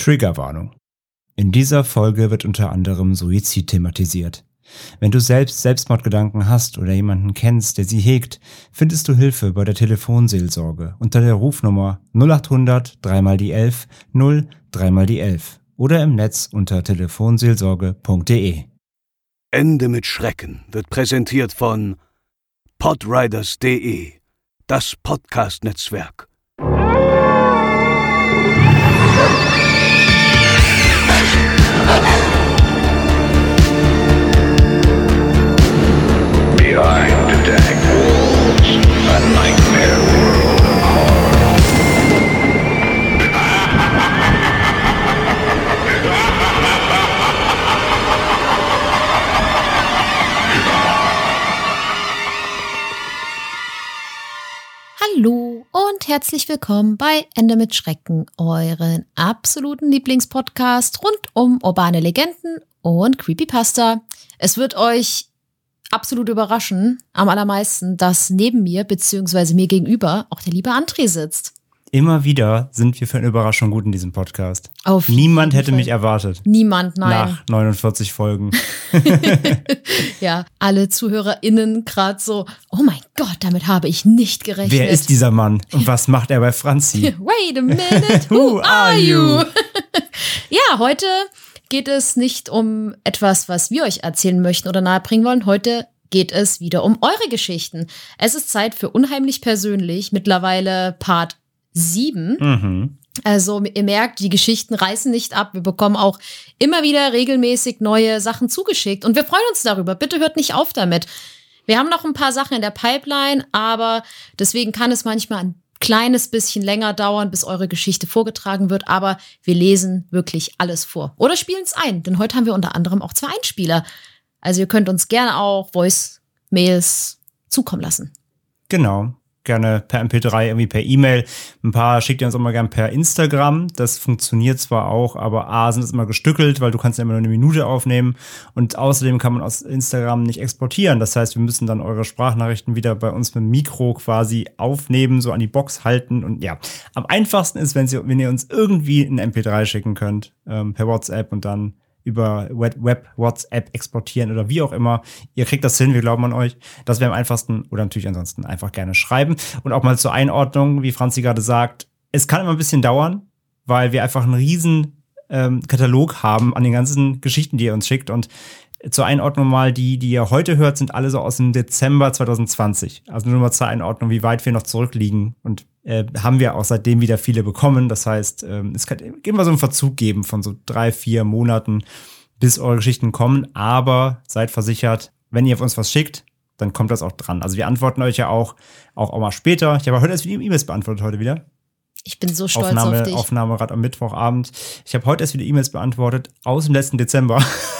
Triggerwarnung. In dieser Folge wird unter anderem Suizid thematisiert. Wenn du selbst Selbstmordgedanken hast oder jemanden kennst, der sie hegt, findest du Hilfe bei der Telefonseelsorge unter der Rufnummer 0800 3 die 11 0 3 die 11 oder im Netz unter telefonseelsorge.de. Ende mit Schrecken wird präsentiert von podriders.de, das Podcast-Netzwerk. Behind the dank walls, a nightmare world of horror. Hallo und herzlich willkommen bei Ende mit Schrecken, euren absoluten Lieblingspodcast rund um urbane Legenden und Creepypasta. Es wird euch absolut überraschen, am allermeisten, dass neben mir bzw. mir gegenüber auch der liebe André sitzt. Immer wieder sind wir für eine Überraschung gut in diesem Podcast. Niemand hätte mich erwartet. Niemand, nein. Nach 49 Folgen. Ja, alle ZuhörerInnen gerade so, oh mein Gott, damit habe ich nicht gerechnet. Wer ist dieser Mann und was macht er bei Franzi? Wait a minute, who are you? Ja, heute geht es nicht um etwas, was wir euch erzählen möchten oder nahebringen wollen. Heute geht es wieder um eure Geschichten. Es ist Zeit für Unheimlich Persönlich, mittlerweile Part 7. Mhm. Also ihr merkt, die Geschichten reißen nicht ab. Wir bekommen auch immer wieder regelmäßig neue Sachen zugeschickt und wir freuen uns darüber. Bitte hört nicht auf damit. Wir haben noch ein paar Sachen in der Pipeline, aber deswegen kann es manchmal ein kleines bisschen länger dauern, bis eure Geschichte vorgetragen wird, aber wir lesen wirklich alles vor. Oder spielen es ein, denn heute haben wir unter anderem auch 2 Einspieler. Also ihr könnt uns gerne auch Voice-Mails zukommen lassen. Genau. Gerne per MP3, irgendwie per E-Mail. Ein paar schickt ihr uns auch mal gerne per Instagram. Das funktioniert zwar auch, aber sind es immer gestückelt, weil du kannst ja immer nur eine Minute aufnehmen. Und außerdem kann man aus Instagram nicht exportieren. Das heißt, wir müssen dann eure Sprachnachrichten wieder bei uns mit dem Mikro quasi aufnehmen, so an die Box halten. Und ja, am einfachsten ist, wenn ihr uns irgendwie ein MP3 schicken könnt, per WhatsApp und dann über Web, WhatsApp exportieren oder wie auch immer. Ihr kriegt das hin, wir glauben an euch. Das wäre am einfachsten oder natürlich ansonsten einfach gerne schreiben. Und auch mal zur Einordnung, wie Franzi gerade sagt, es kann immer ein bisschen dauern, weil wir einfach einen riesen Katalog haben an den ganzen Geschichten, die ihr uns schickt. Und zur Einordnung mal, die ihr heute hört, sind alle so aus dem Dezember 2020. Also nur mal zur Einordnung, wie weit wir noch zurückliegen. Und haben wir auch seitdem wieder viele bekommen. Das heißt, es kann immer so einen Verzug geben von so 3-4 Monaten, bis eure Geschichten kommen. Aber seid versichert, wenn ihr auf uns was schickt, dann kommt das auch dran. Also wir antworten euch ja auch mal später. Ich habe heute erst wieder E-Mails beantwortet heute wieder. Ich bin so stolz auf dich. Aufnahme gerade am Mittwochabend. Ich habe heute erst wieder E-Mails beantwortet aus dem letzten Dezember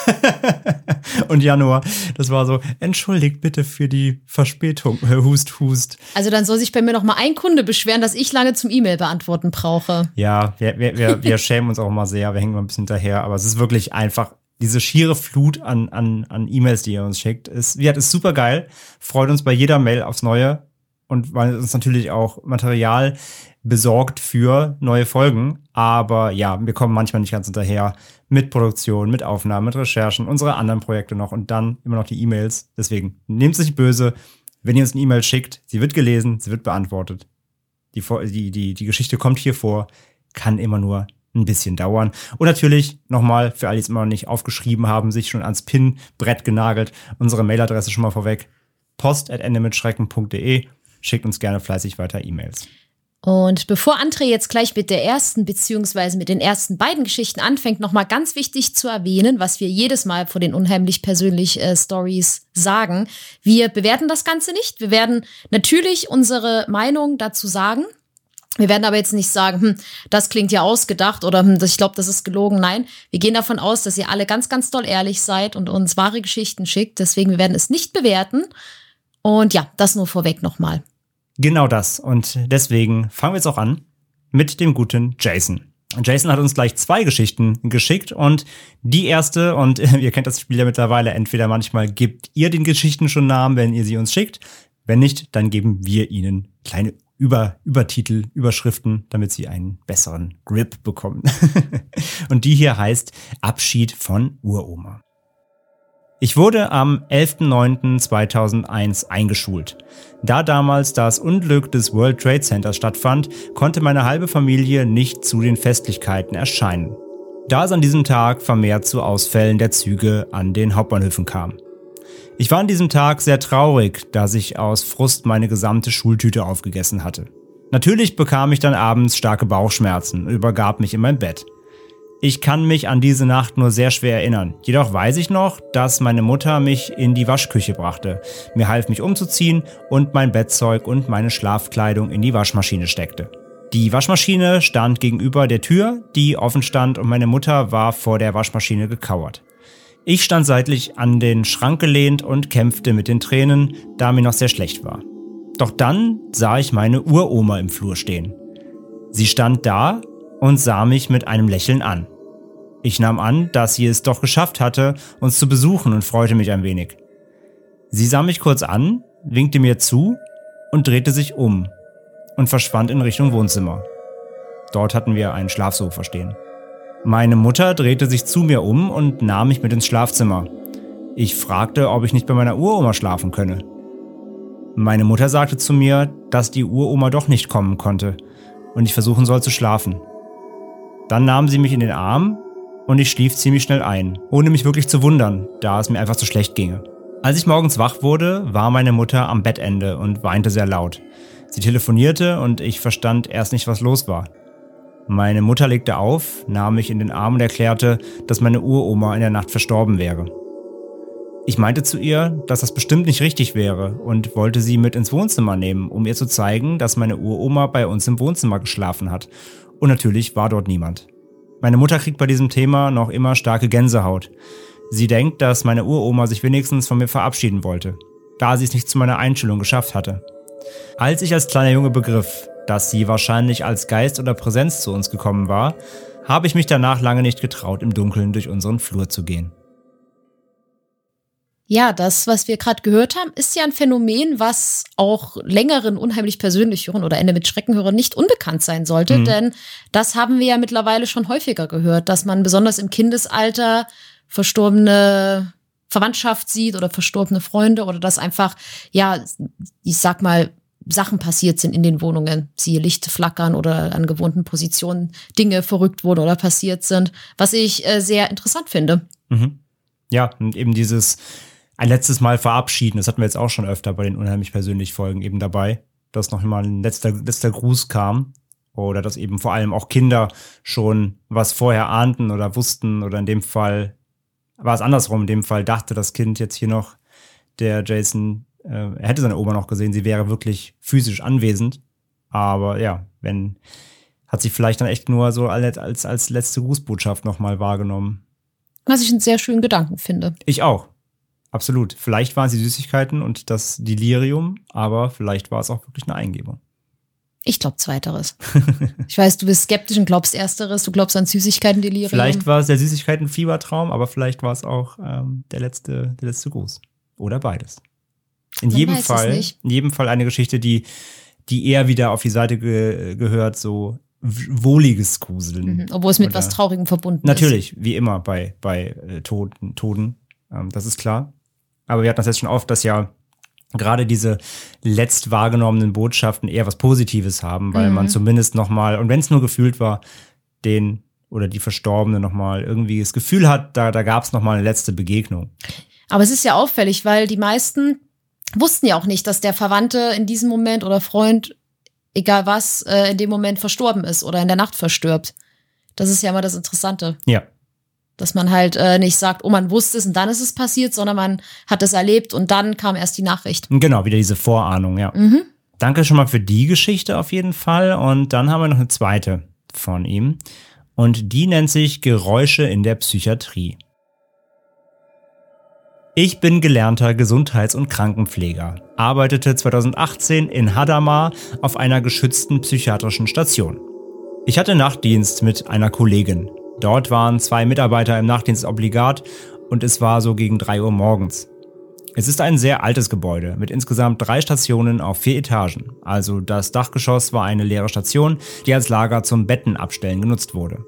und Januar. Das war so, entschuldigt bitte für die Verspätung. Hust. Also dann soll sich bei mir noch mal ein Kunde beschweren, dass ich lange zum E-Mail beantworten brauche. Ja, wir schämen uns auch immer sehr. Wir hängen mal ein bisschen hinterher. Aber es ist wirklich einfach diese schiere Flut an E-Mails, die ihr uns schickt. Ist super geil. Freut uns bei jeder Mail aufs Neue. Und weil uns natürlich auch Material besorgt für neue Folgen. Aber ja, wir kommen manchmal nicht ganz hinterher mit Produktion, mit Aufnahmen, mit Recherchen, unsere anderen Projekte noch und dann immer noch die E-Mails. Deswegen nehmt es nicht böse, wenn ihr uns eine E-Mail schickt. Sie wird gelesen, sie wird beantwortet. Die Geschichte kommt hier vor, kann immer nur ein bisschen dauern. Und natürlich nochmal, für alle, die es immer noch nicht aufgeschrieben haben, sich schon ans Pinnbrett genagelt, unsere Mailadresse schon mal vorweg. post@endemitschrecken.de. Schickt uns gerne fleißig weiter E-Mails. Und bevor André jetzt gleich mit der ersten beziehungsweise mit den ersten beiden Geschichten anfängt, nochmal ganz wichtig zu erwähnen, was wir jedes Mal vor den Unheimlich Persönlich Stories sagen. Wir bewerten das Ganze nicht. Wir werden natürlich unsere Meinung dazu sagen. Wir werden aber jetzt nicht sagen, das klingt ja ausgedacht oder ich glaube, das ist gelogen. Nein, wir gehen davon aus, dass ihr alle ganz, ganz doll ehrlich seid und uns wahre Geschichten schickt. Deswegen, wir werden es nicht bewerten. Und ja, das nur vorweg nochmal. Genau das. Und deswegen fangen wir jetzt auch an mit dem guten Jason. Jason hat uns gleich 2 Geschichten geschickt und die erste, und ihr kennt das Spiel ja mittlerweile, entweder manchmal gebt ihr den Geschichten schon Namen, wenn ihr sie uns schickt. Wenn nicht, dann geben wir ihnen kleine Übertitel, Überschriften, damit sie einen besseren Grip bekommen. Und die hier heißt Abschied von Uroma. Ich wurde am 11.09.2001 eingeschult. Da damals das Unglück des World Trade Centers stattfand, konnte meine halbe Familie nicht zu den Festlichkeiten erscheinen, da es an diesem Tag vermehrt zu Ausfällen der Züge an den Hauptbahnhöfen kam. Ich war an diesem Tag sehr traurig, da ich aus Frust meine gesamte Schultüte aufgegessen hatte. Natürlich bekam ich dann abends starke Bauchschmerzen und übergab mich in mein Bett. Ich kann mich an diese Nacht nur sehr schwer erinnern. Jedoch weiß ich noch, dass meine Mutter mich in die Waschküche brachte, mir half, mich umzuziehen und mein Bettzeug und meine Schlafkleidung in die Waschmaschine steckte. Die Waschmaschine stand gegenüber der Tür, die offen stand, und meine Mutter war vor der Waschmaschine gekauert. Ich stand seitlich an den Schrank gelehnt und kämpfte mit den Tränen, da mir noch sehr schlecht war. Doch dann sah ich meine Uroma im Flur stehen. Sie stand da und sah mich mit einem Lächeln an. Ich nahm an, dass sie es doch geschafft hatte, uns zu besuchen, und freute mich ein wenig. Sie sah mich kurz an, winkte mir zu und drehte sich um und verschwand in Richtung Wohnzimmer. Dort hatten wir ein Schlafsofa stehen. Meine Mutter drehte sich zu mir um und nahm mich mit ins Schlafzimmer. Ich fragte, ob ich nicht bei meiner Uroma schlafen könne. Meine Mutter sagte zu mir, dass die Uroma doch nicht kommen konnte und ich versuchen soll zu schlafen. Dann nahm sie mich in den Arm und ich schlief ziemlich schnell ein, ohne mich wirklich zu wundern, da es mir einfach zu schlecht ginge. Als ich morgens wach wurde, war meine Mutter am Bettende und weinte sehr laut. Sie telefonierte und ich verstand erst nicht, was los war. Meine Mutter legte auf, nahm mich in den Arm und erklärte, dass meine Uroma in der Nacht verstorben wäre. Ich meinte zu ihr, dass das bestimmt nicht richtig wäre und wollte sie mit ins Wohnzimmer nehmen, um ihr zu zeigen, dass meine Uroma bei uns im Wohnzimmer geschlafen hat. Und natürlich war dort niemand. Meine Mutter kriegt bei diesem Thema noch immer starke Gänsehaut. Sie denkt, dass meine Uroma sich wenigstens von mir verabschieden wollte, da sie es nicht zu meiner Einschulung geschafft hatte. Als ich als kleiner Junge begriff, dass sie wahrscheinlich als Geist oder Präsenz zu uns gekommen war, habe ich mich danach lange nicht getraut, im Dunkeln durch unseren Flur zu gehen. Ja, das, was wir gerade gehört haben, ist ja ein Phänomen, was auch längeren unheimlich persönlich Hörern oder Ende mit Schreckenhörern nicht unbekannt sein sollte, denn das haben wir ja mittlerweile schon häufiger gehört, dass man besonders im Kindesalter verstorbene Verwandtschaft sieht oder verstorbene Freunde oder dass einfach, ja, ich sag mal, Sachen passiert sind in den Wohnungen, siehe Licht flackern oder an gewohnten Positionen Dinge verrückt wurden oder passiert sind, was ich sehr interessant finde. Mhm. Ja, und eben dieses ein letztes Mal verabschieden, das hatten wir jetzt auch schon öfter bei den unheimlich persönlich Folgen eben dabei, dass noch immer ein letzter Gruß kam oder dass eben vor allem auch Kinder schon was vorher ahnten oder wussten oder in dem Fall war es andersrum, in dem Fall dachte das Kind jetzt hier noch, der Jason, er hätte seine Oma noch gesehen, sie wäre wirklich physisch anwesend, aber ja, hat sie vielleicht dann echt nur so als letzte Grußbotschaft nochmal wahrgenommen. Was ich einen sehr schönen Gedanken finde. Ich auch. Absolut. Vielleicht waren es die Süßigkeiten und das Delirium, aber vielleicht war es auch wirklich eine Eingebung. Ich glaube Zweiteres. Ich weiß, du bist skeptisch und glaubst Ersteres. Du glaubst an Süßigkeiten-Delirium. Vielleicht war es der Süßigkeiten-Fiebertraum, aber vielleicht war es auch der letzte Gruß. Oder beides. In jedem Fall eine Geschichte, die eher wieder auf die Seite gehört, so wohliges Gruseln. Mhm, obwohl es mit was Traurigem verbunden natürlich, wie immer bei Toten. Das ist klar. Aber wir hatten das jetzt schon oft, dass ja gerade diese letzt wahrgenommenen Botschaften eher was Positives haben, weil man zumindest nochmal, und wenn es nur gefühlt war, den oder die Verstorbene nochmal irgendwie das Gefühl hat, da gab es nochmal eine letzte Begegnung. Aber es ist ja auffällig, weil die meisten wussten ja auch nicht, dass der Verwandte in diesem Moment oder Freund, egal was, in dem Moment verstorben ist oder in der Nacht verstirbt. Das ist ja immer das Interessante. Ja. Dass man halt nicht sagt, oh, man wusste es und dann ist es passiert, sondern man hat es erlebt und dann kam erst die Nachricht. Genau, wieder diese Vorahnung, ja. Danke schon mal für die Geschichte auf jeden Fall. Und dann haben wir noch eine zweite von ihm. Und die nennt sich Geräusche in der Psychiatrie. Ich bin gelernter Gesundheits- und Krankenpfleger, arbeitete 2018 in Hadamar auf einer geschützten psychiatrischen Station. Ich hatte Nachtdienst mit einer Kollegin. Dort waren 2 Mitarbeiter im Nachtdienst obligat und es war so gegen 3 Uhr morgens. Es ist ein sehr altes Gebäude mit insgesamt 3 Stationen auf 4 Etagen. Also das Dachgeschoss war eine leere Station, die als Lager zum Betten abstellen genutzt wurde.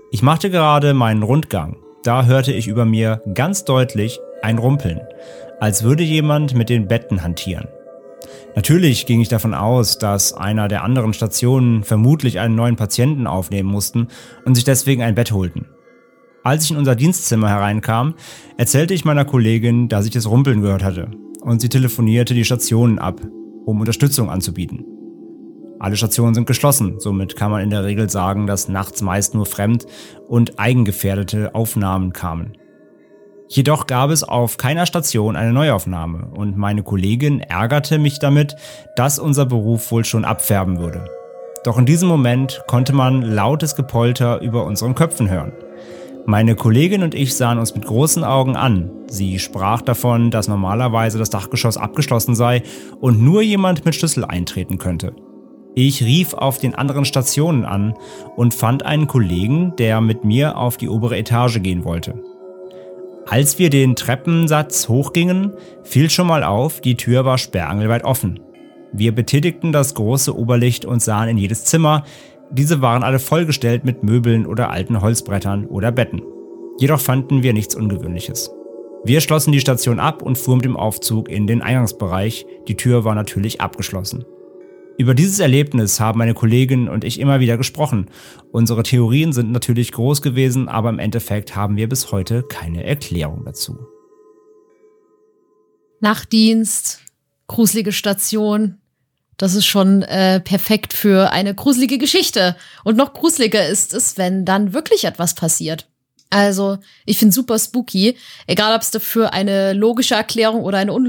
Ich machte gerade meinen Rundgang. Da hörte ich über mir ganz deutlich ein Rumpeln, als würde jemand mit den Betten hantieren. Natürlich ging ich davon aus, dass einer der anderen Stationen vermutlich einen neuen Patienten aufnehmen mussten und sich deswegen ein Bett holten. Als ich in unser Dienstzimmer hereinkam, erzählte ich meiner Kollegin, dass ich das Rumpeln gehört hatte, und sie telefonierte die Stationen ab, um Unterstützung anzubieten. Alle Stationen sind geschlossen, somit kann man in der Regel sagen, dass nachts meist nur fremd- und eigengefährdete Aufnahmen kamen. Jedoch gab es auf keiner Station eine Neuaufnahme und meine Kollegin ärgerte mich damit, dass unser Beruf wohl schon abfärben würde. Doch in diesem Moment konnte man lautes Gepolter über unseren Köpfen hören. Meine Kollegin und ich sahen uns mit großen Augen an. Sie sprach davon, dass normalerweise das Dachgeschoss abgeschlossen sei und nur jemand mit Schlüssel eintreten könnte. Ich rief auf den anderen Stationen an und fand einen Kollegen, der mit mir auf die obere Etage gehen wollte. Als wir den Treppensatz hochgingen, fiel schon mal auf, die Tür war sperrangelweit offen. Wir betätigten das große Oberlicht und sahen in jedes Zimmer. Diese waren alle vollgestellt mit Möbeln oder alten Holzbrettern oder Betten. Jedoch fanden wir nichts Ungewöhnliches. Wir schlossen die Station ab und fuhren mit dem Aufzug in den Eingangsbereich. Die Tür war natürlich abgeschlossen. Über dieses Erlebnis haben meine Kollegin und ich immer wieder gesprochen. Unsere Theorien sind natürlich groß gewesen, aber im Endeffekt haben wir bis heute keine Erklärung dazu. Nachtdienst, gruselige Station. Das ist schon perfekt für eine gruselige Geschichte. Und noch gruseliger ist es, wenn dann wirklich etwas passiert. Also, ich finde super spooky. Egal, ob es dafür eine logische Erklärung oder eine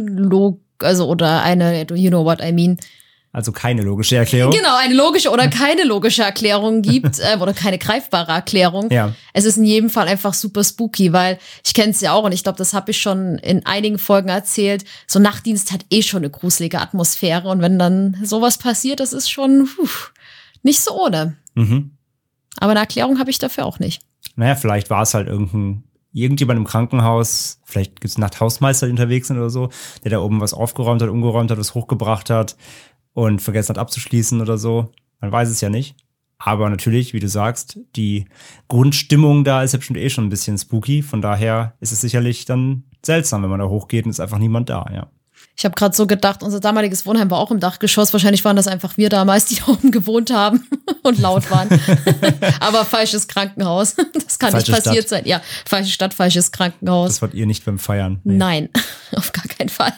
oder eine, you know what I mean. Also keine logische Erklärung. Genau, eine logische oder keine logische Erklärung gibt oder keine greifbare Erklärung. Ja. Es ist in jedem Fall einfach super spooky, weil ich kenne es ja auch und ich glaube, das habe ich schon in einigen Folgen erzählt. So Nachtdienst hat eh schon eine gruselige Atmosphäre und wenn dann sowas passiert, das ist schon nicht so ohne. Mhm. Aber eine Erklärung habe ich dafür auch nicht. Naja, vielleicht war es halt irgendjemand im Krankenhaus, vielleicht gibt es Nachthausmeister, die unterwegs sind oder so, der da oben was aufgeräumt hat, umgeräumt hat, was hochgebracht hat und vergessen hat abzuschließen oder so. Man weiß es ja nicht. Aber natürlich, wie du sagst, die Grundstimmung da ist ja bestimmt eh schon ein bisschen spooky. Von daher ist es sicherlich dann seltsam, wenn man da hochgeht und ist einfach niemand da, ja. Ich habe gerade so gedacht, unser damaliges Wohnheim war auch im Dachgeschoss. Wahrscheinlich waren das einfach wir damals, die da oben gewohnt haben und laut waren. Aber falsches Krankenhaus. Das kann Falsche nicht passiert Stadt. sein. Ja, falsche Stadt, falsches Krankenhaus. Das wart ihr nicht beim Feiern. Nee. Nein, auf gar keinen Fall.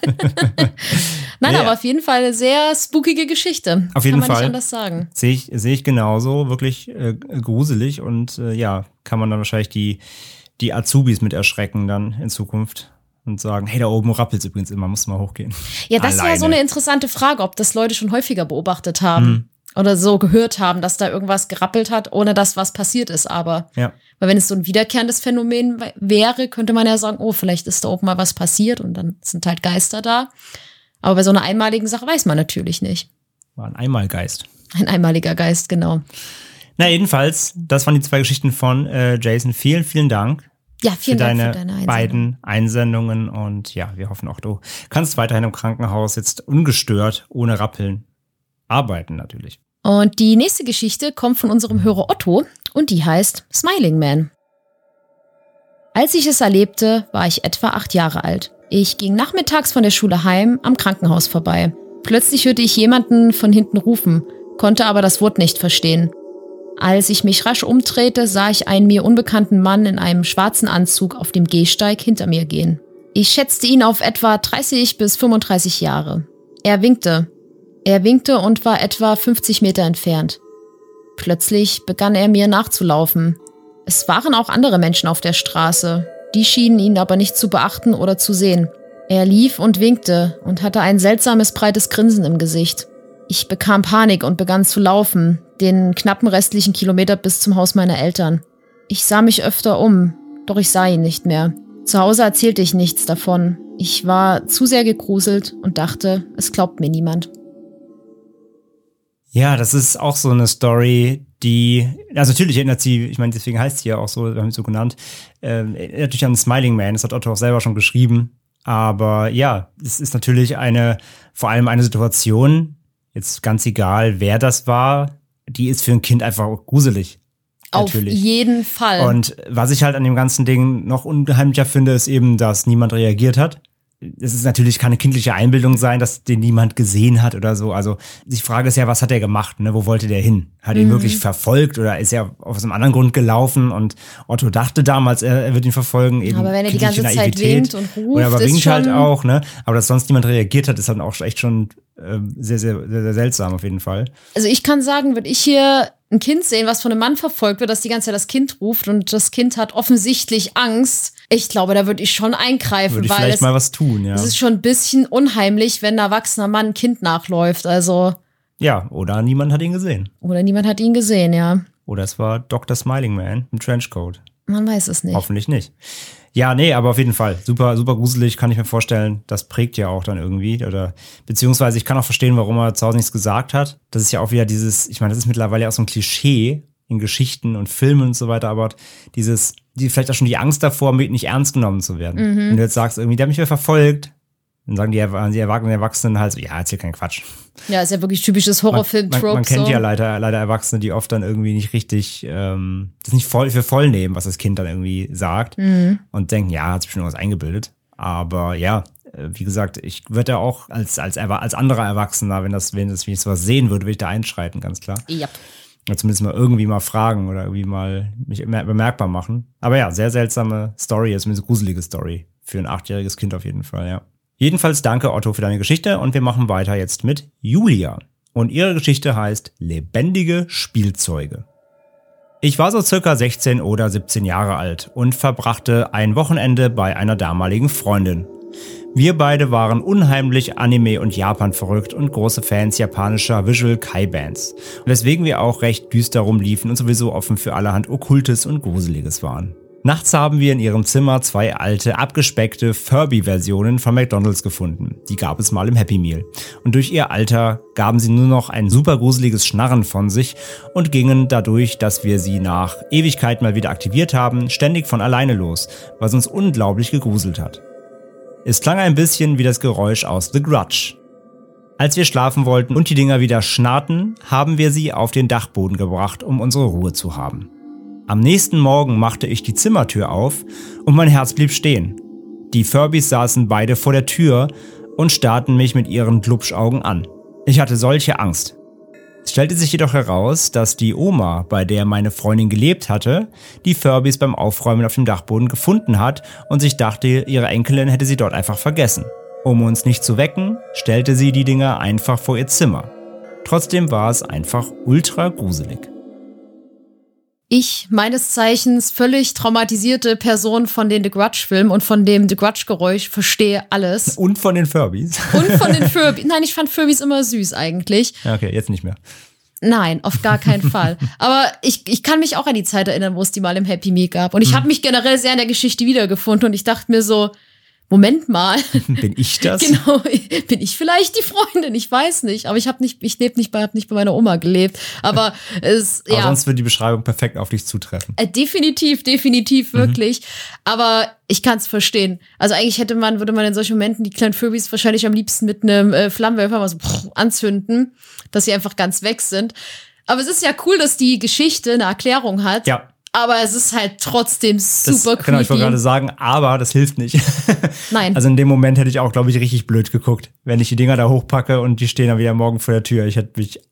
Nein, Ja. aber auf jeden Fall eine sehr spookige Geschichte. Auf jeden kann man Fall. nicht anders sagen. Sehe ich genauso, wirklich gruselig und ja, kann man dann wahrscheinlich die Azubis mit erschrecken dann in Zukunft und sagen, hey, da oben rappelt's übrigens immer, musst du mal hochgehen. Ja, das Alleine. war so eine interessante Frage, ob das Leute schon häufiger beobachtet haben oder so gehört haben, dass da irgendwas gerappelt hat, ohne dass was passiert ist. Aber Ja. weil wenn es so ein wiederkehrendes Phänomen wäre, könnte man ja sagen, oh, vielleicht ist da oben mal was passiert und dann sind halt Geister da. Aber bei so einer einmaligen Sache weiß man natürlich nicht. War ein Einmalgeist. Ein einmaliger Geist, genau. Na, jedenfalls, das waren die 2 Geschichten von Jason. Vielen, vielen Dank. Ja, vielen für Dank deine für deine Einsendung. beiden Einsendungen und ja, wir hoffen auch, du kannst weiterhin im Krankenhaus jetzt ungestört, ohne Rappeln arbeiten natürlich. Und die nächste Geschichte kommt von unserem Hörer Otto und die heißt Smiling Man. Als ich es erlebte, war ich etwa 8 Jahre alt. Ich ging nachmittags von der Schule heim am Krankenhaus vorbei. Plötzlich hörte ich jemanden von hinten rufen, konnte aber das Wort nicht verstehen. Als ich mich rasch umdrehte, sah ich einen mir unbekannten Mann in einem schwarzen Anzug auf dem Gehsteig hinter mir gehen. Ich schätzte ihn auf etwa 30 bis 35 Jahre. Er winkte und war etwa 50 Meter entfernt. Plötzlich begann er mir nachzulaufen. Es waren auch andere Menschen auf der Straße. Die schienen ihn aber nicht zu beachten oder zu sehen. Er lief und winkte und hatte ein seltsames, breites Grinsen im Gesicht. Ich bekam Panik und begann zu laufen, den knappen restlichen Kilometer bis zum Haus meiner Eltern. Ich sah mich öfter um, doch ich sah ihn nicht mehr. Zu Hause erzählte ich nichts davon. Ich war zu sehr gegruselt und dachte, es glaubt mir niemand. Ja, das ist auch so eine Story, die, also natürlich erinnert sie, ich meine, deswegen heißt sie ja auch so, wir haben sie so genannt, natürlich an Smiling Man, das hat Otto auch selber schon geschrieben. Aber ja, es ist natürlich vor allem eine Situation, jetzt ganz egal, wer das war, die ist für ein Kind einfach gruselig. Natürlich. Auf jeden Fall. Und was ich halt an dem ganzen Ding noch unheimlicher finde, ist eben, dass niemand reagiert hat. Es ist natürlich keine kindliche Einbildung sein, dass den niemand gesehen hat oder so. Also die Frage ist ja, was hat er gemacht? Ne? Wo wollte der hin? Hat er ihn wirklich verfolgt oder ist er aus einem anderen Grund gelaufen? Und Otto dachte damals, er wird ihn verfolgen. Eben aber wenn er die ganze Zeit Naivität. winkt und ruft, oder aber ist winkt schon halt auch, ne? Aber dass sonst niemand reagiert hat, ist dann auch echt schon sehr, sehr, sehr, sehr seltsam auf jeden Fall. Also ich kann sagen, würde ich hier ein Kind sehen, was von einem Mann verfolgt wird, dass die ganze Zeit das Kind ruft und das Kind hat offensichtlich Angst. Ich glaube, da würde ich schon eingreifen, Würde ich weil vielleicht mal was tun, ja. es ist schon ein bisschen unheimlich, wenn ein erwachsener Mann ein Kind nachläuft. Also Ja, oder niemand hat ihn gesehen. oder niemand hat ihn gesehen, ja. Oder es war Dr. Smiling Man im Trenchcoat. Man weiß es nicht. Hoffentlich nicht. Ja, nee, aber auf jeden Fall. Super, super gruselig, kann ich mir vorstellen. Das prägt ja auch dann irgendwie. Oder beziehungsweise ich kann auch verstehen, warum er zu Hause nichts gesagt hat. Das ist ja auch wieder dieses, ich meine, das ist mittlerweile auch so ein Klischee in Geschichten und Filmen und so weiter, aber die vielleicht auch schon die Angst davor, nicht ernst genommen zu werden. Wenn du jetzt sagst, irgendwie, der hat mich wieder verfolgt, dann sagen die Erwachsenen halt so, ja, erzähl keinen Quatsch. Ja, ist ja wirklich typisches Horrorfilm-Trope. Man kennt so. ja leider Erwachsene, die oft dann irgendwie nicht richtig das nicht für voll nehmen, was das Kind dann irgendwie sagt und denken, ja, hat sich schon was eingebildet. Aber ja, wie gesagt, ich würde ja auch als anderer Erwachsener, wenn ich sowas sehen würde, würde ich da einschreiten, ganz klar. Ja. Oder zumindest mal irgendwie mal fragen oder irgendwie mal mich bemerkbar machen. Aber ja, sehr seltsame Story, zumindest eine gruselige Story. Für ein 8-jähriges Kind auf jeden Fall, ja. Jedenfalls danke Otto für deine Geschichte und wir machen weiter jetzt mit Julia. Und ihre Geschichte heißt Lebendige Spielzeuge. Ich war so circa 16 oder 17 Jahre alt und verbrachte ein Wochenende bei einer damaligen Freundin. Wir beide waren unheimlich Anime- und Japan verrückt und große Fans japanischer Visual Kai-Bands. Weswegen wir auch recht düster rumliefen und sowieso offen für allerhand Okkultes und Gruseliges waren. Nachts haben wir in ihrem Zimmer 2 alte, abgespeckte Furby-Versionen von McDonald's gefunden. Die gab es mal im Happy Meal. Und durch ihr Alter gaben sie nur noch ein super gruseliges Schnarren von sich und gingen dadurch, dass wir sie nach Ewigkeit mal wieder aktiviert haben, ständig von alleine los, was uns unglaublich gegruselt hat. Es klang ein bisschen wie das Geräusch aus The Grudge. Als wir schlafen wollten und die Dinger wieder schnarrten, haben wir sie auf den Dachboden gebracht, um unsere Ruhe zu haben. Am nächsten Morgen machte ich die Zimmertür auf und mein Herz blieb stehen. Die Furbys saßen beide vor der Tür und starrten mich mit ihren Glubschaugen an. Ich hatte solche Angst. Es stellte sich jedoch heraus, dass die Oma, bei der meine Freundin gelebt hatte, die Furbys beim Aufräumen auf dem Dachboden gefunden hat und sich dachte, ihre Enkelin hätte sie dort einfach vergessen. Um uns nicht zu wecken, stellte sie die Dinger einfach vor ihr Zimmer. Trotzdem war es einfach ultra gruselig. Ich, meines Zeichens völlig traumatisierte Person von den The Grudge-Filmen und von dem The Grudge-Geräusch, verstehe alles. Und von den Furbys. Und von den Furbys. Nein, ich fand Furbys immer süß eigentlich. Ja, okay, jetzt nicht mehr. Nein, auf gar keinen Fall. Aber ich kann mich auch an die Zeit erinnern, wo es die mal im Happy Meal gab. Und ich habe mich generell sehr in der Geschichte wiedergefunden und ich dachte mir so, Moment mal. Bin ich das? Genau, bin ich vielleicht die Freundin? Ich weiß nicht. Aber hab nicht bei meiner Oma gelebt. Aber Aber sonst würde die Beschreibung perfekt auf dich zutreffen. Definitiv, wirklich. Aber ich kann es verstehen. Also eigentlich würde man in solchen Momenten die kleinen Furbys wahrscheinlich am liebsten mit einem Flammenwerfer mal so anzünden, dass sie einfach ganz weg sind. Aber es ist ja cool, dass die Geschichte eine Erklärung hat. Ja. Aber es ist halt trotzdem super creepy. Genau, ich wollte gerade sagen, aber das hilft nicht. Nein. Also in dem Moment hätte ich auch, glaube ich, richtig blöd geguckt, wenn ich die Dinger da hochpacke und die stehen dann wieder morgen vor der Tür. Ich hätte mich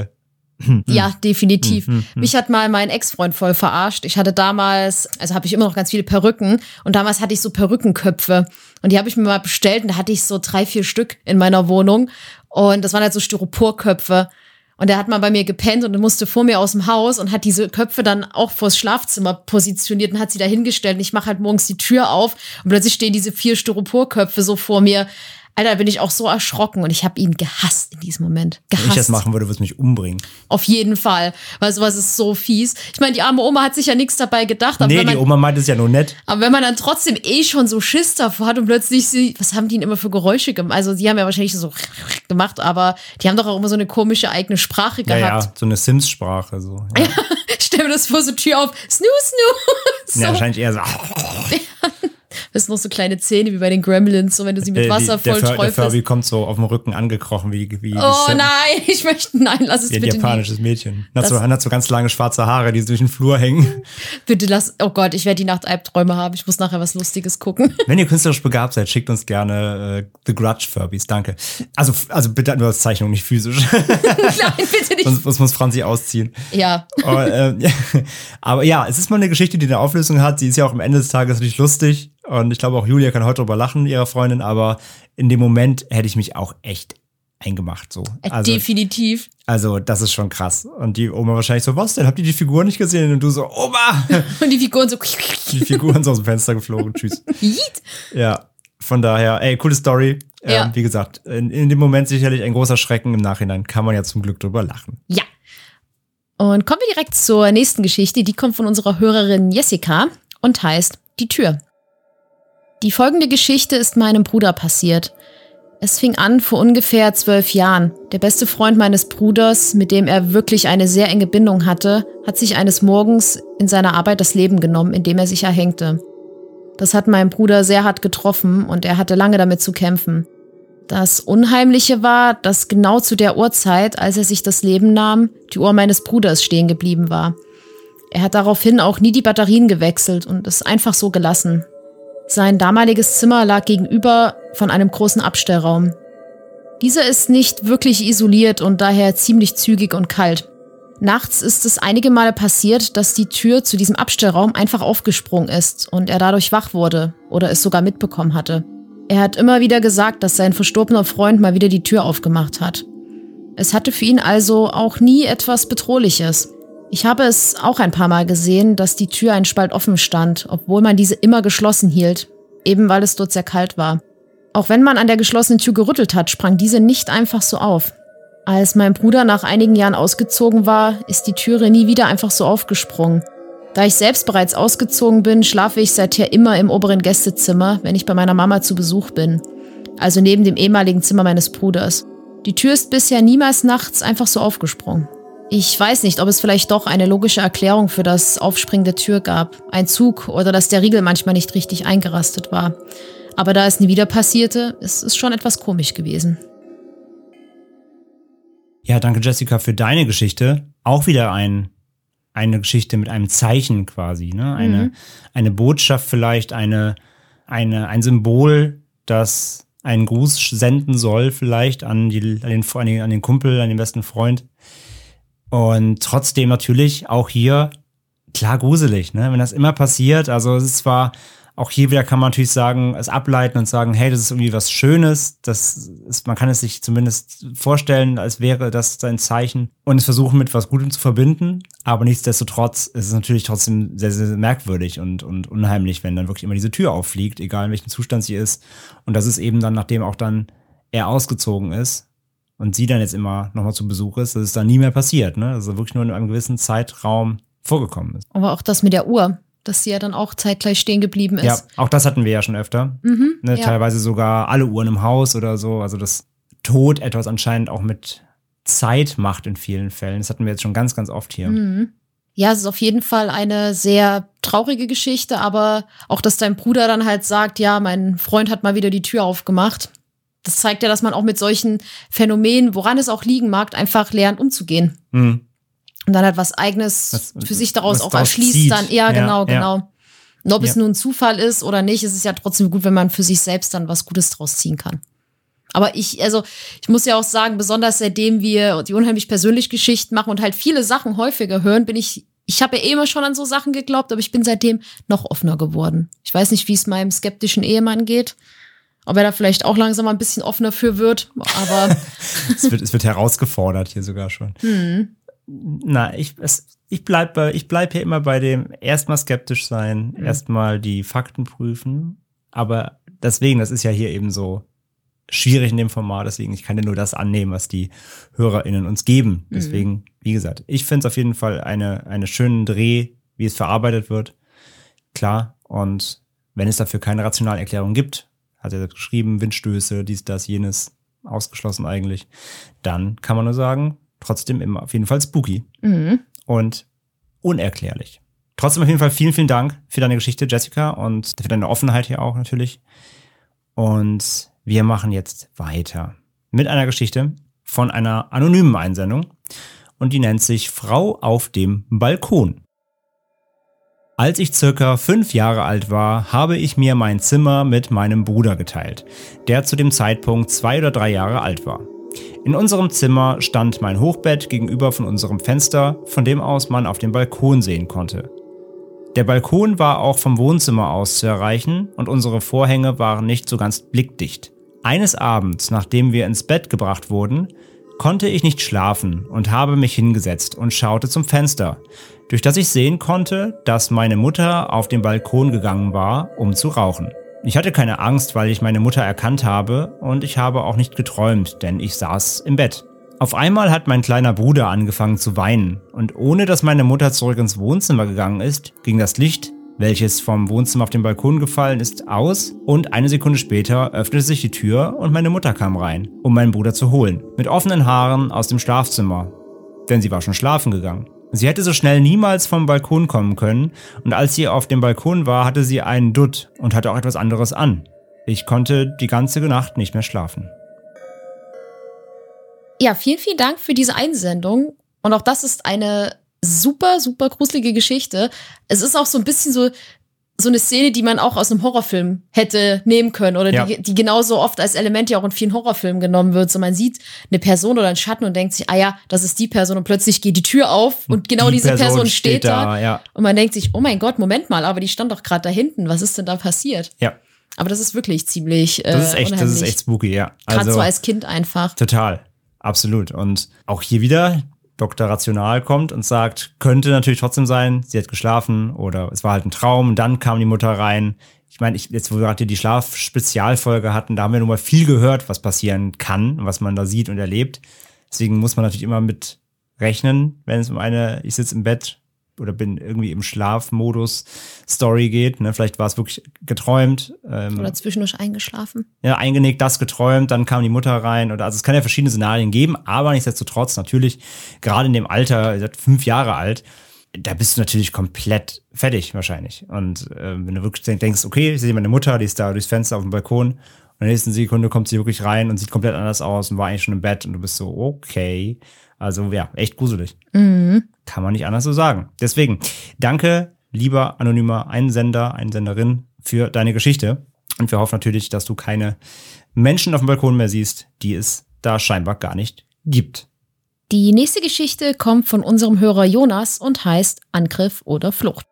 Ja, definitiv. Mich hat mal mein Ex-Freund voll verarscht. Ich hatte damals, also habe ich immer noch ganz viele Perücken und damals hatte ich so Perückenköpfe und die habe ich mir mal bestellt und da hatte ich so 3-4 Stück in meiner Wohnung und das waren halt so Styroporköpfe. Und der hat mal bei mir gepennt und musste vor mir aus dem Haus und hat diese Köpfe dann auch vors Schlafzimmer positioniert und hat sie da hingestellt. Und ich mache halt morgens die Tür auf und plötzlich stehen diese 4 Styroporköpfe so vor mir. Alter, bin ich auch so erschrocken und ich habe ihn gehasst in diesem Moment. Gehasst. Wenn ich das machen würde, würde es mich umbringen. Auf jeden Fall, weil sowas ist so fies. Ich meine, die arme Oma hat sich ja nichts dabei gedacht. Aber Nee, die Oma meint es ja nur nett. Aber wenn man dann trotzdem schon so Schiss davor hat und plötzlich was haben die denn immer für Geräusche gemacht? Also die haben ja wahrscheinlich so gemacht, aber die haben doch auch immer so eine komische eigene Sprache gehabt. Ja, so eine Sims-Sprache. So. Ja. Stell mir das vor, so Tür auf, snoo, snoo. So. Ja, wahrscheinlich eher so. Das sind noch so kleine Zähne wie bei den Gremlins, so wenn du sie mit Wasser voll träufelst. Der Furby kommt so auf dem Rücken angekrochen, wie oh nein, lass es wie ein bitte japanisches Mädchen. Hat so ganz lange schwarze Haare, die durch den Flur hängen. Bitte oh Gott, ich werde die Nacht Albträume haben. Ich muss nachher was Lustiges gucken. Wenn ihr künstlerisch begabt seid, schickt uns gerne The Grudge Furbies, danke. Also bitte nur als Zeichnung, nicht physisch. Nein, bitte nicht. Sonst muss Franzi ausziehen. Ja. Aber ja, es ist mal eine Geschichte, die eine Auflösung hat. Sie ist ja auch am Ende des Tages natürlich lustig. Und ich glaube, auch Julia kann heute drüber lachen, ihrer Freundin. Aber in dem Moment hätte ich mich auch echt eingemacht. So. Also, definitiv. Also, das ist schon krass. Und die Oma wahrscheinlich so, was denn? Habt ihr die Figur nicht gesehen? Und du so, Oma! Und die Figuren so. Die Figuren so aus dem Fenster geflogen. Tschüss. Ja, von daher, coole Story. Ja. Wie gesagt, in dem Moment sicherlich ein großer Schrecken. Im Nachhinein kann man ja zum Glück drüber lachen. Ja. Und kommen wir direkt zur nächsten Geschichte. Die kommt von unserer Hörerin Jessica und heißt Die Tür. Die folgende Geschichte ist meinem Bruder passiert. Es fing an vor ungefähr 12 Jahren. Der beste Freund meines Bruders, mit dem er wirklich eine sehr enge Bindung hatte, hat sich eines Morgens in seiner Arbeit das Leben genommen, indem er sich erhängte. Das hat meinen Bruder sehr hart getroffen und er hatte lange damit zu kämpfen. Das Unheimliche war, dass genau zu der Uhrzeit, als er sich das Leben nahm, die Uhr meines Bruders stehen geblieben war. Er hat daraufhin auch nie die Batterien gewechselt und es einfach so gelassen. Sein damaliges Zimmer lag gegenüber von einem großen Abstellraum. Dieser ist nicht wirklich isoliert und daher ziemlich zügig und kalt. Nachts ist es einige Male passiert, dass die Tür zu diesem Abstellraum einfach aufgesprungen ist und er dadurch wach wurde oder es sogar mitbekommen hatte. Er hat immer wieder gesagt, dass sein verstorbener Freund mal wieder die Tür aufgemacht hat. Es hatte für ihn also auch nie etwas Bedrohliches. Ich habe es auch ein paar Mal gesehen, dass die Tür einen Spalt offen stand, obwohl man diese immer geschlossen hielt, eben weil es dort sehr kalt war. Auch wenn man an der geschlossenen Tür gerüttelt hat, sprang diese nicht einfach so auf. Als mein Bruder nach einigen Jahren ausgezogen war, ist die Türe nie wieder einfach so aufgesprungen. Da ich selbst bereits ausgezogen bin, schlafe ich seither immer im oberen Gästezimmer, wenn ich bei meiner Mama zu Besuch bin. Also neben dem ehemaligen Zimmer meines Bruders. Die Tür ist bisher niemals nachts einfach so aufgesprungen. Ich weiß nicht, ob es vielleicht doch eine logische Erklärung für das Aufspringen der Tür gab. Ein Zug oder dass der Riegel manchmal nicht richtig eingerastet war. Aber da es nie wieder passierte, ist es schon etwas komisch gewesen. Ja, danke Jessica für deine Geschichte. Auch wieder eine Geschichte mit einem Zeichen quasi, ne? Eine Botschaft vielleicht, ein Symbol, das einen Gruß senden soll vielleicht an den Kumpel, an den besten Freund. Und trotzdem natürlich auch hier klar gruselig, ne? Wenn das immer passiert, also es ist zwar auch hier wieder kann man natürlich sagen, es ableiten und sagen, hey, das ist irgendwie was Schönes, man kann es sich zumindest vorstellen, als wäre das ein Zeichen und es versuchen mit was Gutem zu verbinden, aber nichtsdestotrotz ist es natürlich trotzdem sehr, sehr merkwürdig und unheimlich, wenn dann wirklich immer diese Tür auffliegt, egal in welchem Zustand sie ist. Und das ist eben dann, nachdem auch dann er ausgezogen ist und sie dann jetzt immer nochmal zu Besuch ist, dass es dann nie mehr passiert, ne? Also wirklich nur in einem gewissen Zeitraum vorgekommen ist. Aber auch das mit der Uhr, dass sie ja dann auch zeitgleich stehen geblieben ist. Ja, auch das hatten wir ja schon öfter. Ne, ja. Teilweise sogar alle Uhren im Haus oder so. Also dass Tod etwas anscheinend auch mit Zeit macht in vielen Fällen. Das hatten wir jetzt schon ganz, ganz oft hier. Mhm. Ja, es ist auf jeden Fall eine sehr traurige Geschichte, aber auch, dass dein Bruder dann halt sagt, ja, mein Freund hat mal wieder die Tür aufgemacht. Das zeigt ja, dass man auch mit solchen Phänomenen, woran es auch liegen mag, einfach lernt umzugehen. Mhm. Und dann halt was Eigenes für sich daraus auch erschließt zieht. dann. Ja, genau. Ja. Und ob es nun ein Zufall ist oder nicht, ist es ja trotzdem gut, wenn man für sich selbst dann was Gutes draus ziehen kann. Aber ich muss ja auch sagen, besonders seitdem wir die unheimlich persönlich Geschichten machen und halt viele Sachen häufiger hören, ich habe ja immer schon an so Sachen geglaubt, aber ich bin seitdem noch offener geworden. Ich weiß nicht, wie es meinem skeptischen Ehemann geht. Ob er da vielleicht auch langsam mal ein bisschen offener für wird, aber es wird herausgefordert hier sogar schon. Na, ich bleib hier immer bei dem erstmal skeptisch sein, erstmal die Fakten prüfen, aber deswegen, das ist ja hier eben so schwierig in dem Format, deswegen, ich kann ja nur das annehmen, was die HörerInnen uns geben. Deswegen, wie gesagt, ich finde es auf jeden Fall eine schönen Dreh, wie es verarbeitet wird. Klar, und wenn es dafür keine rationale Erklärung gibt, hat er geschrieben, Windstöße, dies, das, jenes, ausgeschlossen eigentlich, dann kann man nur sagen, trotzdem immer auf jeden Fall spooky und unerklärlich. Trotzdem auf jeden Fall vielen, vielen Dank für deine Geschichte, Jessica, und für deine Offenheit hier auch natürlich. Und wir machen jetzt weiter mit einer Geschichte von einer anonymen Einsendung. Und die nennt sich Frau auf dem Balkon. Als ich circa 5 Jahre alt war, habe ich mir mein Zimmer mit meinem Bruder geteilt, der zu dem Zeitpunkt 2 oder 3 Jahre alt war. In unserem Zimmer stand mein Hochbett gegenüber von unserem Fenster, von dem aus man auf den Balkon sehen konnte. Der Balkon war auch vom Wohnzimmer aus zu erreichen und unsere Vorhänge waren nicht so ganz blickdicht. Eines Abends, nachdem wir ins Bett gebracht wurden, konnte ich nicht schlafen und habe mich hingesetzt und schaute zum Fenster, durch das ich sehen konnte, dass meine Mutter auf den Balkon gegangen war, um zu rauchen. Ich hatte keine Angst, weil ich meine Mutter erkannt habe und ich habe auch nicht geträumt, denn ich saß im Bett. Auf einmal hat mein kleiner Bruder angefangen zu weinen und ohne dass meine Mutter zurück ins Wohnzimmer gegangen ist, ging das Licht, welches vom Wohnzimmer auf den Balkon gefallen ist, aus und 1 Sekunde später öffnete sich die Tür und meine Mutter kam rein, um meinen Bruder zu holen, mit offenen Haaren aus dem Schlafzimmer, denn sie war schon schlafen gegangen. Sie hätte so schnell niemals vom Balkon kommen können und als sie auf dem Balkon war, hatte sie einen Dutt und hatte auch etwas anderes an. Ich konnte die ganze Nacht nicht mehr schlafen. Ja, vielen, vielen Dank für diese Einsendung. Und auch das ist eine super, super gruselige Geschichte. Es ist auch so ein bisschen so eine Szene, die man auch aus einem Horrorfilm hätte nehmen können oder ja. die genauso oft als Element ja auch in vielen Horrorfilmen genommen wird. So man sieht eine Person oder einen Schatten und denkt sich, ah ja, das ist die Person und plötzlich geht die Tür auf und genau diese Person steht da. Ja. Und man denkt sich, oh mein Gott, Moment mal, aber die stand doch gerade da hinten. Was ist denn da passiert? Ja. Aber das ist wirklich ziemlich das ist echt spooky, ja. Gerade so als Kind einfach. Total, absolut. Und auch hier wieder Dr. Rational kommt und sagt, könnte natürlich trotzdem sein, sie hat geschlafen oder es war halt ein Traum und dann kam die Mutter rein. Ich meine, jetzt wo wir gerade die Schlaf-Spezialfolge hatten, da haben wir nun mal viel gehört, was passieren kann, was man da sieht und erlebt. Deswegen muss man natürlich immer mit rechnen, wenn es um ich sitze im Bett oder bin irgendwie im Schlafmodus Story geht. Ne? Vielleicht war es wirklich geträumt. Oder zwischendurch eingeschlafen. Ja, eingenickt, das geträumt, dann kam die Mutter rein. Also es kann ja verschiedene Szenarien geben, aber nichtsdestotrotz natürlich, gerade in dem Alter, ihr seid 5 Jahre alt, da bist du natürlich komplett fertig wahrscheinlich. Und wenn du wirklich denkst, okay, ich sehe meine Mutter, die ist da durchs Fenster auf dem Balkon und in der nächsten Sekunde kommt sie wirklich rein und sieht komplett anders aus und war eigentlich schon im Bett und du bist so, okay. Also ja, echt gruselig. Mhm. Kann man nicht anders so sagen. Deswegen, danke, lieber anonymer Einsender, Einsenderin, für deine Geschichte. Und wir hoffen natürlich, dass du keine Menschen auf dem Balkon mehr siehst, die es da scheinbar gar nicht gibt. Die nächste Geschichte kommt von unserem Hörer Jonas und heißt Angriff oder Flucht.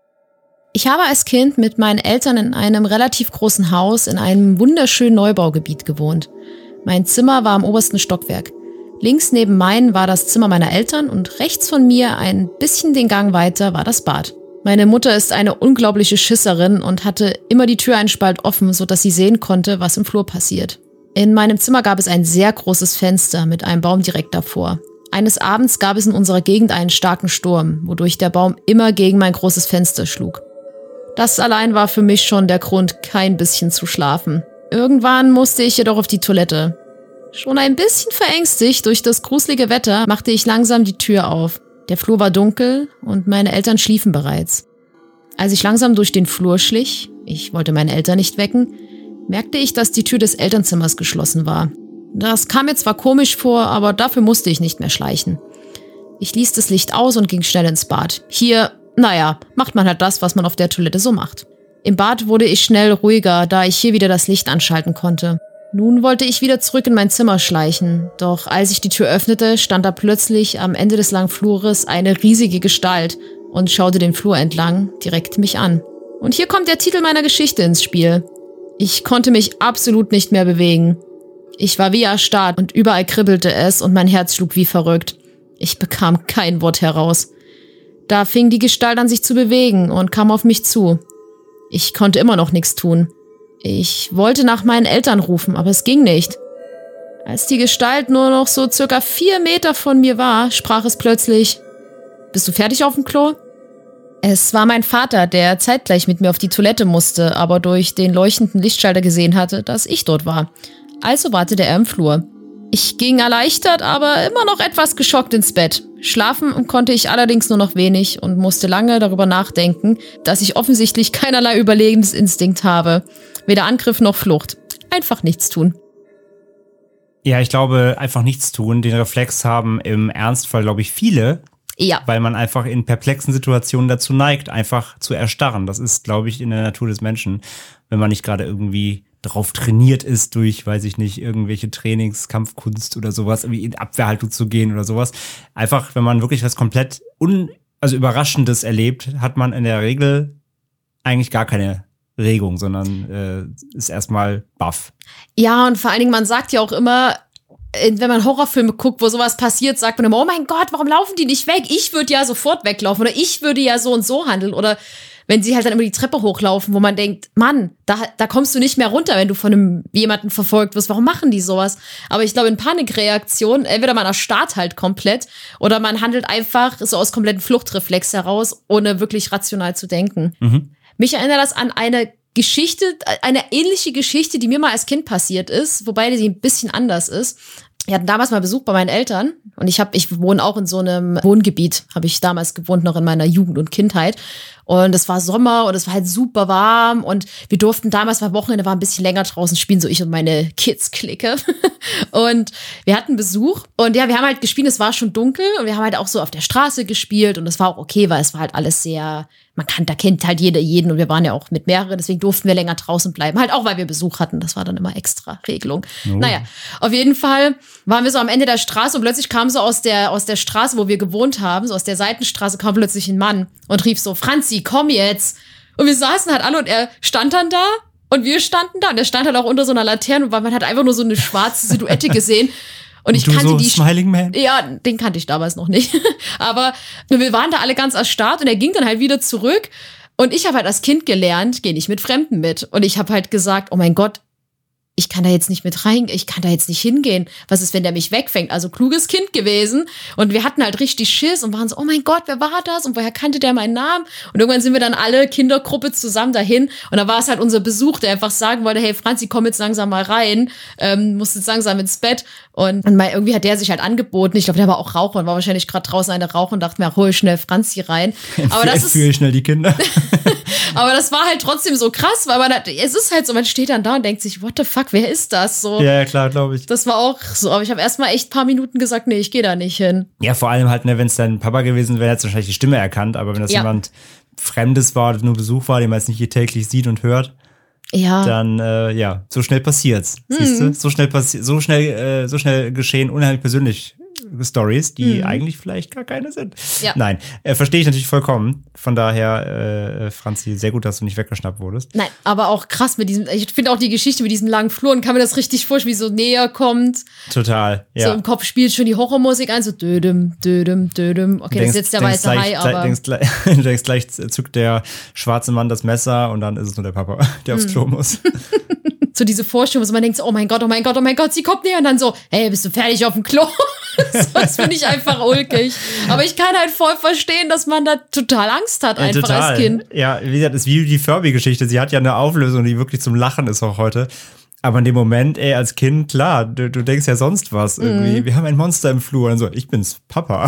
Ich habe als Kind mit meinen Eltern in einem relativ großen Haus in einem wunderschönen Neubaugebiet gewohnt. Mein Zimmer war im obersten Stockwerk. Links neben meinen war das Zimmer meiner Eltern und rechts von mir, ein bisschen den Gang weiter, war das Bad. Meine Mutter ist eine unglaubliche Schisserin und hatte immer die Tür einen Spalt offen, sodass sie sehen konnte, was im Flur passiert. In meinem Zimmer gab es ein sehr großes Fenster mit einem Baum direkt davor. Eines Abends gab es in unserer Gegend einen starken Sturm, wodurch der Baum immer gegen mein großes Fenster schlug. Das allein war für mich schon der Grund, kein bisschen zu schlafen. Irgendwann musste ich jedoch auf die Toilette. Schon ein bisschen verängstigt durch das gruselige Wetter machte ich langsam die Tür auf. Der Flur war dunkel und meine Eltern schliefen bereits. Als ich langsam durch den Flur schlich, ich wollte meine Eltern nicht wecken, merkte ich, dass die Tür des Elternzimmers geschlossen war. Das kam mir zwar komisch vor, aber dafür musste ich nicht mehr schleichen. Ich ließ das Licht aus und ging schnell ins Bad. Hier, macht man halt das, was man auf der Toilette so macht. Im Bad wurde ich schnell ruhiger, da ich hier wieder das Licht anschalten konnte. Nun wollte ich wieder zurück in mein Zimmer schleichen, doch als ich die Tür öffnete, stand da plötzlich am Ende des langen Flures eine riesige Gestalt und schaute den Flur entlang direkt mich an. Und hier kommt der Titel meiner Geschichte ins Spiel. Ich konnte mich absolut nicht mehr bewegen. Ich war wie erstarrt und überall kribbelte es und mein Herz schlug wie verrückt. Ich bekam kein Wort heraus. Da fing die Gestalt an, sich zu bewegen und kam auf mich zu. Ich konnte immer noch nichts tun. Ich wollte nach meinen Eltern rufen, aber es ging nicht. Als die Gestalt nur noch so circa 4 Meter von mir war, sprach es plötzlich: Bist du fertig auf dem Klo? Es war mein Vater, der zeitgleich mit mir auf die Toilette musste, aber durch den leuchtenden Lichtschalter gesehen hatte, dass ich dort war. Also wartete er im Flur. Ich ging erleichtert, aber immer noch etwas geschockt ins Bett, Schlafen konnte ich allerdings nur noch wenig und musste lange darüber nachdenken, dass ich offensichtlich keinerlei Überlebensinstinkt habe. Weder Angriff noch Flucht. Einfach nichts tun. Ja, ich glaube, einfach nichts tun. Den Reflex haben im Ernstfall, glaube ich, viele. Ja. Weil man einfach in perplexen Situationen dazu neigt, einfach zu erstarren. Das ist, glaube ich, in der Natur des Menschen. Wenn man nicht gerade irgendwie drauf trainiert ist durch, weiß ich nicht, irgendwelche Trainings, Kampfkunst oder sowas, irgendwie in Abwehrhaltung zu gehen oder sowas. Einfach, wenn man wirklich was komplett Überraschendes erlebt, hat man in der Regel eigentlich gar keine Regung, sondern ist erstmal baff. Ja, und vor allen Dingen, man sagt ja auch immer, wenn man Horrorfilme guckt, wo sowas passiert, sagt man immer, oh mein Gott, warum laufen die nicht weg? Ich würde ja sofort weglaufen oder ich würde ja so und so handeln. Oder wenn sie halt dann immer die Treppe hochlaufen, wo man denkt, Mann, da kommst du nicht mehr runter, wenn du von jemanden verfolgt wirst. Warum machen die sowas? Aber ich glaube, in Panikreaktionen, entweder man erstarrt halt komplett oder man handelt einfach so aus kompletten Fluchtreflex heraus, ohne wirklich rational zu denken. Mhm. Mich erinnert das an eine ähnliche Geschichte, die mir mal als Kind passiert ist, wobei die ein bisschen anders ist. Wir hatten damals mal Besuch bei meinen Eltern und ich wohne auch in so einem Wohngebiet, habe ich damals gewohnt, noch in meiner Jugend und Kindheit. Und es war Sommer und es war halt super warm und wir durften damals, weil Wochenende war ein bisschen länger draußen spielen, so ich und meine Kids-Clique. Und wir hatten Besuch und ja, wir haben halt gespielt, es war schon dunkel und wir haben halt auch so auf der Straße gespielt und es war auch okay, weil es war halt alles sehr, da kennt halt jeder jeden und wir waren ja auch mit mehreren, deswegen durften wir länger draußen bleiben, halt auch, weil wir Besuch hatten, das war dann immer extra Regelung. Oh. Naja, auf jeden Fall waren wir so am Ende der Straße und plötzlich kam so aus der Straße, wo wir gewohnt haben, so aus der Seitenstraße kam plötzlich ein Mann und rief so, Franzi, komm jetzt. Und wir saßen halt alle und er stand dann da und wir standen da und er stand halt auch unter so einer Laterne, weil man hat einfach nur so eine schwarze Silhouette gesehen. Und ich kannte die Smiling Man? Ja, den kannte ich damals noch nicht. Aber wir waren da alle ganz erstarrt und er ging dann halt wieder zurück. Und ich habe halt als Kind gelernt, geh nicht mit Fremden mit. Und ich habe halt gesagt, oh mein Gott, ich kann da jetzt nicht mit rein, ich kann da jetzt nicht hingehen. Was ist, wenn der mich wegfängt? Also kluges Kind gewesen. Und wir hatten halt richtig Schiss und waren so, oh mein Gott, wer war das? Und woher kannte der meinen Namen? Und irgendwann sind wir dann alle Kindergruppe zusammen dahin. Und da war es halt unser Besuch, der einfach sagen wollte, hey Franzi, komm jetzt langsam mal rein. Musst jetzt langsam ins Bett. Und irgendwie hat der sich halt angeboten. Ich glaube, der war auch Raucher und war wahrscheinlich gerade draußen eine Raucher und dachte mir, hol schnell Franzi rein. Aber das ist schnell die Kinder. Aber das war halt trotzdem so krass, weil es ist halt so, man steht dann da und denkt sich, what the fuck, wer ist das? So. Ja, klar, glaube ich. Das war auch so, aber ich habe erstmal echt ein paar Minuten gesagt, nee, ich gehe da nicht hin. Ja, vor allem halt, ne, wenn es dein Papa gewesen wäre, hättest du wahrscheinlich die Stimme erkannt, aber wenn das jemand Fremdes war, der nur Besuch war, den man jetzt nicht hier täglich sieht und hört, dann, so schnell passiert's. Siehst du? So schnell geschehen unheimlich persönlich Stories, die eigentlich vielleicht gar keine sind. Ja. Nein, verstehe ich natürlich vollkommen. Von daher, Franzi, sehr gut, dass du nicht weggeschnappt wurdest. Nein, aber auch krass mit diesem, ich finde auch die Geschichte mit diesen langen Fluren, kann mir das richtig vorstellen, wie so näher kommt. Total, ja. So im Kopf spielt schon die Horrormusik ein, so dödem, dödem, dödem. Okay, das ist jetzt der weiße Hai, aber... Du denkst gleich, zückt der schwarze Mann das Messer und dann ist es nur der Papa, der aufs Klo muss. So diese Vorstellung, wo man denkt, so, oh mein Gott, sie kommt näher und dann so, hey, bist du fertig auf dem Klo? Das finde ich einfach ulkig. Aber ich kann halt voll verstehen, dass man da total Angst hat, einfach total. Als Kind. Ja, wie gesagt, das ist wie die Furby-Geschichte. Sie hat ja eine Auflösung, die wirklich zum Lachen ist auch heute. Aber in dem Moment, als Kind, klar, du denkst ja sonst was irgendwie. Wir haben ein Monster im Flur. Und so, ich bin's, Papa.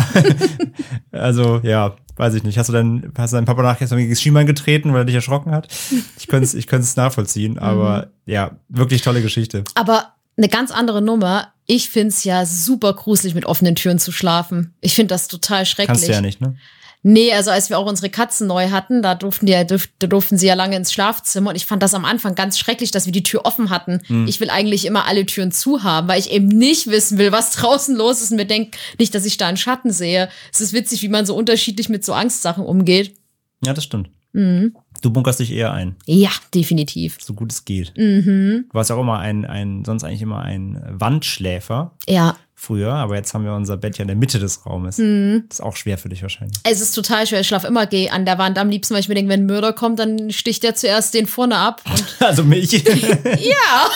Also, ja, weiß ich nicht. Hast du deinen Papa nachher gegen Schienbein getreten, weil er dich erschrocken hat? Ich könnte es nachvollziehen, aber ja, wirklich tolle Geschichte. Aber eine ganz andere Nummer. Ich find's ja super gruselig, mit offenen Türen zu schlafen. Ich find das total schrecklich. Kannst du ja nicht, ne? Nee, also als wir auch unsere Katzen neu hatten, da durften sie ja lange ins Schlafzimmer und ich fand das am Anfang ganz schrecklich, dass wir die Tür offen hatten. Ich will eigentlich immer alle Türen zu haben, weil ich eben nicht wissen will, was draußen los ist und mir denke nicht, dass ich da einen Schatten sehe. Es ist witzig, wie man so unterschiedlich mit so Angstsachen umgeht. Ja, das stimmt. Du bunkerst dich eher ein. Ja, definitiv. So gut es geht. Du warst ja auch immer sonst eigentlich immer ein Wandschläfer. Ja. Früher, aber jetzt haben wir unser Bett ja in der Mitte des Raumes. Das ist auch schwer für dich wahrscheinlich. Es ist total schwer. Ich schlafe immer an der Wand am liebsten, weil ich mir denke, wenn ein Mörder kommt, dann sticht der zuerst den vorne ab. Also mich? Ja.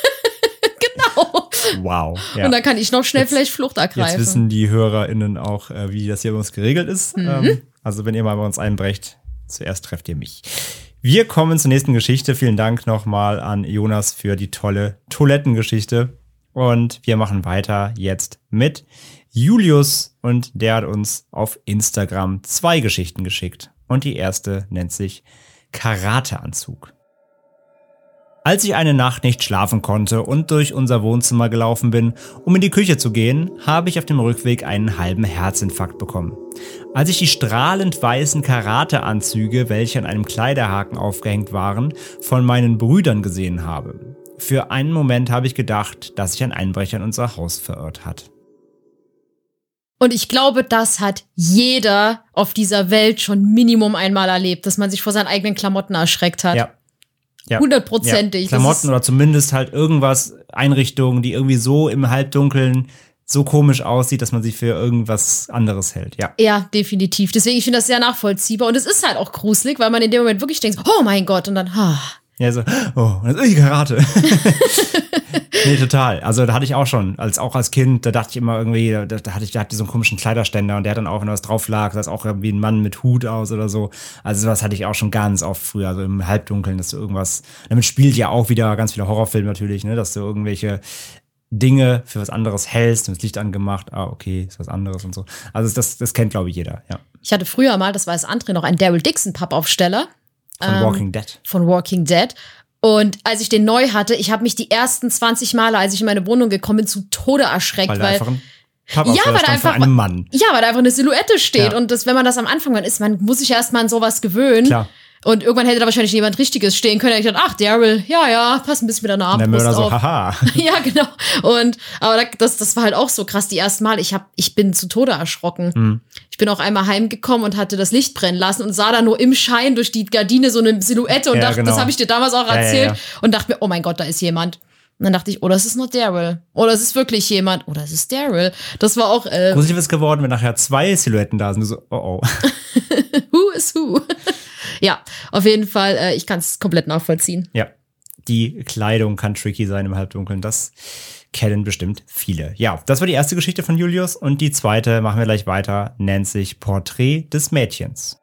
Genau. Wow. Ja. Und dann kann ich noch schnell vielleicht Flucht ergreifen. Jetzt wissen die HörerInnen auch, wie das hier bei uns geregelt ist. Also wenn ihr mal bei uns einbrecht, zuerst trefft ihr mich. Wir kommen zur nächsten Geschichte. Vielen Dank nochmal an Jonas für die tolle Toilettengeschichte. Und wir machen weiter jetzt mit Julius und der hat uns auf Instagram 2 Geschichten geschickt. Und die erste nennt sich Karateanzug. Als ich eine Nacht nicht schlafen konnte und durch unser Wohnzimmer gelaufen bin, um in die Küche zu gehen, habe ich auf dem Rückweg einen halben Herzinfarkt bekommen. Als ich die strahlend weißen Karateanzüge, welche an einem Kleiderhaken aufgehängt waren, von meinen Brüdern gesehen habe. Für einen Moment habe ich gedacht, dass sich ein Einbrecher in unser Haus verirrt hat. Und ich glaube, das hat jeder auf dieser Welt schon Minimum einmal erlebt, dass man sich vor seinen eigenen Klamotten erschreckt hat. Ja. 100%ig. Ja, Klamotten oder zumindest halt irgendwas, Einrichtungen, die irgendwie so im Halbdunkeln so komisch aussieht, dass man sich für irgendwas anderes hält. Ja, definitiv. Deswegen, ich finde das sehr nachvollziehbar. Und es ist halt auch gruselig, weil man in dem Moment wirklich denkt, oh mein Gott, und dann, Ja, so, oh, und das ist Karate. Nee, total. Also da hatte ich auch schon, auch als Kind, da dachte ich immer irgendwie, da hatte so einen komischen Kleiderständer und der hat dann auch, wenn da was drauf lag, das auch irgendwie ein Mann mit Hut aus oder so. Also sowas hatte ich auch schon ganz oft früher, also im Halbdunkeln, dass du irgendwas, damit spielt ja auch wieder ganz viele Horrorfilme natürlich, ne, dass du irgendwelche Dinge für was anderes hältst und das Licht angemacht, okay, ist was anderes und so. Also das kennt, glaube ich, jeder, ja. Ich hatte früher mal, das weiß André noch, einen Daryl Dixon Pappaufsteller. Von Walking Dead. Von Walking Dead. Und als ich den neu hatte, ich habe mich die ersten 20 Male, als ich in meine Wohnung gekommen bin, zu Tode erschreckt. Weil einfach von einem Mann. Ja, weil da einfach eine Silhouette steht. Ja. Und wenn man das am Anfang ist, man muss sich erstmal an sowas gewöhnen. Klar. Und irgendwann hätte da wahrscheinlich jemand Richtiges stehen können. Ich dachte, ach, Daryl, ja, pass ein bisschen mit deiner Armbrust auf. Der Mörder auf. so, haha. Ja, genau. Aber das war halt auch so krass die ersten Mal. Ich bin zu Tode erschrocken. Ich bin auch einmal heimgekommen und hatte das Licht brennen lassen und sah da nur im Schein durch die Gardine so eine Silhouette und dachte, das habe ich dir damals auch erzählt. Ja. Und dachte mir, oh mein Gott, da ist jemand. Und dann dachte ich, das ist nur Daryl. Oder es ist wirklich jemand. Oder es ist Daryl. Das war auch gruselig ist geworden, wenn nachher 2 Silhouetten da sind. Du so, oh. Who is who? Ja, auf jeden Fall, ich kann es komplett nachvollziehen. Ja, die Kleidung kann tricky sein im Halbdunkeln, das kennen bestimmt viele. Ja, das war die erste Geschichte von Julius und die zweite, machen wir gleich weiter, nennt sich Porträt des Mädchens.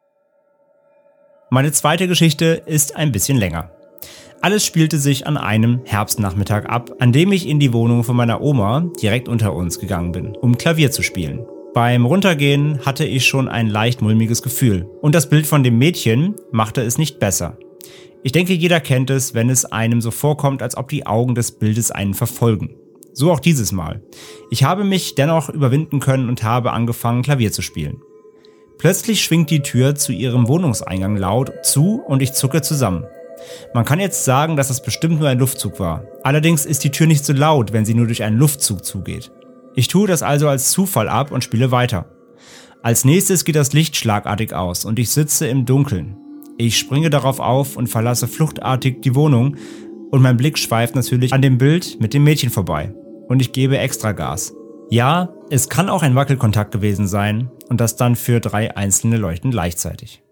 Meine zweite Geschichte ist ein bisschen länger. Alles spielte sich an einem Herbstnachmittag ab, an dem ich in die Wohnung von meiner Oma direkt unter uns gegangen bin, um Klavier zu spielen. Beim Runtergehen hatte ich schon ein leicht mulmiges Gefühl und das Bild von dem Mädchen machte es nicht besser. Ich denke, jeder kennt es, wenn es einem so vorkommt, als ob die Augen des Bildes einen verfolgen. So auch dieses Mal. Ich habe mich dennoch überwinden können und habe angefangen, Klavier zu spielen. Plötzlich schwingt die Tür zu ihrem Wohnungseingang laut zu und ich zucke zusammen. Man kann jetzt sagen, dass es bestimmt nur ein Luftzug war. Allerdings ist die Tür nicht so laut, wenn sie nur durch einen Luftzug zugeht. Ich tue das also als Zufall ab und spiele weiter. Als nächstes geht das Licht schlagartig aus und ich sitze im Dunkeln. Ich springe darauf auf und verlasse fluchtartig die Wohnung und mein Blick schweift natürlich an dem Bild mit dem Mädchen vorbei. Und ich gebe extra Gas. Ja, es kann auch ein Wackelkontakt gewesen sein und das dann für 3 einzelne Leuchten gleichzeitig.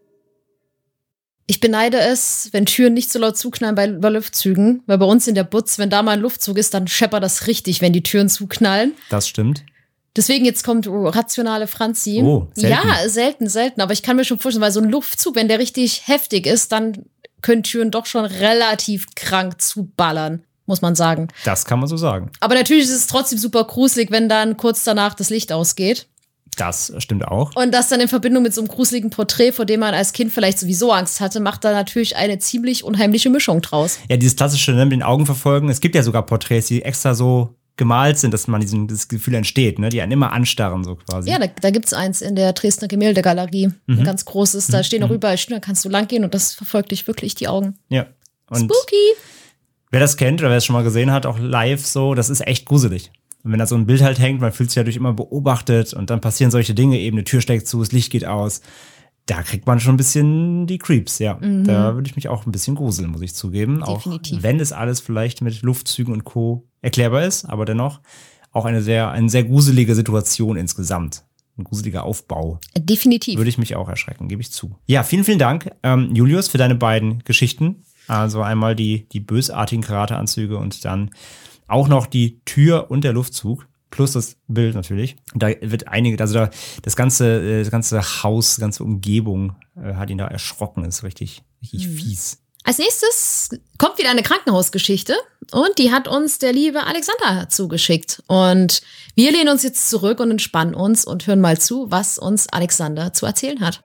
Ich beneide es, wenn Türen nicht so laut zuknallen bei Luftzügen, weil bei uns in der Butz, wenn da mal ein Luftzug ist, dann scheppert das richtig, wenn die Türen zuknallen. Das stimmt. Deswegen jetzt kommt rationale Franzi. Oh, selten. Ja, selten. Aber ich kann mir schon vorstellen, weil so ein Luftzug, wenn der richtig heftig ist, dann können Türen doch schon relativ krank zuballern, muss man sagen. Das kann man so sagen. Aber natürlich ist es trotzdem super gruselig, wenn dann kurz danach das Licht ausgeht. Das stimmt auch. Und das dann in Verbindung mit so einem gruseligen Porträt, vor dem man als Kind vielleicht sowieso Angst hatte, macht da natürlich eine ziemlich unheimliche Mischung draus. Ja, dieses klassische, ne, mit den Augen verfolgen. Es gibt ja sogar Porträts, die extra so gemalt sind, dass man das Gefühl entsteht, ne, die einen immer anstarren so quasi. Ja, da gibt's eins in der Dresdner Gemäldegalerie, ein ganz großes. Da stehen auch überall Stühle, da kannst du lang gehen und das verfolgt dich wirklich die Augen. Ja. Und Spooky! Wer das kennt oder wer es schon mal gesehen hat, auch live so, das ist echt gruselig. Und wenn da so ein Bild halt hängt, man fühlt sich ja durch immer beobachtet und dann passieren solche Dinge, eben eine Tür steckt zu, das Licht geht aus. Da kriegt man schon ein bisschen die Creeps, ja. Da würde ich mich auch ein bisschen gruseln, muss ich zugeben. Definitiv. Auch wenn es alles vielleicht mit Luftzügen und Co. erklärbar ist, aber dennoch auch eine sehr gruselige Situation insgesamt. Ein gruseliger Aufbau. Definitiv. Würde ich mich auch erschrecken, gebe ich zu. Ja, vielen, vielen Dank, Julius, für deine beiden Geschichten. Also einmal die bösartigen Karateanzüge und dann auch noch die Tür und der Luftzug. Plus das Bild natürlich. Da wird das ganze Haus, die ganze Umgebung hat ihn da erschrocken. Ist richtig fies. Als nächstes kommt wieder eine Krankenhausgeschichte. und die hat uns der liebe Alexander zugeschickt. Und wir lehnen uns jetzt zurück und entspannen uns und hören mal zu, was uns Alexander zu erzählen hat.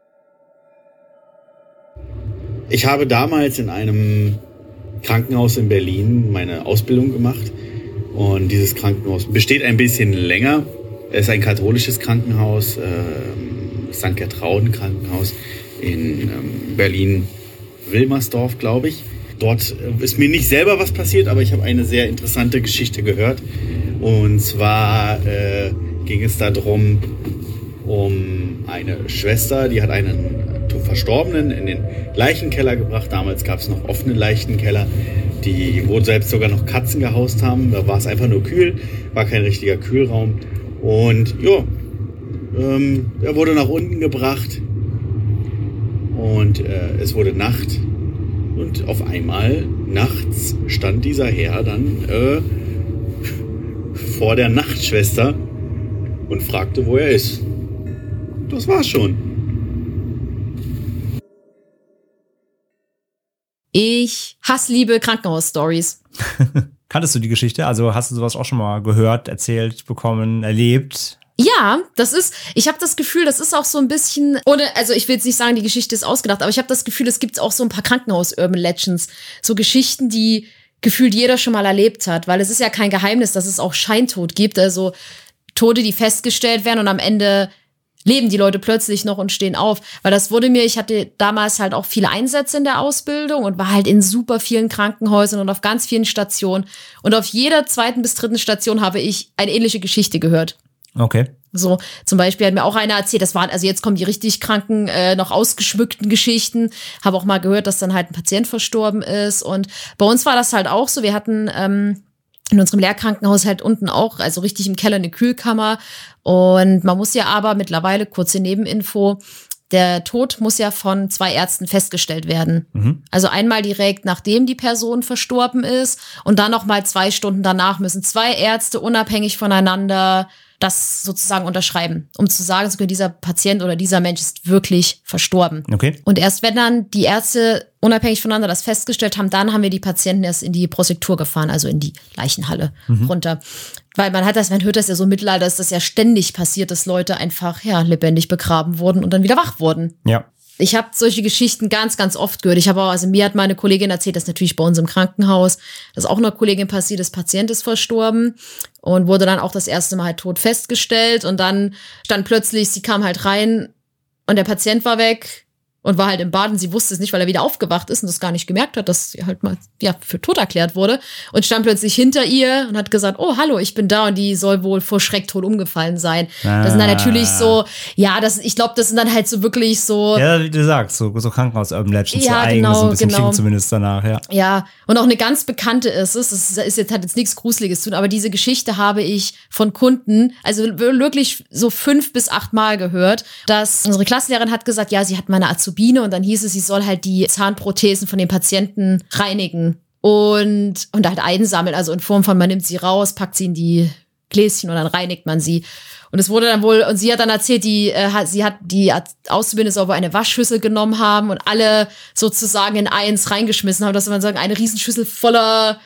Ich habe damals in einem Krankenhaus in Berlin meine Ausbildung gemacht. Und dieses Krankenhaus besteht ein bisschen länger. Es ist ein katholisches Krankenhaus, St. Gertrauden Krankenhaus in Berlin-Wilmersdorf, glaube ich. Dort ist mir nicht selber was passiert, aber ich habe eine sehr interessante Geschichte gehört. Und zwar ging es darum, um eine Schwester, die hat einen Verstorbenen in den Leichenkeller gebracht. Damals gab es noch offene Leichenkeller, wo selbst sogar noch Katzen gehaust haben. Da war es einfach nur kühl, war kein richtiger Kühlraum. Und ja, er wurde nach unten gebracht und es wurde Nacht. Und auf einmal nachts stand dieser Herr dann vor der Nachtschwester und fragte, wo er ist. Das war's schon. Ich liebe Krankenhaus-Stories. Kanntest du die Geschichte? Also hast du sowas auch schon mal gehört, erzählt, bekommen, erlebt? Ja, ich habe das Gefühl, das ist auch so ein bisschen, also ich will jetzt nicht sagen, die Geschichte ist ausgedacht, aber ich habe das Gefühl, es gibt auch so ein paar Krankenhaus-Urban Legends, so Geschichten, die gefühlt jeder schon mal erlebt hat, weil es ist ja kein Geheimnis, dass es auch Scheintod gibt, also Tode, die festgestellt werden und am Ende leben die Leute plötzlich noch und stehen auf. Weil ich hatte damals halt auch viele Einsätze in der Ausbildung und war halt in super vielen Krankenhäusern und auf ganz vielen Stationen. Und auf jeder 2. bis 3. Station habe ich eine ähnliche Geschichte gehört. Okay. So, zum Beispiel hat mir auch einer erzählt, also jetzt kommen die richtig kranken, noch ausgeschmückten Geschichten. Habe auch mal gehört, dass dann halt ein Patient verstorben ist. Und bei uns war das halt auch so. Wir hatten in unserem Lehrkrankenhaus halt unten auch, also richtig im Keller, eine Kühlkammer. Und man muss ja aber mittlerweile, kurze Nebeninfo, der Tod muss ja von 2 Ärzten festgestellt werden. Mhm. Also einmal direkt, nachdem die Person verstorben ist und dann noch mal 2 Stunden danach müssen 2 Ärzte unabhängig voneinander das sozusagen unterschreiben, um zu sagen, dieser Patient oder dieser Mensch ist wirklich verstorben. Okay. Und erst wenn dann die Ärzte unabhängig voneinander das festgestellt haben, dann haben wir die Patienten erst in die Prosektur gefahren, also in die Leichenhalle runter. Weil man hört das ja so im Mittelalter, dass das ja ständig passiert, dass Leute einfach lebendig begraben wurden und dann wieder wach wurden. Ja. Ich habe solche Geschichten ganz, ganz oft gehört. Mir hat meine Kollegin erzählt, dass natürlich bei uns im Krankenhaus, dass auch einer Kollegin passiert ist, Patient ist verstorben und wurde dann auch das erste Mal halt tot festgestellt und dann stand plötzlich, sie kam halt rein und der Patient war weg und war halt im Bad und sie wusste es nicht, weil er wieder aufgewacht ist und das gar nicht gemerkt hat, dass sie halt mal für tot erklärt wurde und stand plötzlich hinter ihr und hat gesagt, oh, hallo, ich bin da und die soll wohl vor Schreck tot umgefallen sein. Das sind dann natürlich so, ich glaube, das sind dann halt so wirklich so. Ja, wie du sagst, so Krankenhaus-Urban Legends, ja, so genau, so ein bisschen genau. klingt zumindest danach, ja. Ja, und auch eine ganz bekannte hat jetzt nichts Gruseliges zu tun, aber diese Geschichte habe ich von Kunden, also wirklich so 5 bis 8 Mal gehört, dass unsere Klassenlehrerin hat gesagt, ja, sie hat meine Azubine und dann hieß es, sie soll halt die Zahnprothesen von den Patienten reinigen und halt einsammeln, also in Form von, man nimmt sie raus, packt sie in die Gläschen und dann reinigt man sie. Und es wurde dann wohl, und sie hat dann erzählt, die Auszubildende soll wohl eine Waschschüssel genommen haben und alle sozusagen in eins reingeschmissen haben, dass man sagen, eine Riesenschüssel voller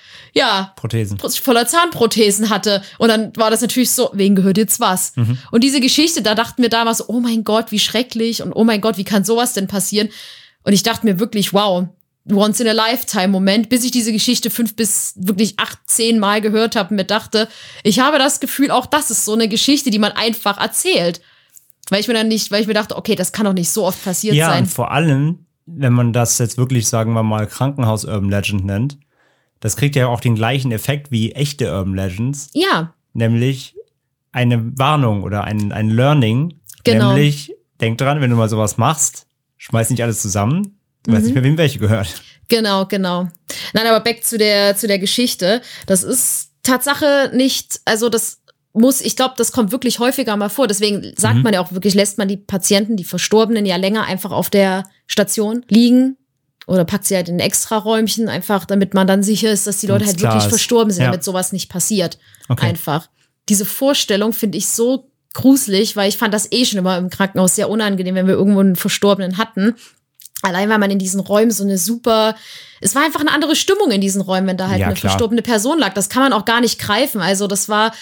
voller Zahnprothesen hatte. Und dann war das natürlich so, wem gehört jetzt was? Mhm. Und diese Geschichte, da dachten wir damals so, oh mein Gott, wie schrecklich und oh mein Gott, wie kann sowas denn passieren? Und ich dachte mir wirklich, wow, once in a lifetime Moment, bis ich diese Geschichte 5 bis wirklich 8, 10 Mal gehört habe und mir dachte, ich habe das Gefühl, auch das ist so eine Geschichte, die man einfach erzählt. Weil ich mir dachte, okay, das kann doch nicht so oft passiert sein. Ja, und vor allem, wenn man das jetzt wirklich, sagen wir mal, Krankenhaus-Urban Legend nennt, das kriegt ja auch den gleichen Effekt wie echte Urban Legends. Ja. Nämlich eine Warnung oder ein Learning. Genau. Nämlich, denk dran, wenn du mal sowas machst, schmeiß nicht alles zusammen. Du weißt nicht mehr, wem welche gehört. Genau. Nein, aber back zu der Geschichte. Das ist Tatsache nicht, also ich glaube, das kommt wirklich häufiger mal vor. Deswegen sagt man ja auch wirklich, lässt man die Patienten, die Verstorbenen ja länger einfach auf der Station liegen oder packt sie halt in ein Extraräumchen, einfach damit man dann sicher ist, dass die Leute halt wirklich verstorben sind, damit sowas nicht passiert. Okay. Einfach. Diese Vorstellung finde ich so gruselig, weil ich fand das schon immer im Krankenhaus sehr unangenehm, wenn wir irgendwo einen Verstorbenen hatten. Allein weil man in diesen Räumen es war einfach eine andere Stimmung in diesen Räumen, wenn da halt eine verstorbene Person lag. Das kann man auch gar nicht greifen. Also das war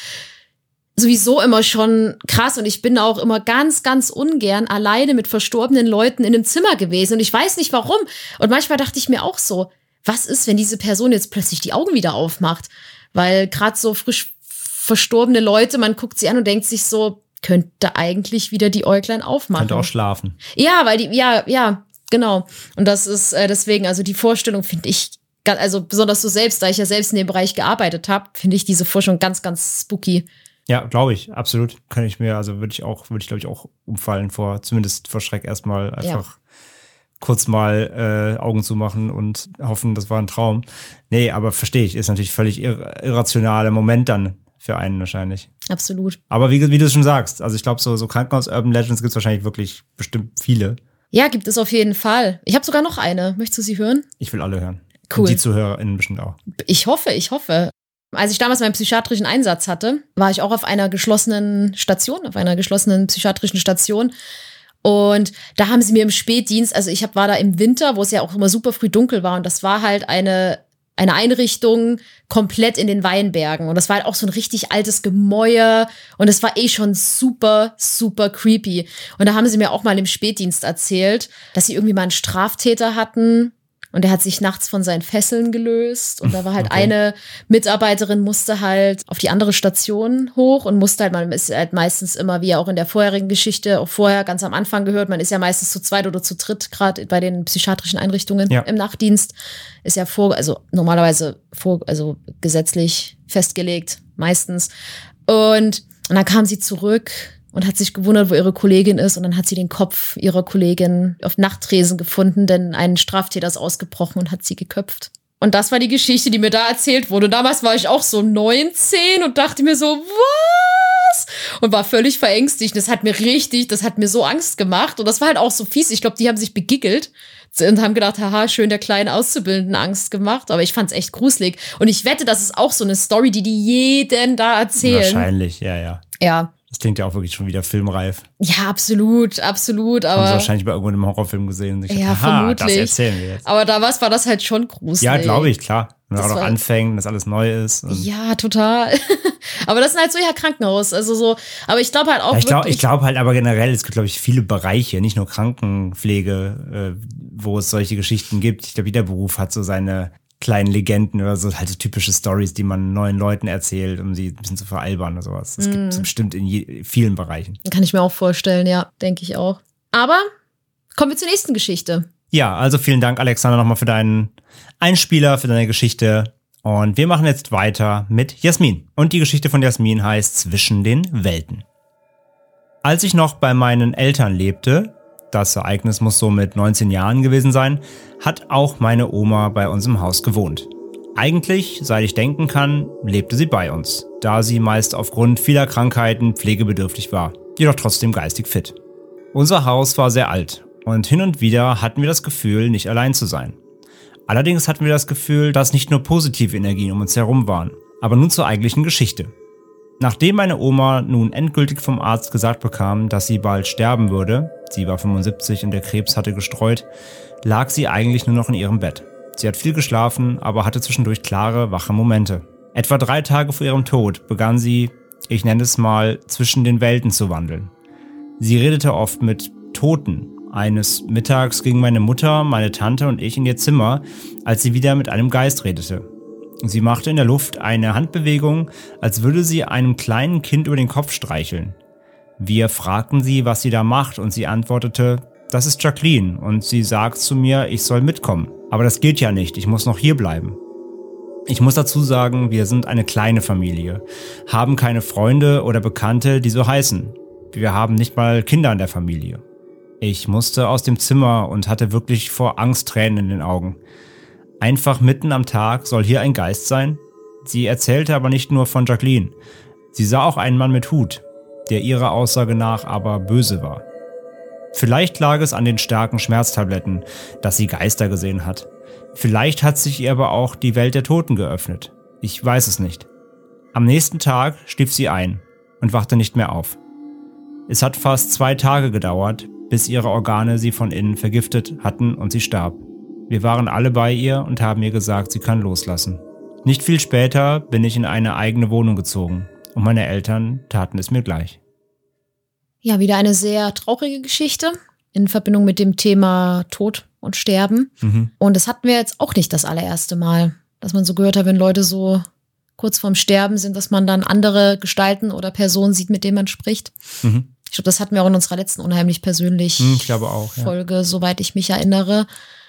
sowieso immer schon krass und ich bin auch immer ganz, ganz ungern alleine mit verstorbenen Leuten in einem Zimmer gewesen und ich weiß nicht warum. Und manchmal dachte ich mir auch so, was ist, wenn diese Person jetzt plötzlich die Augen wieder aufmacht? Weil gerade so frisch verstorbene Leute, man guckt sie an und denkt sich so, könnte eigentlich wieder die Äuglein aufmachen. Könnte auch schlafen. Ja, weil ja, genau. Und das ist deswegen, also die Vorstellung finde ich, also besonders so selbst, da ich ja selbst in dem Bereich gearbeitet habe, finde ich diese Vorstellung ganz, ganz spooky. Ja, glaube ich, absolut. Würde ich, glaube ich, auch umfallen zumindest vor Schreck erstmal einfach kurz mal Augen zu machen und hoffen, das war ein Traum. Nee, aber verstehe ich, ist natürlich völlig irrationaler Moment dann für einen wahrscheinlich. Absolut. Aber wie du schon sagst, also ich glaube, so Krankenhaus-Urban Legends gibt es wahrscheinlich wirklich bestimmt viele. Ja, gibt es auf jeden Fall. Ich habe sogar noch eine. Möchtest du sie hören? Ich will alle hören. Cool. Und die ZuhörerInnen bestimmt auch. Ich hoffe. Als ich damals meinen psychiatrischen Einsatz hatte, war ich auch auf einer geschlossenen psychiatrischen Station. Und da haben sie mir im Spätdienst, also war da im Winter, wo es ja auch immer super früh dunkel war und das war halt eine Einrichtung komplett in den Weinbergen. Und das war halt auch so ein richtig altes Gemäuer und es war schon super, super creepy. Und da haben sie mir auch mal im Spätdienst erzählt, dass sie irgendwie mal einen Straftäter hatten und der hat sich nachts von seinen Fesseln gelöst. Und da war halt eine Mitarbeiterin, musste halt auf die andere Station hoch und man ist halt meistens immer, wie auch in der vorherigen Geschichte, auch vorher ganz am Anfang gehört, man ist ja meistens zu zweit oder zu dritt, gerade bei den psychiatrischen Einrichtungen im Nachtdienst, ist ja normalerweise gesetzlich festgelegt, meistens. Und dann kam sie zurück und hat sich gewundert, wo ihre Kollegin ist. Und dann hat sie den Kopf ihrer Kollegin auf Nachttresen gefunden, denn ein Straftäter ist ausgebrochen und hat sie geköpft. Und das war die Geschichte, die mir da erzählt wurde. Damals war ich auch so 19 und dachte mir so, was? Und war völlig verängstigt. Das hat mir so Angst gemacht. Und das war halt auch so fies. Ich glaube, die haben sich begiggelt und haben gedacht, haha, schön der kleinen Auszubildenden Angst gemacht. Aber ich fand's echt gruselig. Und ich wette, das ist auch so eine Story, die jeden da erzählen. Wahrscheinlich, ja. Ja. Das klingt ja auch wirklich schon wieder filmreif. Ja, absolut. Aber haben sie wahrscheinlich bei irgendeinem Horrorfilm gesehen. Und Vermutlich. Das erzählen wir jetzt. Aber damals war das halt schon gruselig. Ja, glaube ich, klar. Wenn man auch noch anfängt, dass alles neu ist. Ja, total. Aber das ist halt so Krankenhaus. Also so, aber ich glaube halt auch. Ich glaube halt aber generell, es gibt, glaube ich, viele Bereiche, nicht nur Krankenpflege, wo es solche Geschichten gibt. Ich glaube, jeder Beruf hat so seine kleinen Legenden oder so, halt so typische Stories, die man neuen Leuten erzählt, um sie ein bisschen zu veralbern oder sowas. Das gibt es bestimmt in vielen Bereichen. Kann ich mir auch vorstellen, ja, denke ich auch. Aber kommen wir zur nächsten Geschichte. Ja, also vielen Dank, Alexander, nochmal für deinen Einspieler, für deine Geschichte. Und wir machen jetzt weiter mit Jasmin. Und die Geschichte von Jasmin heißt Zwischen den Welten. Als ich noch bei meinen Eltern lebte, das Ereignis muss so mit 19 Jahren gewesen sein, hat auch meine Oma bei uns im Haus gewohnt. Eigentlich, seit ich denken kann, lebte sie bei uns, da sie meist aufgrund vieler Krankheiten pflegebedürftig war, jedoch trotzdem geistig fit. Unser Haus war sehr alt und hin und wieder hatten wir das Gefühl, nicht allein zu sein. Allerdings hatten wir das Gefühl, dass nicht nur positive Energien um uns herum waren. Aber nun zur eigentlichen Geschichte. Nachdem meine Oma nun endgültig vom Arzt gesagt bekam, dass sie bald sterben würde, sie war 75 und der Krebs hatte gestreut, lag sie eigentlich nur noch in ihrem Bett. Sie hat viel geschlafen, aber hatte zwischendurch klare, wache Momente. Etwa 3 Tage vor ihrem Tod begann sie, ich nenne es mal, zwischen den Welten zu wandeln. Sie redete oft mit Toten. Eines Mittags gingen meine Mutter, meine Tante und ich in ihr Zimmer, als sie wieder mit einem Geist redete. Sie machte in der Luft eine Handbewegung, als würde sie einem kleinen Kind über den Kopf streicheln. Wir fragten sie, was sie da macht, und sie antwortete, das ist Jacqueline, und sie sagt zu mir, ich soll mitkommen. Aber das geht ja nicht, ich muss noch hier bleiben. Ich muss dazu sagen, wir sind eine kleine Familie, haben keine Freunde oder Bekannte, die so heißen. Wir haben nicht mal Kinder in der Familie. Ich musste aus dem Zimmer und hatte wirklich vor Angst Tränen in den Augen. Einfach mitten am Tag soll hier ein Geist sein? Sie erzählte aber nicht nur von Jacqueline. Sie sah auch einen Mann mit Hut, der ihrer Aussage nach aber böse war. Vielleicht lag es an den starken Schmerztabletten, dass sie Geister gesehen hat. Vielleicht hat sich ihr aber auch die Welt der Toten geöffnet. Ich weiß es nicht. Am nächsten Tag schlief sie ein und wachte nicht mehr auf. Es hat fast 2 Tage gedauert, bis ihre Organe sie von innen vergiftet hatten und sie starb. Wir waren alle bei ihr und haben ihr gesagt, sie kann loslassen. Nicht viel später bin ich in eine eigene Wohnung gezogen und meine Eltern taten es mir gleich. Ja, wieder eine sehr traurige Geschichte in Verbindung mit dem Thema Tod und Sterben. Und das hatten wir jetzt auch nicht das allererste Mal, dass man so gehört hat, wenn Leute so kurz vorm Sterben sind, dass man dann andere Gestalten oder Personen sieht, mit denen man spricht. Ich glaube, das hatten wir auch in unserer letzten unheimlich persönlich Ich glaube auch, ja. Folge, soweit ich mich erinnere.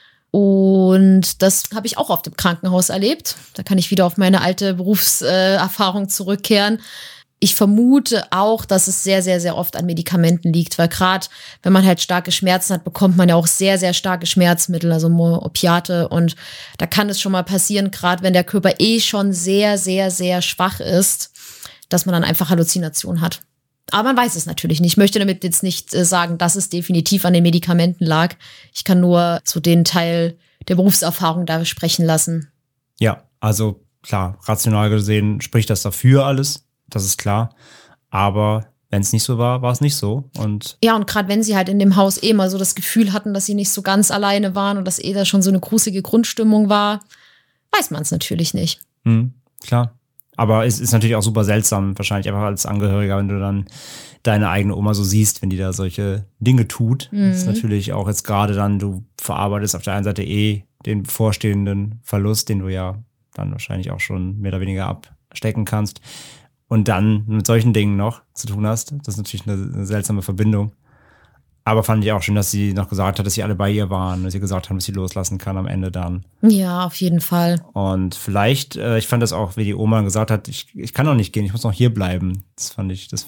Und das habe ich auch auf dem Krankenhaus erlebt. Da kann ich wieder auf meine alte Berufserfahrung zurückkehren. Ich vermute auch, dass es sehr, sehr, sehr oft an Medikamenten liegt, weil gerade wenn man halt starke Schmerzen hat, bekommt man ja auch sehr, sehr starke Schmerzmittel, also Opiate. Und da kann es schon mal passieren, gerade wenn der Körper schon sehr, sehr, sehr schwach ist, dass man dann einfach Halluzinationen hat. Aber man weiß es natürlich nicht. Ich möchte damit jetzt nicht sagen, dass es definitiv an den Medikamenten lag. Ich kann nur so den Teil der Berufserfahrung da sprechen lassen. Ja, also klar, rational gesehen spricht das dafür alles. Das ist klar. Aber wenn es nicht so war, war es nicht so. Und ja, und gerade wenn sie halt in dem Haus mal so das Gefühl hatten, dass sie nicht so ganz alleine waren und dass da schon so eine gruselige Grundstimmung war, weiß man es natürlich nicht. Klar. Aber es ist natürlich auch super seltsam, wahrscheinlich einfach als Angehöriger, wenn du dann deine eigene Oma so siehst, wenn die da solche Dinge tut. Das ist natürlich auch jetzt gerade dann, du verarbeitest auf der einen Seite den bevorstehenden Verlust, den du ja dann wahrscheinlich auch schon mehr oder weniger abstecken kannst. Und dann mit solchen Dingen noch zu tun hast. Das ist natürlich eine seltsame Verbindung. Aber fand ich auch schön, dass sie noch gesagt hat, dass sie alle bei ihr waren, dass sie gesagt haben, dass sie loslassen kann am Ende dann. Ja, auf jeden Fall. Und vielleicht, ich fand das auch, wie die Oma gesagt hat, ich kann noch nicht gehen, ich muss noch hier bleiben. Das fand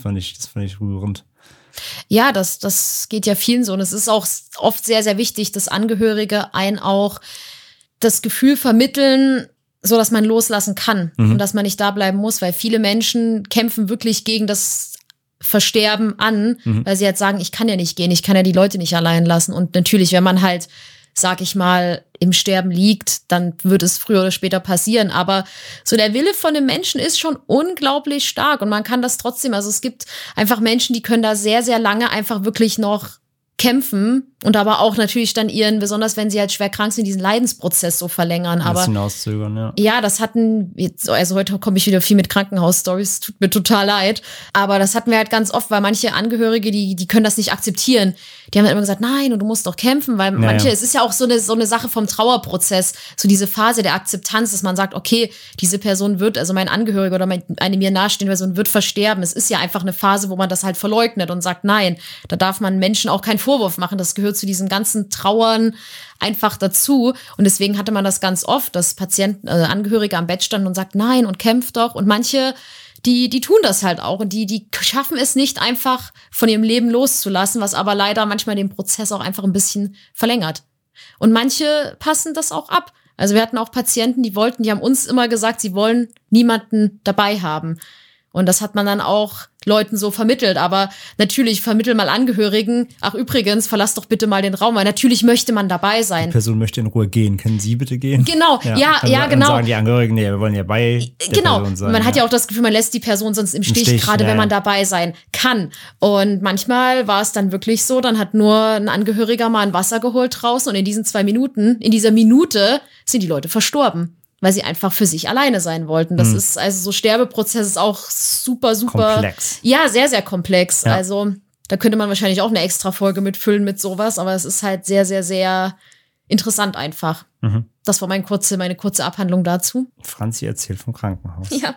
ich rührend. Ja, das geht ja vielen so. Und es ist auch oft sehr, sehr wichtig, dass Angehörige einen auch das Gefühl vermitteln, so dass man loslassen kann und dass man nicht da bleiben muss, weil viele Menschen kämpfen wirklich gegen das Versterben an, weil sie halt sagen, ich kann ja nicht gehen, ich kann ja die Leute nicht allein lassen. Und natürlich, wenn man halt, sag ich mal, im Sterben liegt, dann wird es früher oder später passieren. Aber so der Wille von einem Menschen ist schon unglaublich stark und man kann das trotzdem, also es gibt einfach Menschen, die können da sehr, sehr lange einfach wirklich noch kämpfen und aber auch natürlich dann besonders wenn sie halt schwer krank sind, diesen Leidensprozess so verlängern. Aber hinauszögern, ja. Ja, das hatten jetzt, also heute komme ich wieder viel mit Krankenhaus-Stories, tut mir total leid. Aber das hatten wir halt ganz oft, weil manche Angehörige, die können das nicht akzeptieren. Die haben halt immer gesagt, nein, und du musst doch kämpfen, weil manche, es ist ja auch so eine Sache vom Trauerprozess, so diese Phase der Akzeptanz, dass man sagt, okay, diese Person wird, also mein Angehöriger oder eine mir nahestehende Person wird versterben. Es ist ja einfach eine Phase, wo man das halt verleugnet und sagt, nein, da darf man Menschen auch keinen Vorwurf machen. Das gehört zu diesem ganzen Trauern einfach dazu. Und deswegen hatte man das ganz oft, dass Angehörige am Bett standen und sagt, nein, und kämpft doch. Und manche, die tun das halt auch. Und die schaffen es nicht einfach von ihrem Leben loszulassen, was aber leider manchmal den Prozess auch einfach ein bisschen verlängert. Und manche passen das auch ab. Also wir hatten auch Patienten, die haben uns immer gesagt, sie wollen niemanden dabei haben. Und das hat man dann auch Leuten so vermittelt. Aber natürlich vermittel mal Angehörigen, ach übrigens, verlass doch bitte mal den Raum, weil natürlich möchte man dabei sein. Die Person möchte in Ruhe gehen. Können Sie bitte gehen? Genau, ja, genau. Dann sagen die Angehörigen, nee, wir wollen ja bei der Person sein. Man hat ja auch das Gefühl, man lässt die Person sonst im Stich, gerade wenn man dabei sein kann. Und manchmal war es dann wirklich so, dann hat nur ein Angehöriger mal ein Wasser geholt draußen und in dieser Minute sind die Leute verstorben, weil sie einfach für sich alleine sein wollten. Das ist, also so Sterbeprozess ist auch super, super komplex. Ja, sehr, sehr komplex. Ja. Also da könnte man wahrscheinlich auch eine extra Folge mitfüllen mit sowas, aber es ist halt sehr, sehr, sehr interessant einfach. Das war meine kurze Abhandlung dazu. Franzi erzählt vom Krankenhaus. Ja.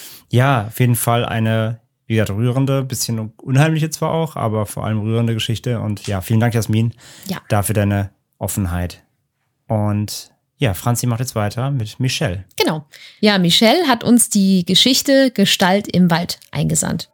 Ja, auf jeden Fall eine, wie gesagt, rührende, bisschen unheimliche zwar auch, aber vor allem rührende Geschichte. Und ja, vielen Dank, Jasmin, dafür deine Offenheit. Und ja, Franzi macht jetzt weiter mit Michelle. Genau. Ja, Michelle hat uns die Geschichte Gestalt im Wald eingesandt.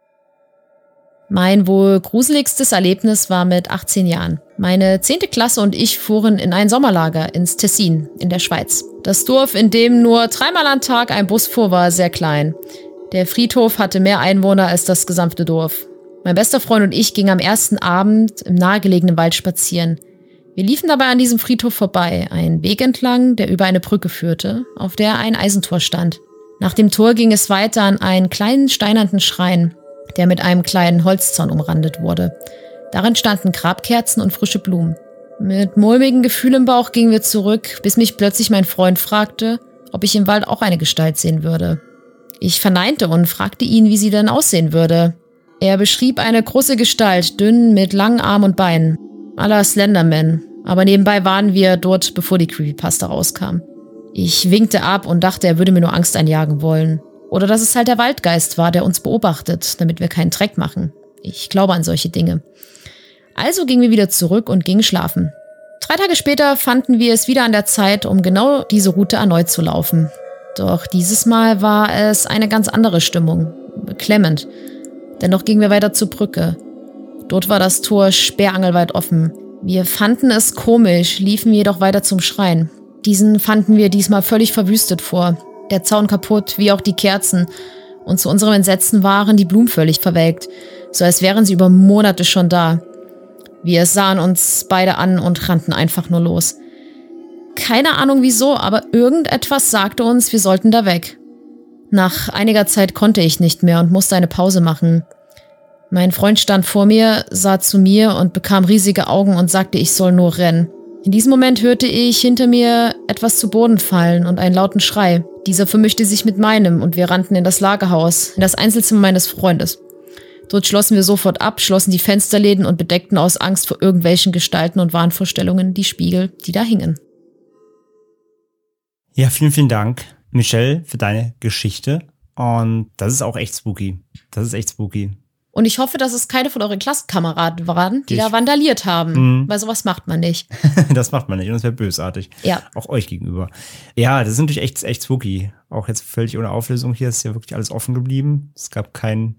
Mein wohl gruseligstes Erlebnis war mit 18 Jahren. Meine 10. Klasse und ich fuhren in ein Sommerlager ins Tessin in der Schweiz. Das Dorf, in dem nur 3-mal am Tag ein Bus fuhr, war sehr klein. Der Friedhof hatte mehr Einwohner als das gesamte Dorf. Mein bester Freund und ich gingen am ersten Abend im nahegelegenen Wald spazieren. Wir liefen dabei an diesem Friedhof vorbei, einen Weg entlang, der über eine Brücke führte, auf der ein Eisentor stand. Nach dem Tor ging es weiter an einen kleinen steinernen Schrein, der mit einem kleinen Holzzaun umrandet wurde. Darin standen Grabkerzen und frische Blumen. Mit mulmigen Gefühlen im Bauch gingen wir zurück, bis mich plötzlich mein Freund fragte, ob ich im Wald auch eine Gestalt sehen würde. Ich verneinte und fragte ihn, wie sie denn aussehen würde. Er beschrieb eine große Gestalt, dünn, mit langen Armen und Beinen. À la Slenderman. Aber nebenbei waren wir dort, bevor die Creepypasta rauskam. Ich winkte ab und dachte, er würde mir nur Angst einjagen wollen. Oder dass es halt der Waldgeist war, der uns beobachtet, damit wir keinen Dreck machen. Ich glaube an solche Dinge. Also gingen wir wieder zurück und gingen schlafen. 3 Tage später fanden wir es wieder an der Zeit, um genau diese Route erneut zu laufen. Doch dieses Mal war es eine ganz andere Stimmung. Beklemmend. Dennoch gingen wir weiter zur Brücke. Dort war das Tor sperrangelweit offen. Wir fanden es komisch, liefen jedoch weiter zum Schrein. Diesen fanden wir diesmal völlig verwüstet vor. Der Zaun kaputt, wie auch die Kerzen. Und zu unserem Entsetzen waren die Blumen völlig verwelkt, so als wären sie über Monate schon da. Wir sahen uns beide an und rannten einfach nur los. Keine Ahnung wieso, aber irgendetwas sagte uns, wir sollten da weg. Nach einiger Zeit konnte ich nicht mehr und musste eine Pause machen. Mein Freund stand vor mir, sah zu mir und bekam riesige Augen und sagte, ich soll nur rennen. In diesem Moment hörte ich hinter mir etwas zu Boden fallen und einen lauten Schrei. Dieser vermischte sich mit meinem und wir rannten in das Lagerhaus, in das Einzelzimmer meines Freundes. Dort schlossen wir sofort ab, schlossen die Fensterläden und bedeckten aus Angst vor irgendwelchen Gestalten und Wahnvorstellungen die Spiegel, die da hingen. Ja, vielen, vielen Dank, Michelle, für deine Geschichte. Und das ist auch echt spooky. Das ist echt spooky. Und ich hoffe, dass es keine von euren Klassenkameraden waren, die da vandaliert haben. Weil sowas macht man nicht. Das macht man nicht und das wäre bösartig. Ja. Auch euch gegenüber. Ja, das ist natürlich echt spooky. Auch jetzt völlig ohne Auflösung hier ist ja wirklich alles offen geblieben. Es gab keine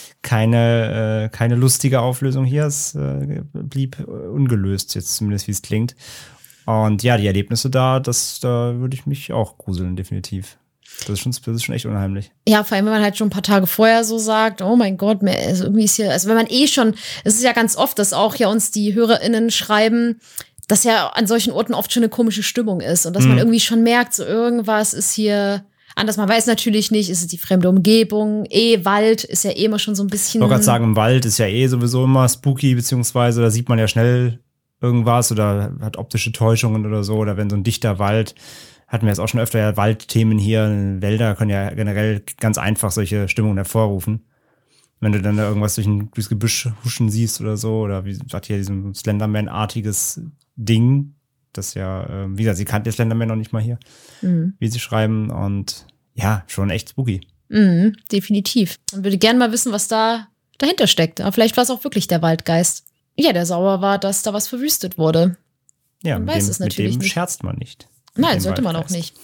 lustige Auflösung hier. Es blieb ungelöst, jetzt zumindest wie es klingt. Und ja, die Erlebnisse da würde ich mich auch gruseln, definitiv. Das ist schon echt unheimlich. Ja, vor allem, wenn man halt schon ein paar Tage vorher so sagt, oh mein Gott, also irgendwie ist hier, also wenn man schon, es ist ja ganz oft, dass auch ja uns die HörerInnen schreiben, dass ja an solchen Orten oft schon eine komische Stimmung ist und dass man irgendwie schon merkt, so irgendwas ist hier anders. Man weiß natürlich nicht, ist es die fremde Umgebung, Wald ist ja immer schon so ein bisschen. Ich wollte gerade sagen, im Wald ist ja sowieso immer spooky, beziehungsweise da sieht man ja schnell irgendwas oder hat optische Täuschungen oder so, oder wenn so ein dichter Wald, hatten wir jetzt auch schon öfter ja Waldthemen hier, Wälder können ja generell ganz einfach solche Stimmungen hervorrufen. Wenn du dann da irgendwas durchs Gebüsch huschen siehst oder so, oder wie gesagt hier diesem Slenderman-artiges Ding, das ja, wie gesagt, sie kannte Slenderman noch nicht mal hier, wie sie schreiben, und ja, schon echt spooky. Definitiv. Und würde gerne mal wissen, was da dahinter steckt. Aber vielleicht war es auch wirklich der Waldgeist. Ja, der sauer war, dass da was verwüstet wurde. Ja, mit dem scherzt man nicht. Nein, sollte man auch nicht.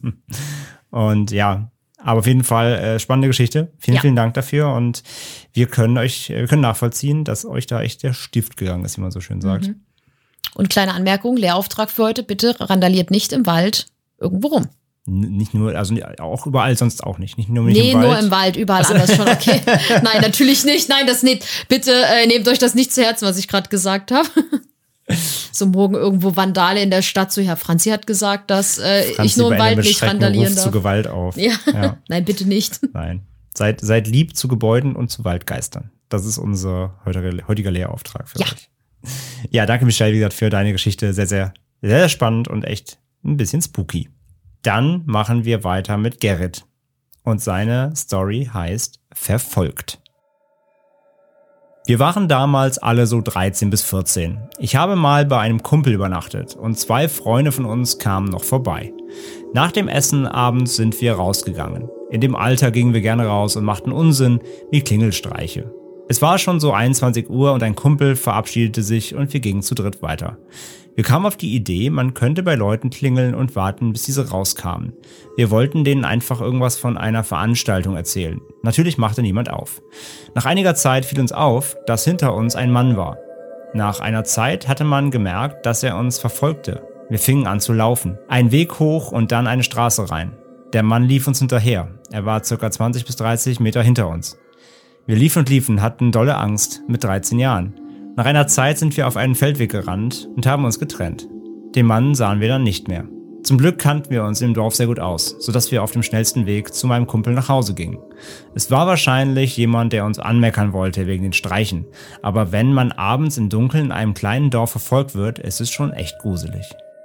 Und ja, aber auf jeden Fall spannende Geschichte. Vielen Dank dafür. Und wir können nachvollziehen, dass euch da echt der Stift gegangen ist, wie man so schön sagt. Und kleine Anmerkung, Lehrauftrag für heute, bitte randaliert nicht im Wald irgendwo rum. Nicht nur, also auch überall sonst auch nicht. Nicht nur im Wald. Nur im Wald, überall anders schon, okay. Nein, natürlich nicht. Nein, bitte nehmt euch das nicht zu Herzen, was ich gerade gesagt habe. So morgen irgendwo Vandale in der Stadt, so, ja, Franzi hat gesagt, dass ich nur im Wald nicht randalieren darf. Zu Gewalt auf. Ja. Nein, bitte nicht. Nein. Seid lieb zu Gebäuden und zu Waldgeistern. Das ist unser heutiger Lehrauftrag für euch. Ja, danke Michelle, wie gesagt, für deine Geschichte. Sehr, sehr, sehr spannend und echt ein bisschen spooky. Dann machen wir weiter mit Gerrit. Und seine Story heißt Verfolgt. Wir waren damals alle so 13 bis 14. Ich habe mal bei einem Kumpel übernachtet und 2 Freunde von uns kamen noch vorbei. Nach dem Essen abends sind wir rausgegangen. In dem Alter gingen wir gerne raus und machten Unsinn wie Klingelstreiche. Es war schon so 21 Uhr und ein Kumpel verabschiedete sich und wir gingen zu dritt weiter. Wir kamen auf die Idee, man könnte bei Leuten klingeln und warten, bis diese rauskamen. Wir wollten denen einfach irgendwas von einer Veranstaltung erzählen. Natürlich machte niemand auf. Nach einiger Zeit fiel uns auf, dass hinter uns ein Mann war. Nach einer Zeit hatte man gemerkt, dass er uns verfolgte. Wir fingen an zu laufen. Einen Weg hoch und dann eine Straße rein. Der Mann lief uns hinterher. Er war ca. 20 bis 30 Meter hinter uns. Wir liefen und liefen, hatten dolle Angst mit 13 Jahren. Nach einer Zeit sind wir auf einen Feldweg gerannt und haben uns getrennt. Den Mann sahen wir dann nicht mehr. Zum Glück kannten wir uns im Dorf sehr gut aus, sodass wir auf dem schnellsten Weg zu meinem Kumpel nach Hause gingen. Es war wahrscheinlich jemand, der uns anmeckern wollte wegen den Streichen. Aber wenn man abends im Dunkeln in einem kleinen Dorf verfolgt wird, ist es schon echt gruselig.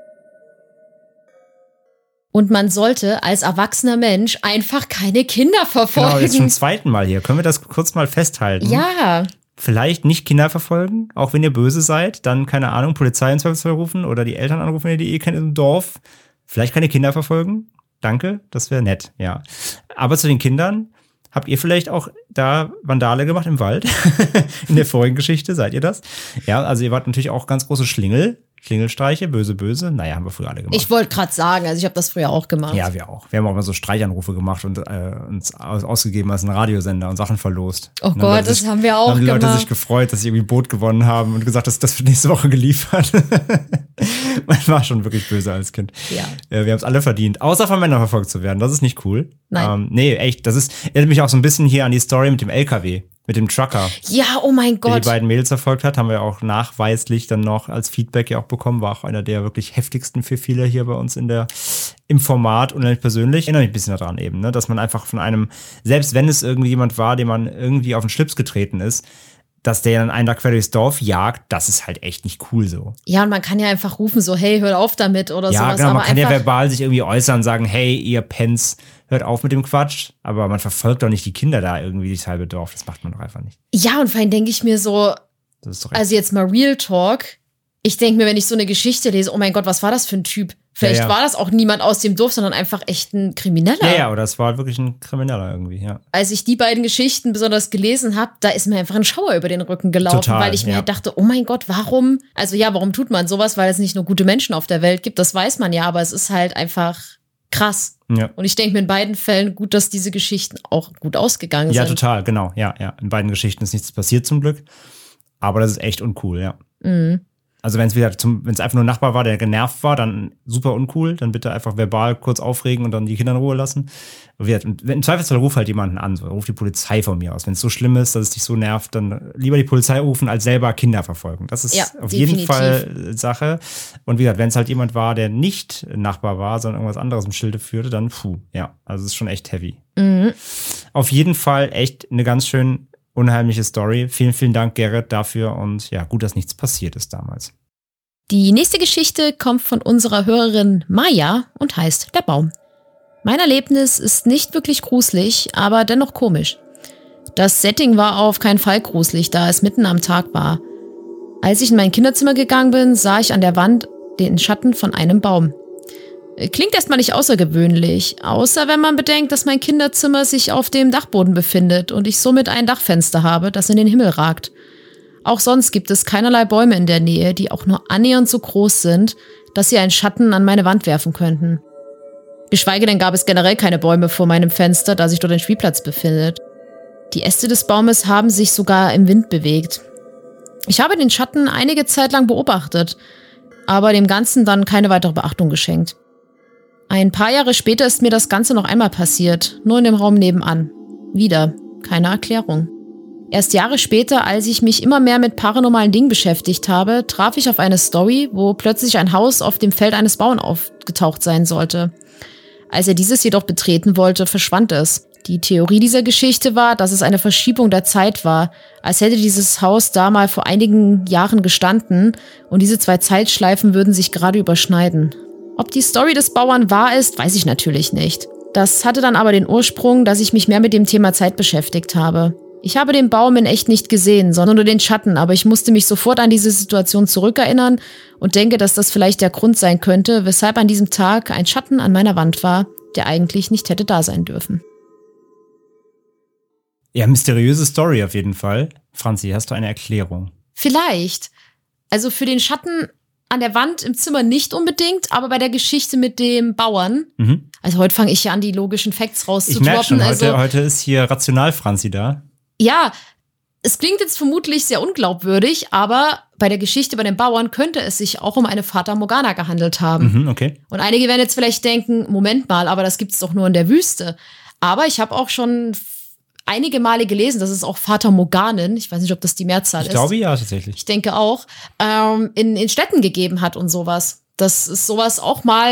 Und man sollte als erwachsener Mensch einfach keine Kinder verfolgen. Genau, jetzt zum zweiten Mal hier. Können wir das kurz mal festhalten? Ja. Vielleicht nicht Kinder verfolgen, auch wenn ihr böse seid. Dann, keine Ahnung, Polizei im Zweifelsfall rufen oder die Eltern anrufen, wenn ihr die kennt im Dorf. Vielleicht keine Kinder verfolgen. Danke, das wäre nett, ja. Aber zu den Kindern, habt ihr vielleicht auch da Vandale gemacht im Wald? In der vorigen Geschichte, seid ihr das? Ja, also ihr wart natürlich auch ganz große Klingelstreiche, böse, böse. Naja, haben wir früher alle gemacht. Ich wollte gerade sagen, also ich habe das früher auch gemacht. Ja, wir auch. Wir haben auch mal so Streichanrufe gemacht und uns ausgegeben als ein Radiosender und Sachen verlost. Oh Gott, das haben wir auch gemacht. Dann haben die Leute sich gemacht. gefreut, dass sie irgendwie ein Boot gewonnen haben und gesagt, dass das für nächste Woche geliefert. Man war schon wirklich böse als Kind. Ja. Wir haben es alle verdient, außer von Männern verfolgt zu werden. Das ist nicht cool. Nein. Nee, echt. Das erinnert mich auch so ein bisschen hier an die Story mit dem LKW. Mit dem Trucker, Ja, oh mein der Gott. die beiden Mädels verfolgt hat, haben wir auch nachweislich dann noch als Feedback ja auch bekommen. War auch einer der wirklich heftigsten für viele hier bei uns im Format, unheimlich persönlich. Erinnere mich ein bisschen daran eben, ne? Dass man einfach von einem, selbst wenn es irgendwie jemand war, dem man irgendwie auf den Schlips getreten ist, dass der dann einen da quer durchs Dorf jagt, das ist halt echt nicht cool so. Ja, und man kann ja einfach rufen, so, hey, hör auf damit oder Ja, sowas. genau, aber man kann ja einfach, verbal sich irgendwie äußern, sagen, hey, ihr Pens, hört auf mit dem Quatsch. Aber man verfolgt doch nicht die Kinder da irgendwie durchs halbe Dorf. Das macht man doch einfach nicht. Ja, und vor allem denke ich mir so, Das ist doch echt. also jetzt mal Real Talk, ich denke mir, wenn ich so eine Geschichte lese, oh mein Gott, was war das für ein Typ? Vielleicht Ja. war das auch niemand aus dem Dorf, sondern einfach echt ein Krimineller. Ja, oder es war wirklich ein Krimineller irgendwie, ja. Als ich die beiden Geschichten besonders gelesen habe, da ist mir einfach ein Schauer über den Rücken gelaufen, Total, weil ich mir ja. halt dachte, oh mein Gott, warum? Also ja, warum tut man sowas? Weil es nicht nur gute Menschen auf der Welt gibt, das weiß man ja, aber es ist halt einfach krass. Ja. Und ich denke mir in beiden Fällen gut, dass diese Geschichten auch gut ausgegangen Ja, sind. total, genau. Ja. In beiden Geschichten ist nichts passiert zum Glück. Aber das ist echt uncool, ja. Mhm. Also wenn es einfach nur ein Nachbar war, der genervt war, dann super uncool. Dann bitte einfach verbal kurz aufregen und dann die Kinder in Ruhe lassen. Im Zweifelsfall ruf halt jemanden an. So, ruf die Polizei von mir aus. Wenn es so schlimm ist, dass es dich so nervt, dann lieber die Polizei rufen, als selber Kinder verfolgen. Das ist Ja, auf jeden definitiv. Fall Sache. Und wie gesagt, wenn es halt jemand war, der nicht Nachbar war, sondern irgendwas anderes im Schilde führte, dann ja. Also es ist schon echt heavy. Mhm. Auf jeden Fall echt eine ganz schön unheimliche Story. Vielen, vielen Dank, Gerrit, dafür. Und ja, gut, dass nichts passiert ist damals. Die nächste Geschichte kommt von unserer Hörerin Maya und heißt Der Baum. Mein Erlebnis ist nicht wirklich gruselig, aber dennoch komisch. Das Setting war auf keinen Fall gruselig, da es mitten am Tag war. Als ich in mein Kinderzimmer gegangen bin, sah ich an der Wand den Schatten von einem Baum. Klingt erstmal nicht außergewöhnlich, außer wenn man bedenkt, dass mein Kinderzimmer sich auf dem Dachboden befindet und ich somit ein Dachfenster habe, das in den Himmel ragt. Auch sonst gibt es keinerlei Bäume in der Nähe, die auch nur annähernd so groß sind, dass sie einen Schatten an meine Wand werfen könnten. Geschweige denn gab es generell keine Bäume vor meinem Fenster, da sich dort ein Spielplatz befindet. Die Äste des Baumes haben sich sogar im Wind bewegt. Ich habe den Schatten einige Zeit lang beobachtet, aber dem Ganzen dann keine weitere Beachtung geschenkt. Ein paar Jahre später ist mir das Ganze noch einmal passiert, nur in dem Raum nebenan. Wieder keine Erklärung. Erst Jahre später, als ich mich immer mehr mit paranormalen Dingen beschäftigt habe, traf ich auf eine Story, wo plötzlich ein Haus auf dem Feld eines Bauern aufgetaucht sein sollte. Als er dieses jedoch betreten wollte, verschwand es. Die Theorie dieser Geschichte war, dass es eine Verschiebung der Zeit war, als hätte dieses Haus da mal vor einigen Jahren gestanden und diese zwei Zeitschleifen würden sich gerade überschneiden. Ob die Story des Bauern wahr ist, weiß ich natürlich nicht. Das hatte dann aber den Ursprung, dass ich mich mehr mit dem Thema Zeit beschäftigt habe. Ich habe den Baum in echt nicht gesehen, sondern nur den Schatten, aber ich musste mich sofort an diese Situation zurückerinnern und denke, dass das vielleicht der Grund sein könnte, weshalb an diesem Tag ein Schatten an meiner Wand war, der eigentlich nicht hätte da sein dürfen. Ja, mysteriöse Story auf jeden Fall. Franzi, hast du eine Erklärung? Vielleicht. Also für den Schatten an der Wand im Zimmer nicht unbedingt, aber bei der Geschichte mit dem Bauern. Mhm. Also heute fange ich ja an, die logischen Facts Ich merke rauszudroppen. schon, Also heute ist hier rational Franzi da. ja, es klingt jetzt vermutlich sehr unglaubwürdig, aber bei der Geschichte bei den Bauern könnte es sich auch um eine Fata Morgana gehandelt haben. Mhm, okay. Und einige werden jetzt vielleicht denken, Moment mal, aber das gibt's doch nur in der Wüste. Aber ich habe auch schon einige Male gelesen, dass es auch Fata Morganen, ich weiß nicht, ob das die Mehrzahl Ich ist. glaube ja, tatsächlich. Ich denke auch, in Städten gegeben hat und sowas. Dass es sowas auch mal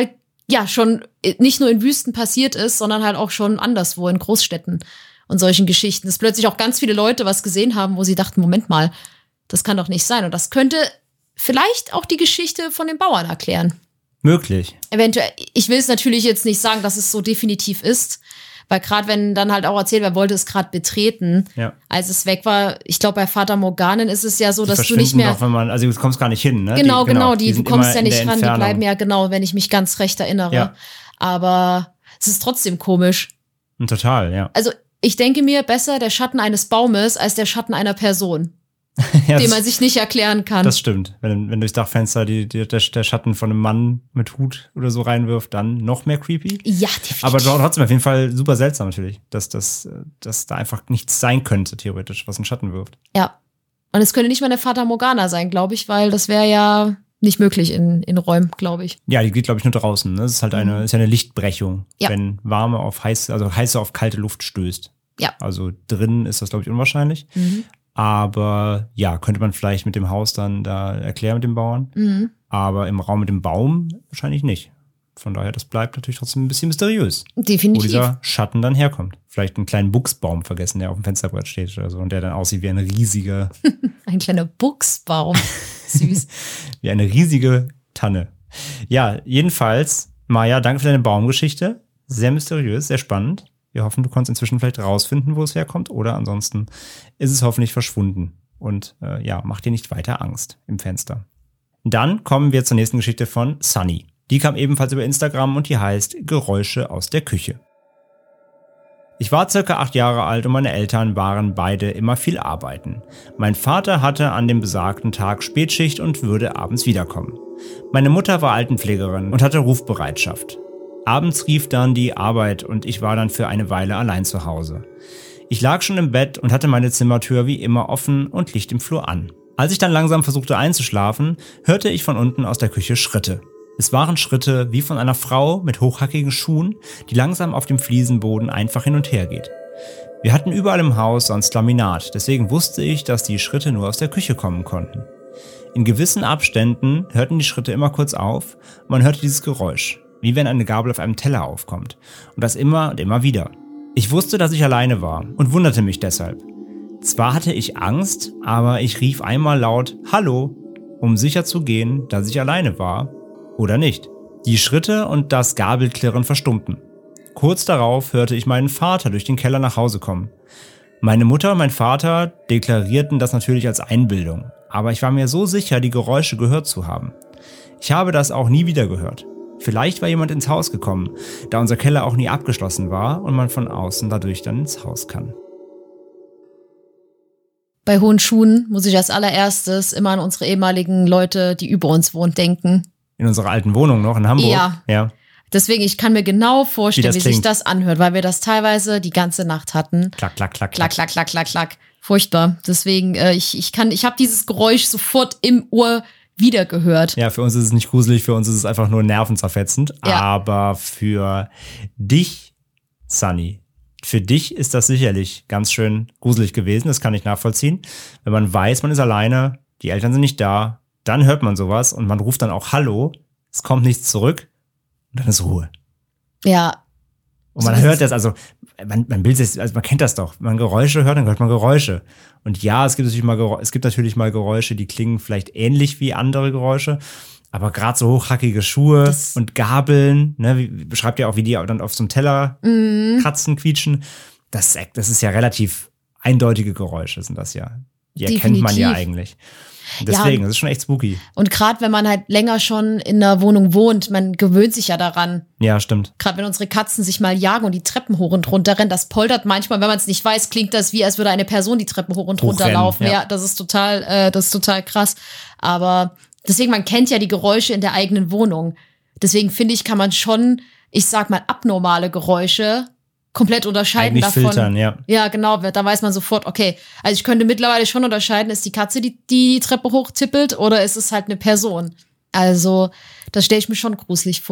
ja schon nicht nur in Wüsten passiert ist, sondern halt auch schon anderswo in Großstädten und solchen Geschichten. Dass plötzlich auch ganz viele Leute was gesehen haben, wo sie dachten, Moment mal, das kann doch nicht sein. Und das könnte vielleicht auch die Geschichte von den Bauern erklären. Möglich. Eventuell. Ich will es natürlich jetzt nicht sagen, dass es so definitiv ist, weil gerade wenn dann halt auch erzählt, wer wollte es gerade betreten, als es weg war. Ich glaube, bei Fata Morganen ist es ja so, dass du nicht mehr. Doch, also du kommst gar nicht hin, ne? Genau, du kommst ja nicht ran, die bleiben ja wenn ich mich ganz recht erinnere. Ja. Aber es ist trotzdem komisch. Total, ja. Also ich denke mir, besser der Schatten eines Baumes als der Schatten einer Person. Den man sich nicht erklären kann. Das stimmt. Wenn durchs Dachfenster der Schatten von einem Mann mit Hut oder so reinwirft, dann noch mehr creepy. Ja, definitiv. Aber trotzdem auf jeden Fall super seltsam natürlich, dass da einfach nichts sein könnte, theoretisch, was einen Schatten wirft. Ja. Und es könnte nicht mal eine Fata Morgana sein, glaube ich, weil das wäre ja nicht möglich in Räumen, glaube ich. Ja, die geht, glaube ich, nur draußen. Ne? Das ist halt ist ja eine Lichtbrechung, wenn warme auf heiße, also heiße auf kalte Luft stößt. Ja. Also drinnen ist das, glaube ich, unwahrscheinlich. Aber ja, könnte man vielleicht mit dem Haus dann da erklären mit den Bauern. Aber im Raum mit dem Baum wahrscheinlich nicht. Von daher, das bleibt natürlich trotzdem ein bisschen mysteriös. Definitiv. Wo dieser Schatten dann herkommt. Vielleicht einen kleinen Buchsbaum vergessen, der auf dem Fensterbrett steht oder so. Und der dann aussieht wie ein riesiger... ein kleiner Buchsbaum. Süß. Wie eine riesige Tanne. Ja, jedenfalls, Maja, danke für deine Baumgeschichte. Sehr mysteriös, sehr spannend. Wir hoffen, du konntest inzwischen vielleicht rausfinden, wo es herkommt. Oder ansonsten ist es hoffentlich verschwunden. Und macht dir nicht weiter Angst im Fenster. Dann kommen wir zur nächsten Geschichte von Sunny. Die kam ebenfalls über Instagram und die heißt Geräusche aus der Küche. Ich war circa 8 Jahre alt und meine Eltern waren beide immer viel arbeiten. Mein Vater hatte an dem besagten Tag Spätschicht und würde abends wiederkommen. Meine Mutter war Altenpflegerin und hatte Rufbereitschaft. Abends rief dann die Arbeit und ich war dann für eine Weile allein zu Hause. Ich lag schon im Bett und hatte meine Zimmertür wie immer offen und Licht im Flur an. Als ich dann langsam versuchte einzuschlafen, hörte ich von unten aus der Küche Schritte. Es waren Schritte wie von einer Frau mit hochhackigen Schuhen, die langsam auf dem Fliesenboden einfach hin und her geht. Wir hatten überall im Haus sonst Laminat, deswegen wusste ich, dass die Schritte nur aus der Küche kommen konnten. In gewissen Abständen hörten die Schritte immer kurz auf und man hörte dieses Geräusch, wie wenn eine Gabel auf einem Teller aufkommt. Und das immer und immer wieder. Ich wusste, dass ich alleine war und wunderte mich deshalb. Zwar hatte ich Angst, aber ich rief einmal laut »Hallo«, um sicher zu gehen, dass ich alleine war oder nicht. Die Schritte und das Gabelklirren verstummten. Kurz darauf hörte ich meinen Vater durch den Keller nach Hause kommen. Meine Mutter und mein Vater deklarierten das natürlich als Einbildung, aber ich war mir so sicher, die Geräusche gehört zu haben. Ich habe das auch nie wieder gehört. Vielleicht war jemand ins Haus gekommen, da unser Keller auch nie abgeschlossen war und man von außen dadurch dann ins Haus kann. Bei hohen Schuhen muss ich als allererstes immer an unsere ehemaligen Leute, die über uns wohnen, denken. In unserer alten Wohnung noch in Hamburg? Ja. Deswegen, ich kann mir genau vorstellen, wie sich das anhört, weil wir das teilweise die ganze Nacht hatten. Klack, klack, klack, klack, klack, klack, klack, klack. Furchtbar. Deswegen, ich habe dieses Geräusch sofort im Ohr wieder gehört. Ja, für uns ist es nicht gruselig, für uns ist es einfach nur nervenzerfetzend. Ja. Aber für dich, Sunny, für dich ist das sicherlich ganz schön gruselig gewesen. Das kann ich nachvollziehen. Wenn man weiß, man ist alleine, die Eltern sind nicht da, dann hört man sowas und man ruft dann auch Hallo, es kommt nichts zurück und dann ist Ruhe. Ja. Und man hört das, also man kennt das doch. Wenn man Geräusche hört, dann hört man Geräusche. Und ja, es gibt natürlich mal Geräusche, die klingen vielleicht ähnlich wie andere Geräusche. Aber gerade so hochhackige Schuhe und Gabeln, ne, beschreibt ja auch, wie die dann auf so einem Teller kratzen, quietschen. Das ist ja relativ eindeutige Geräusche, sind das ja. Die erkennt man ja eigentlich. Deswegen, das ist schon echt spooky. Und gerade wenn man halt länger schon in einer Wohnung wohnt, man gewöhnt sich ja daran. Ja, stimmt. Gerade wenn unsere Katzen sich mal jagen und die Treppen hoch und runter rennen, das poltert manchmal, wenn man es nicht weiß, klingt das wie, als würde eine Person die Treppen hoch und runter laufen. Ja, das ist total krass. Aber deswegen, man kennt ja die Geräusche in der eigenen Wohnung. Deswegen finde ich, kann man schon, ich sag mal, abnormale Geräusche komplett unterscheiden eigentlich davon. Filtern, ja. Ja, genau, da weiß man sofort, okay, also ich könnte mittlerweile schon unterscheiden, ist die Katze, die Treppe hochtippelt oder ist es halt eine Person? Also, das stelle ich mir schon gruselig vor.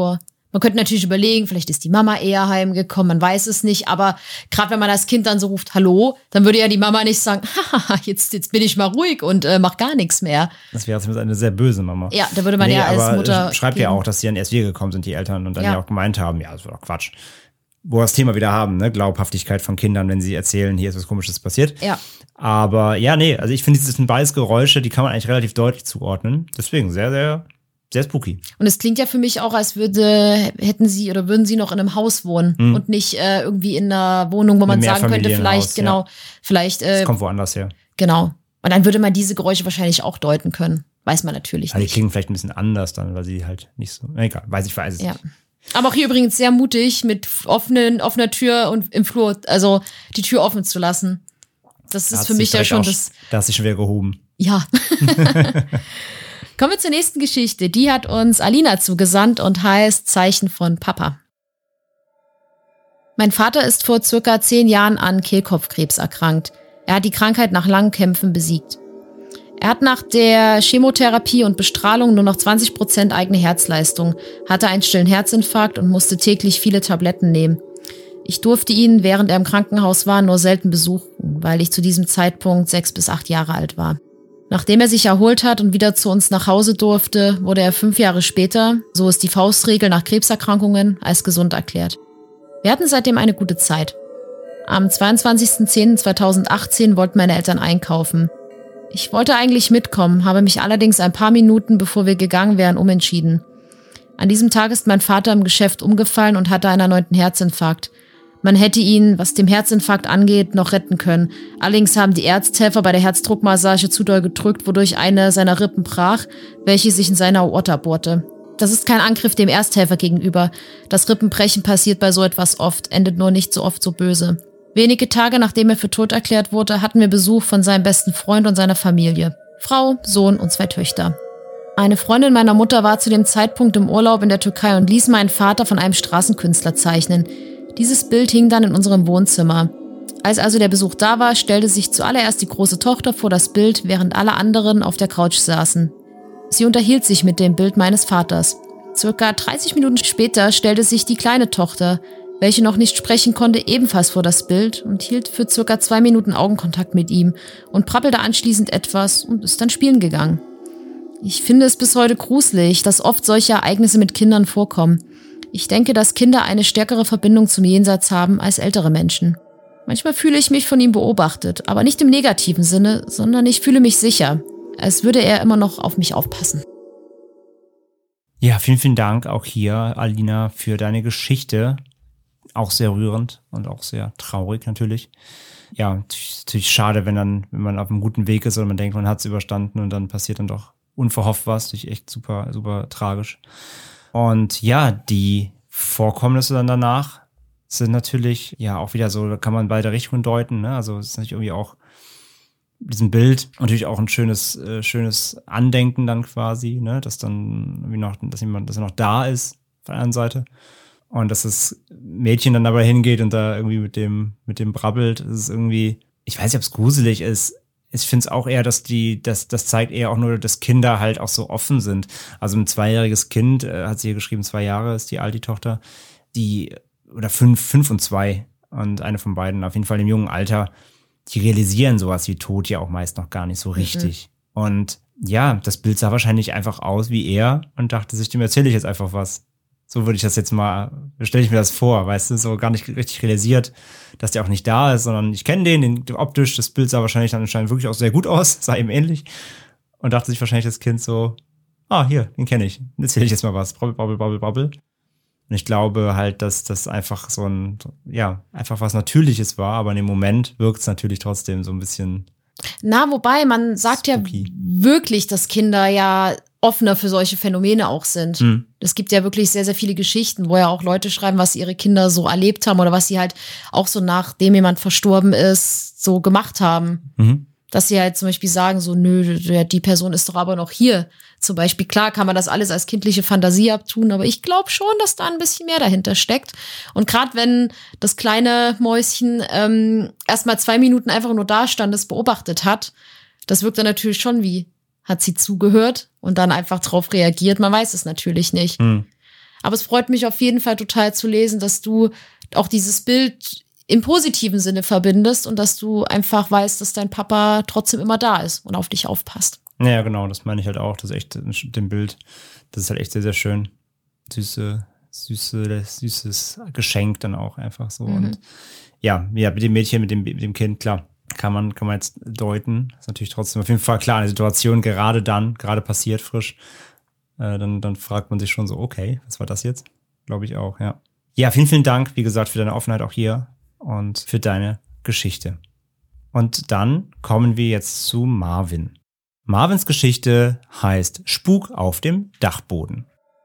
Man könnte natürlich überlegen, vielleicht ist die Mama eher heimgekommen, man weiß es nicht, aber gerade wenn man das Kind dann so ruft, hallo, dann würde ja die Mama nicht sagen, haha, jetzt bin ich mal ruhig und mach gar nichts mehr. Das wäre zumindest eine sehr böse Mama. Ja, da würde man ja als Mutter... Schreibt ja auch, dass sie dann erst wiedergekommen sind, die Eltern, und dann ja auch gemeint haben, ja, das war doch Quatsch. Wo wir das Thema wieder haben, ne? Glaubhaftigkeit von Kindern, wenn sie erzählen, hier ist was Komisches passiert. Ja. Aber ja, nee, also ich finde, das sind beides Geräusche, die kann man eigentlich relativ deutlich zuordnen. Deswegen sehr, sehr... sehr spooky. Und es klingt ja für mich auch, als würden sie noch in einem Haus wohnen und nicht irgendwie in einer Wohnung, wo man sagen könnte, vielleicht, genau, vielleicht. Das kommt woanders her. Genau. Und dann würde man diese Geräusche wahrscheinlich auch deuten können. Weiß man natürlich nicht. Die nicht. klingen vielleicht ein bisschen anders dann, weil sie halt nicht so, egal, weiß es nicht. Aber auch hier übrigens sehr mutig, mit offener Tür und im Flur, also die Tür offen zu lassen. Das ist für mich ja schon das. Da hast du schon wieder gehoben. Ja. Kommen wir zur nächsten Geschichte. Die hat uns Alina zugesandt und heißt Zeichen von Papa. Mein Vater ist vor circa 10 Jahren an Kehlkopfkrebs erkrankt. Er hat die Krankheit nach langen Kämpfen besiegt. Er hat nach der Chemotherapie und Bestrahlung nur noch 20% eigene Herzleistung, hatte einen stillen Herzinfarkt und musste täglich viele Tabletten nehmen. Ich durfte ihn, während er im Krankenhaus war, nur selten besuchen, weil ich zu diesem Zeitpunkt 6 bis 8 Jahre alt war. Nachdem er sich erholt hat und wieder zu uns nach Hause durfte, wurde er 5 Jahre später, so ist die Faustregel nach Krebserkrankungen, als gesund erklärt. Wir hatten seitdem eine gute Zeit. Am 22.10.2018 wollten meine Eltern einkaufen. Ich wollte eigentlich mitkommen, habe mich allerdings ein paar Minuten, bevor wir gegangen wären, umentschieden. An diesem Tag ist mein Vater im Geschäft umgefallen und hatte einen erneuten Herzinfarkt. Man hätte ihn, was dem Herzinfarkt angeht, noch retten können. Allerdings haben die Ärztehelfer bei der Herzdruckmassage zu doll gedrückt, wodurch eine seiner Rippen brach, welche sich in seine Aorta bohrte. Das ist kein Angriff dem Ersthelfer gegenüber. Das Rippenbrechen passiert bei so etwas oft, endet nur nicht so oft so böse. Wenige Tage nachdem er für tot erklärt wurde, hatten wir Besuch von seinem besten Freund und seiner Familie. Frau, Sohn und 2 Töchter. Eine Freundin meiner Mutter war zu dem Zeitpunkt im Urlaub in der Türkei und ließ meinen Vater von einem Straßenkünstler zeichnen. Dieses Bild hing dann in unserem Wohnzimmer. Als also der Besuch da war, stellte sich zuallererst die große Tochter vor das Bild, während alle anderen auf der Couch saßen. Sie unterhielt sich mit dem Bild meines Vaters. Circa 30 Minuten später stellte sich die kleine Tochter, welche noch nicht sprechen konnte, ebenfalls vor das Bild und hielt für circa 2 Minuten Augenkontakt mit ihm und prappelte anschließend etwas und ist dann spielen gegangen. Ich finde es bis heute gruselig, dass oft solche Ereignisse mit Kindern vorkommen. Ich denke, dass Kinder eine stärkere Verbindung zum Jenseits haben als ältere Menschen. Manchmal fühle ich mich von ihm beobachtet, aber nicht im negativen Sinne, sondern ich fühle mich sicher, als würde er immer noch auf mich aufpassen. Ja, vielen, vielen Dank auch hier, Alina, für deine Geschichte. Auch sehr rührend und auch sehr traurig natürlich. Ja, natürlich schade, wenn man auf einem guten Weg ist und man denkt, man hat es überstanden und dann passiert dann doch unverhofft was. Natürlich echt super, super tragisch. Und ja, die Vorkommnisse dann danach sind natürlich ja auch wieder so, da kann man beide Richtungen deuten, ne? Also es ist natürlich irgendwie auch mit diesem Bild natürlich auch ein schönes Andenken dann quasi, ne? Dass dann irgendwie noch, dass er noch da ist von der anderen Seite. Und dass das Mädchen dann dabei hingeht und da irgendwie mit dem brabbelt, das ist irgendwie, ich weiß nicht, ob es gruselig ist. Ich finde es auch eher, dass das zeigt eher auch nur, dass Kinder halt auch so offen sind. Also ein 2-jähriges Kind, hat sie hier geschrieben, 2 Jahre ist die alt, die Tochter, oder 5 und 2 und eine von beiden, auf jeden Fall im jungen Alter, die realisieren sowas wie Tod ja auch meist noch gar nicht so richtig. Mhm. Und ja, das Bild sah wahrscheinlich einfach aus wie er und dachte sich, dem erzähle ich jetzt einfach was. So würde ich das jetzt mal, stelle ich mir das vor, weißt du, so gar nicht richtig realisiert, dass der auch nicht da ist, sondern ich kenne den optisch, das Bild sah wahrscheinlich dann anscheinend wirklich auch sehr gut aus, sah ihm ähnlich und dachte sich wahrscheinlich das Kind so, hier, den kenne ich, erzähle ich jetzt mal was, brabbel. Und ich glaube halt, dass das einfach einfach was Natürliches war, aber in dem Moment wirkt es natürlich trotzdem so ein bisschen. Na, wobei, man sagt spooky. Ja wirklich, dass Kinder ja offener für solche Phänomene auch sind. Es gibt ja wirklich sehr, sehr viele Geschichten, wo ja auch Leute schreiben, was ihre Kinder so erlebt haben oder was sie halt auch so nachdem jemand verstorben ist, so gemacht haben. Mhm. Dass sie halt zum Beispiel sagen so, nö, die Person ist doch aber noch hier. Zum Beispiel, klar kann man das alles als kindliche Fantasie abtun, aber ich glaube schon, dass da ein bisschen mehr dahinter steckt. Und gerade wenn das kleine Mäuschen erst mal 2 Minuten einfach nur da stand, es beobachtet hat, das wirkt dann natürlich schon wie, hat sie zugehört und dann einfach drauf reagiert. Man weiß es natürlich nicht. Aber es freut mich auf jeden Fall total zu lesen, dass du auch dieses Bild im positiven Sinne verbindest und dass du einfach weißt, dass dein Papa trotzdem immer da ist und auf dich aufpasst. Ja, genau, das meine ich halt auch. Das ist echt dem Bild, das ist halt echt sehr, sehr schön. Süßes Geschenk dann auch einfach so. Und ja, mit dem Mädchen, mit dem Kind, klar, kann man jetzt deuten. Ist natürlich trotzdem auf jeden Fall klar, eine Situation gerade passiert frisch. Dann fragt man sich schon so, okay, was war das jetzt? Glaube ich auch, ja. Ja, vielen, vielen Dank, wie gesagt, für deine Offenheit auch hier und für deine Geschichte. Und dann kommen wir jetzt zu Marvin. Marvins Geschichte heißt Spuk auf dem Dachboden.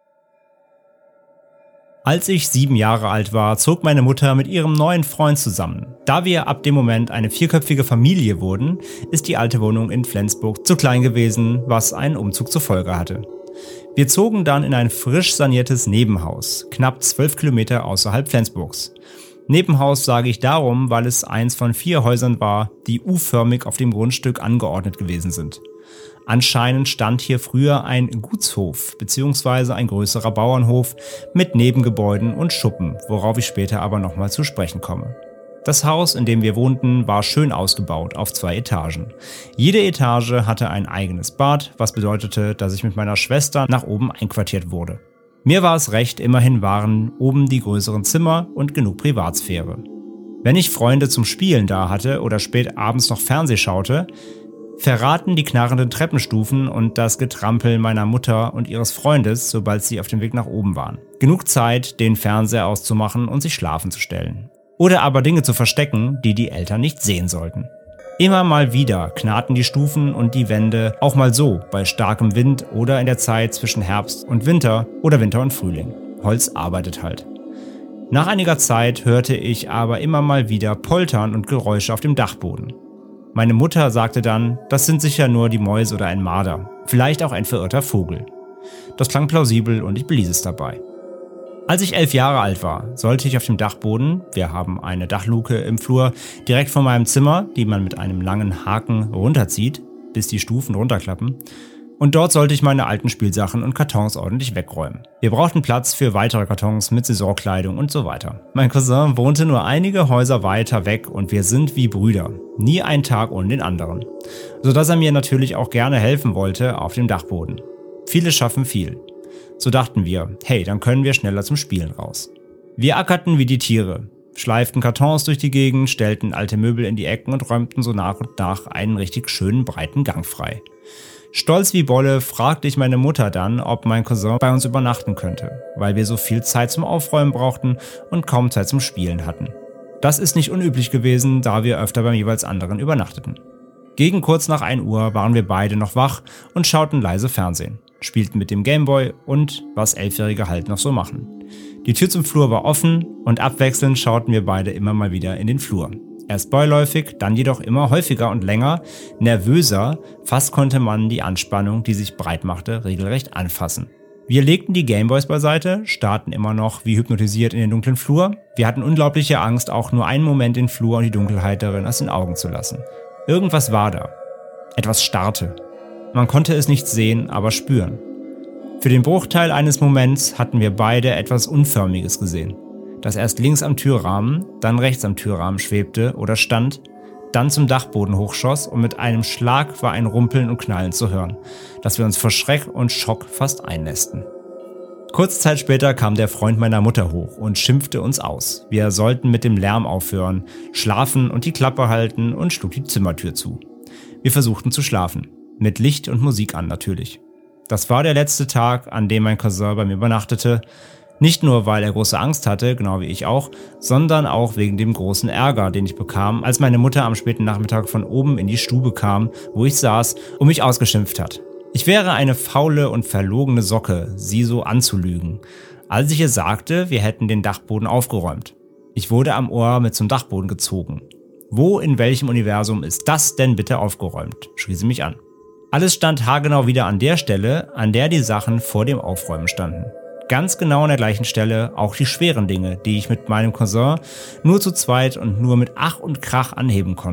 Als ich 7 Jahre alt war, zog meine Mutter mit ihrem neuen Freund zusammen. Da wir ab dem Moment eine 4-köpfige Familie wurden, ist die alte Wohnung in Flensburg zu klein gewesen, was einen Umzug zur Folge hatte. Wir zogen dann in ein frisch saniertes Nebenhaus, knapp 12 Kilometer außerhalb Flensburgs. Nebenhaus sage ich darum, weil es eins von 4 Häusern war, die U-förmig auf dem Grundstück angeordnet gewesen sind. Anscheinend stand hier früher ein Gutshof bzw. ein größerer Bauernhof mit Nebengebäuden und Schuppen, worauf ich später aber nochmal zu sprechen komme. Das Haus, in dem wir wohnten, war schön ausgebaut auf 2 Etagen. Jede Etage hatte ein eigenes Bad, was bedeutete, dass ich mit meiner Schwester nach oben einquartiert wurde. Mir war es recht, immerhin waren oben die größeren Zimmer und genug Privatsphäre. Wenn ich Freunde zum Spielen da hatte oder spät abends noch Fernseh schaute, verraten die knarrenden Treppenstufen und das Getrampel meiner Mutter und ihres Freundes, sobald sie auf dem Weg nach oben waren. Genug Zeit, den Fernseher auszumachen und sich schlafen zu stellen. Oder aber Dinge zu verstecken, die die Eltern nicht sehen sollten. Immer mal wieder knarrten die Stufen und die Wände, auch mal so, bei starkem Wind oder in der Zeit zwischen Herbst und Winter oder Winter und Frühling. Holz arbeitet halt. Nach einiger Zeit hörte ich aber immer mal wieder Poltern und Geräusche auf dem Dachboden. Meine Mutter sagte dann, das sind sicher nur die Mäuse oder ein Marder, vielleicht auch ein verirrter Vogel. Das klang plausibel und ich beließ es dabei. Als ich 11 Jahre alt war, sollte ich auf dem Dachboden, wir haben eine Dachluke im Flur direkt vor meinem Zimmer, die man mit einem langen Haken runterzieht, bis die Stufen runterklappen, und dort sollte ich meine alten Spielsachen und Kartons ordentlich wegräumen. Wir brauchten Platz für weitere Kartons mit Saisonkleidung und so weiter. Mein Cousin wohnte nur einige Häuser weiter weg und wir sind wie Brüder, nie einen Tag ohne den anderen, sodass er mir natürlich auch gerne helfen wollte auf dem Dachboden. Viele schaffen viel. So dachten wir, hey, dann können wir schneller zum Spielen raus. Wir ackerten wie die Tiere, schleiften Kartons durch die Gegend, stellten alte Möbel in die Ecken und räumten so nach und nach einen richtig schönen breiten Gang frei. Stolz wie Bolle fragte ich meine Mutter dann, ob mein Cousin bei uns übernachten könnte, weil wir so viel Zeit zum Aufräumen brauchten und kaum Zeit zum Spielen hatten. Das ist nicht unüblich gewesen, da wir öfter beim jeweils anderen übernachteten. Gegen kurz nach 1 Uhr waren wir beide noch wach und schauten leise Fernsehen, spielten mit dem Gameboy und was 11-Jährige halt noch so machen. Die Tür zum Flur war offen und abwechselnd schauten wir beide immer mal wieder in den Flur. Erst beiläufig, dann jedoch immer häufiger und länger, nervöser, fast konnte man die Anspannung, die sich breit machte, regelrecht anfassen. Wir legten die Gameboys beiseite, starrten immer noch wie hypnotisiert in den dunklen Flur. Wir hatten unglaubliche Angst, auch nur einen Moment den Flur und die Dunkelheit darin aus den Augen zu lassen. Irgendwas war da. Etwas starrte. Man konnte es nicht sehen, aber spüren. Für den Bruchteil eines Moments hatten wir beide etwas Unförmiges gesehen, das erst links am Türrahmen, dann rechts am Türrahmen schwebte oder stand, dann zum Dachboden hochschoss und mit einem Schlag war ein Rumpeln und Knallen zu hören, dass wir uns vor Schreck und Schock fast einnässten. Kurze Zeit später kam der Freund meiner Mutter hoch und schimpfte uns aus. Wir sollten mit dem Lärm aufhören, schlafen und die Klappe halten und schlug die Zimmertür zu. Wir versuchten zu schlafen, mit Licht und Musik an natürlich. Das war der letzte Tag, an dem mein Cousin bei mir übernachtete. Nicht nur, weil er große Angst hatte, genau wie ich auch, sondern auch wegen dem großen Ärger, den ich bekam, als meine Mutter am späten Nachmittag von oben in die Stube kam, wo ich saß und mich ausgeschimpft hat. Ich wäre eine faule und verlogene Socke, sie so anzulügen, als ich ihr sagte, wir hätten den Dachboden aufgeräumt. Ich wurde am Ohr mit zum Dachboden gezogen. Wo in welchem Universum ist das denn bitte aufgeräumt? Schrie sie mich an. Alles stand haargenau wieder an der Stelle, an der die Sachen vor dem Aufräumen standen. Ganz genau an der gleichen Stelle auch die schweren Dinge, die ich mit meinem Cousin nur zu zweit und nur mit Ach und Krach anheben konnte.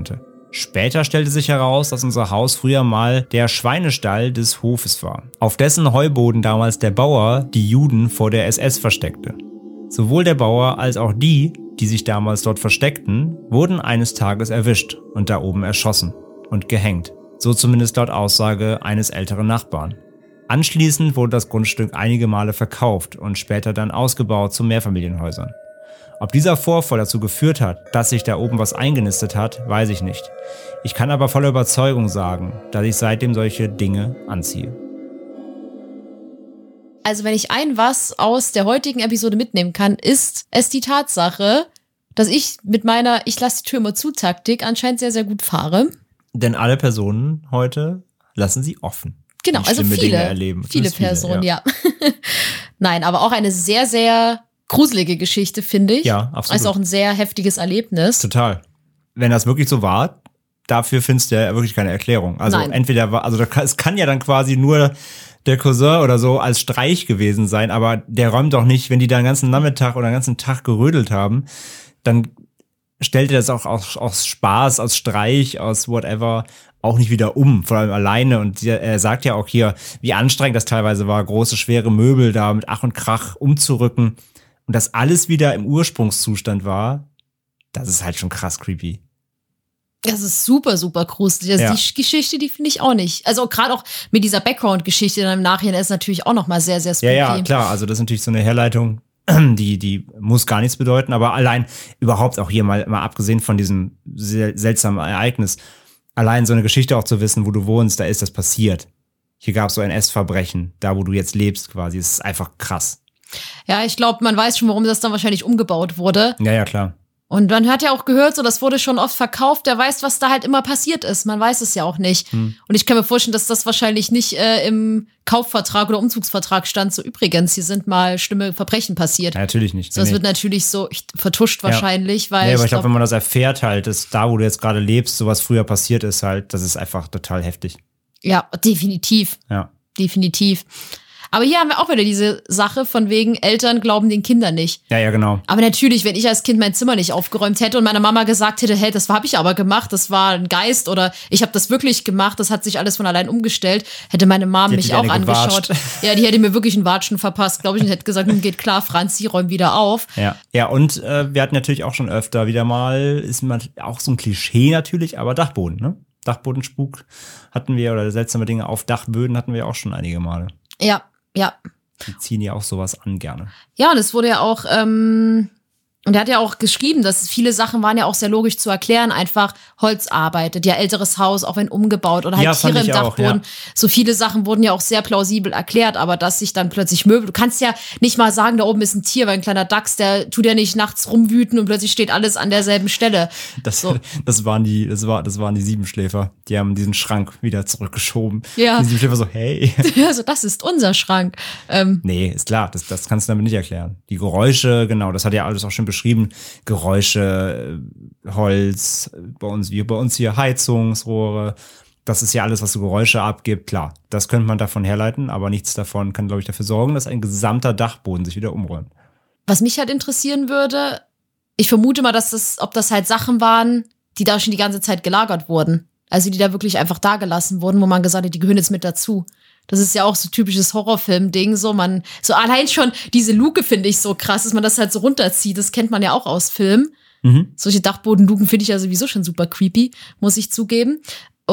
Später stellte sich heraus, dass unser Haus früher mal der Schweinestall des Hofes war, auf dessen Heuboden damals der Bauer die Juden vor der SS versteckte. Sowohl der Bauer als auch die sich damals dort versteckten, wurden eines Tages erwischt und da oben erschossen und gehängt. So zumindest laut Aussage eines älteren Nachbarn. Anschließend wurde das Grundstück einige Male verkauft und später dann ausgebaut zu Mehrfamilienhäusern. Ob dieser Vorfall dazu geführt hat, dass sich da oben was eingenistet hat, weiß ich nicht. Ich kann aber voller Überzeugung sagen, dass ich seitdem solche Dinge anziehe. Also wenn ich was aus der heutigen Episode mitnehmen kann, ist es die Tatsache, dass ich mit meiner Ich lasse die Tür immer zu Taktik anscheinend sehr, sehr gut fahre. Denn alle Personen heute lassen sie offen. Genau, also Dinge erleben. viele Personen, ja. Nein, aber auch eine sehr, sehr gruselige Geschichte, finde ich. Ja, absolut. Also auch ein sehr heftiges Erlebnis. Total. Wenn das wirklich so war, dafür findest du ja wirklich keine Erklärung. Also Nein. entweder war, es kann ja dann quasi nur der Cousin oder so als Streich gewesen sein, aber der räumt doch nicht, wenn die da den ganzen Nachmittag oder den ganzen Tag gerödelt haben, dann stellt er das auch aus Spaß, aus Streich, aus whatever auch nicht wieder vor allem alleine. Und er sagt ja auch hier, wie anstrengend das teilweise war, große, schwere Möbel da mit Ach und Krach umzurücken. Und das alles wieder im Ursprungszustand war, das ist halt schon krass creepy. Das ist super, super gruselig. Also die Geschichte, die finde ich auch nicht. Also gerade auch mit dieser Background-Geschichte dann im Nachhinein ist natürlich auch nochmal sehr, sehr spooky. Ja, klar. Also das ist natürlich so eine Herleitung, die muss gar nichts bedeuten. Aber allein überhaupt auch hier mal abgesehen von diesem seltsamen Ereignis, allein so eine Geschichte auch zu wissen, wo du wohnst, da ist das passiert. Hier gab es so ein NS-Verbrechen, da wo du jetzt lebst quasi. Es ist einfach krass. Ja, ich glaube, man weiß schon, warum das dann wahrscheinlich umgebaut wurde. Ja, klar. Und man hat ja auch gehört, so das wurde schon oft verkauft, der weiß, was da halt immer passiert ist. Man weiß es ja auch nicht. Und ich kann mir vorstellen, dass das wahrscheinlich nicht im Kaufvertrag oder Umzugsvertrag stand. So übrigens, hier sind mal schlimme Verbrechen passiert. Ja, natürlich nicht. So, das wird natürlich so vertuscht wahrscheinlich, weil. Ja, aber ich glaube, wenn man das erfährt halt, dass da, wo du jetzt gerade lebst, sowas früher passiert ist halt, das ist einfach total heftig. Ja, definitiv. Ja. Definitiv. Aber hier haben wir auch wieder diese Sache von wegen, Eltern glauben den Kindern nicht. Ja, genau. Aber natürlich, wenn ich als Kind mein Zimmer nicht aufgeräumt hätte und meiner Mama gesagt hätte, hey, das habe ich aber gemacht, das war ein Geist oder ich habe das wirklich gemacht, das hat sich alles von allein umgestellt, hätte meine Mom mich auch angeschaut. Ja, die hätte mir wirklich einen Watschen verpasst, glaube ich, und hätte gesagt, geht klar, Franzi, räum wieder auf. Ja, und wir hatten natürlich auch schon öfter wieder mal, ist man auch so ein Klischee natürlich, aber Dachboden, ne? Dachbodenspuk hatten wir oder seltsame Dinge auf Dachböden hatten wir auch schon einige Male. Ja. Die ziehen ja auch sowas an gerne. Ja, und es wurde ja auch, und er hat ja auch geschrieben, dass viele Sachen waren ja auch sehr logisch zu erklären. Einfach Holz arbeitet, ja, älteres Haus, auch wenn umgebaut oder halt Tiere im Dachboden. Ja. So viele Sachen wurden ja auch sehr plausibel erklärt, aber dass sich dann plötzlich Möbel, du kannst ja nicht mal sagen, da oben ist ein Tier, weil ein kleiner Dachs, der tut ja nicht nachts rumwüten und plötzlich steht alles an derselben Stelle. Das waren die Siebenschläfer. Die haben diesen Schrank wieder zurückgeschoben. Ja. Die Siebenschläfer so, hey. Also das ist unser Schrank. Nee, ist klar, das kannst du damit nicht erklären. Die Geräusche, genau, das hat ja alles auch schon beschrieben. Geräusche, Holz, bei uns hier Heizungsrohre. Das ist ja alles, was so Geräusche abgibt. Klar, das könnte man davon herleiten, aber nichts davon kann, glaube ich, dafür sorgen, dass ein gesamter Dachboden sich wieder umräumt. Was mich halt interessieren würde, ich vermute mal, ob das halt Sachen waren, die da schon die ganze Zeit gelagert wurden. Also die da wirklich einfach da gelassen wurden, wo man gesagt hat, die gehören jetzt mit dazu. Das ist ja auch so typisches Horrorfilm-Ding, so allein schon diese Luke finde ich so krass, dass man das halt so runterzieht. Das kennt man ja auch aus Filmen. Solche Dachbodenluken finde ich ja sowieso schon super creepy, muss ich zugeben.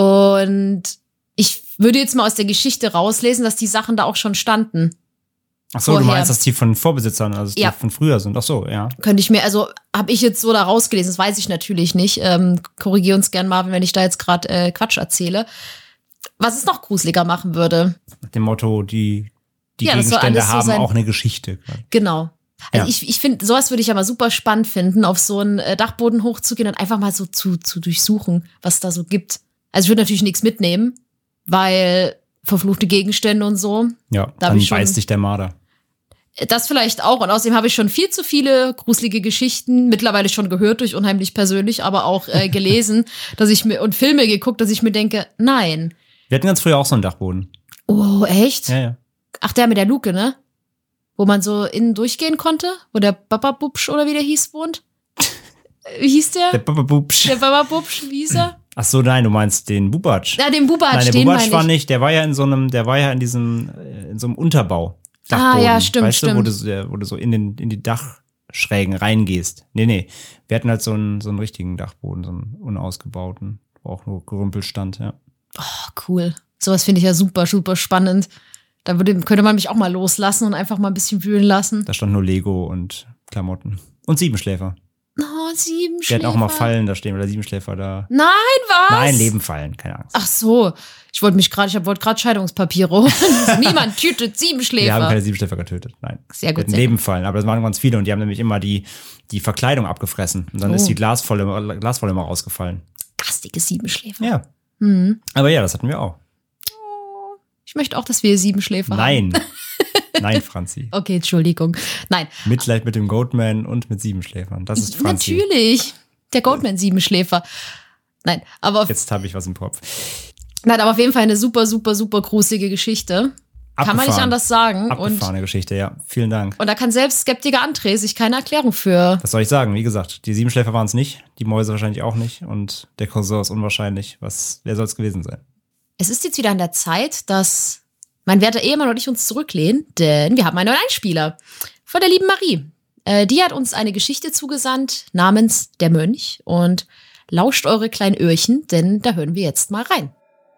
Und ich würde jetzt mal aus der Geschichte rauslesen, dass die Sachen da auch schon standen. Ach so, vorher. Du meinst, dass die von Vorbesitzern, also die von früher sind. Ach so, ja. Könnte ich mir, also habe ich jetzt so da rausgelesen, das weiß ich natürlich nicht. Korrigier uns gern, Marvin, wenn ich da jetzt gerade Quatsch erzähle. Was es noch gruseliger machen würde. Nach dem Motto, die Gegenstände haben so auch eine Geschichte. Genau. Also ich finde, sowas würde ich aber super spannend finden, auf so einen Dachboden hochzugehen und einfach mal so zu durchsuchen, was da so gibt. Also ich würde natürlich nichts mitnehmen, weil verfluchte Gegenstände und so. Ja, dann beißt dich der Marder. Das vielleicht auch. Und außerdem habe ich schon viel zu viele gruselige Geschichten mittlerweile schon gehört durch Unheimlich Persönlich, aber auch gelesen, und Filme geguckt, dass ich mir denke, nein. Wir hatten ganz früher auch so einen Dachboden. Oh, echt? Ja. Ach, der mit der Luke, ne? Wo man so innen durchgehen konnte? Wo der Bababubsch oder wie der hieß wohnt? Wie hieß der? Der Bababubsch. Der Bababubsch, wie hieß er? Ach so, nein, du meinst den Bubatsch. Ja, den Bubatsch, nein, der den Bubatsch meine war ich. nicht, der war ja in so diesem Unterbau. Dachboden. Ja, stimmt, weißt stimmt. Du, wo du so in die Dachschrägen reingehst. Nee. Wir hatten halt so einen richtigen Dachboden, so einen unausgebauten, wo auch nur Gerümpel stand, ja. Oh, cool. Sowas finde ich ja super, super spannend. Da könnte man mich auch mal loslassen und einfach mal ein bisschen wühlen lassen. Da stand nur Lego und Klamotten. Und Siebenschläfer. Oh, Siebenschläfer. Wir hatten auch mal Fallen da stehen, weil der Siebenschläfer da. Nein, was? Nein, Lebenfallen, keine Angst. Ach so. Ich wollte gerade Scheidungspapiere holen. Niemand tötet Siebenschläfer. Wir haben keine Siebenschläfer getötet, nein. Sehr gut, Wir hatten sehr gut. Lebenfallen, aber das waren ganz viele und die haben nämlich immer die Verkleidung abgefressen. Und dann ist die Glaswolle immer rausgefallen. Gastige Siebenschläfer. Ja. Mhm. Aber ja, das hatten wir auch. Ich möchte auch, dass wir Siebenschläfer haben. Nein. Nein, Franzi. Okay, Entschuldigung. Nein. Mitleid mit dem Goatman und mit Siebenschläfern. Das ist Franzi. Natürlich. Der Goatman-Siebenschläfer. Nein, aber Jetzt habe ich was im Kopf. Nein, aber auf jeden Fall eine super, super, super gruselige Geschichte. Kann man nicht anders sagen. Abgefahrene Geschichte, ja. Vielen Dank. Und da kann selbst Skeptiker André sich keine Erklärung für. Was soll ich sagen? Wie gesagt, die Siebenschläfer waren es nicht, die Mäuse wahrscheinlich auch nicht und der Cousin ist unwahrscheinlich. Wer soll es gewesen sein? Es ist jetzt wieder an der Zeit, dass mein werter Ehemann und ich uns zurücklehnen, denn wir haben einen neuen Einspieler von der lieben Marie. Die hat uns eine Geschichte zugesandt namens Der Mönch und lauscht eure kleinen Öhrchen, denn da hören wir jetzt mal rein.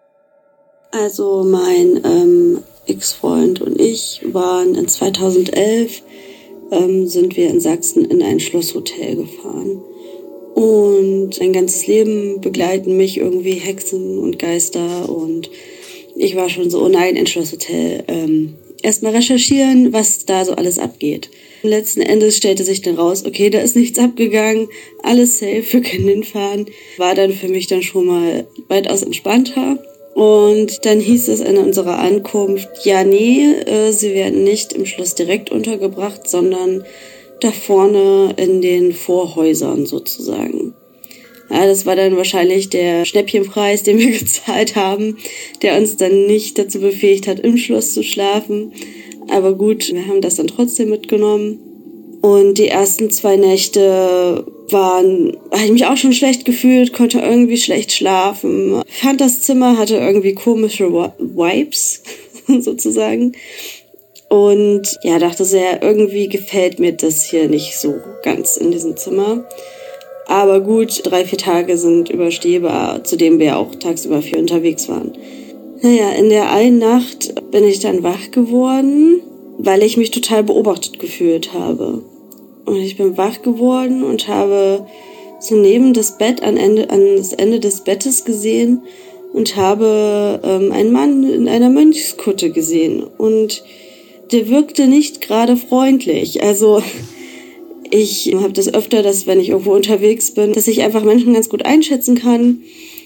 Also mein Ex-Freund und ich waren in 2011, sind wir in Sachsen in ein Schlosshotel gefahren. Und mein ganzes Leben begleiten mich irgendwie Hexen und Geister und ich war schon so, oh nein, ein Schlosshotel. Erstmal recherchieren, was da so alles abgeht. Letzten Endes stellte sich dann raus, okay, da ist nichts abgegangen, alles safe, wir können hinfahren. War dann für mich dann schon mal weitaus entspannter. Und dann hieß es in unserer Ankunft, ja, nee, sie werden nicht im Schloss direkt untergebracht, sondern da vorne in den Vorhäusern sozusagen. Ja, das war dann wahrscheinlich der Schnäppchenpreis, den wir gezahlt haben, der uns dann nicht dazu befähigt hat, im Schloss zu schlafen. Aber gut, wir haben das dann trotzdem mitgenommen. Und die ersten 2 Nächte habe ich mich auch schon schlecht gefühlt, konnte irgendwie schlecht schlafen. Fand das Zimmer hatte irgendwie komische Vibes, sozusagen. Und ja, dachte sehr, irgendwie gefällt mir das hier nicht so ganz in diesem Zimmer. Aber gut, 3-4 Tage sind überstehbar, zudem wir auch tagsüber viel unterwegs waren. Naja, in der einen Nacht bin ich dann wach geworden, weil ich mich total beobachtet gefühlt habe. Und ich bin wach geworden und habe so neben das Bett an das Ende des Bettes gesehen und habe einen Mann in einer Mönchskutte gesehen. Und der wirkte nicht gerade freundlich. Also ich habe das öfter, dass wenn ich irgendwo unterwegs bin, dass ich einfach Menschen ganz gut einschätzen kann.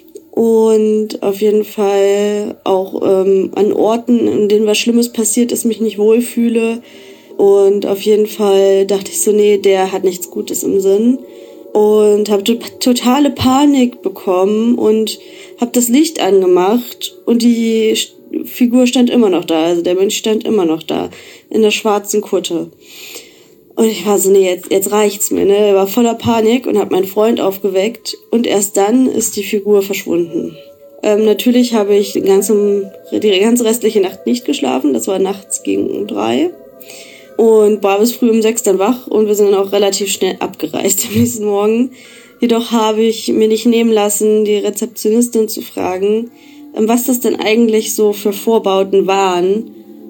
Und auf jeden Fall auch an Orten, in denen was Schlimmes passiert ist, mich nicht wohlfühle. Und auf jeden Fall dachte ich so, nee, der hat nichts Gutes im Sinn. Und habe totale Panik bekommen und habe das Licht angemacht und die Figur stand immer noch da, also der Mönch stand immer noch da, in der schwarzen Kutte. Und ich war so, nee, jetzt reicht's mir, ne? Ich war voller Panik und habe meinen Freund aufgeweckt und erst dann ist die Figur verschwunden. Natürlich habe ich die ganze restliche Nacht nicht geschlafen, das war nachts gegen 3. Und war bis früh um 6 dann wach und wir sind dann auch relativ schnell abgereist am nächsten Morgen. Jedoch habe ich mir nicht nehmen lassen, die Rezeptionistin zu fragen, was das denn eigentlich so für Vorbauten waren.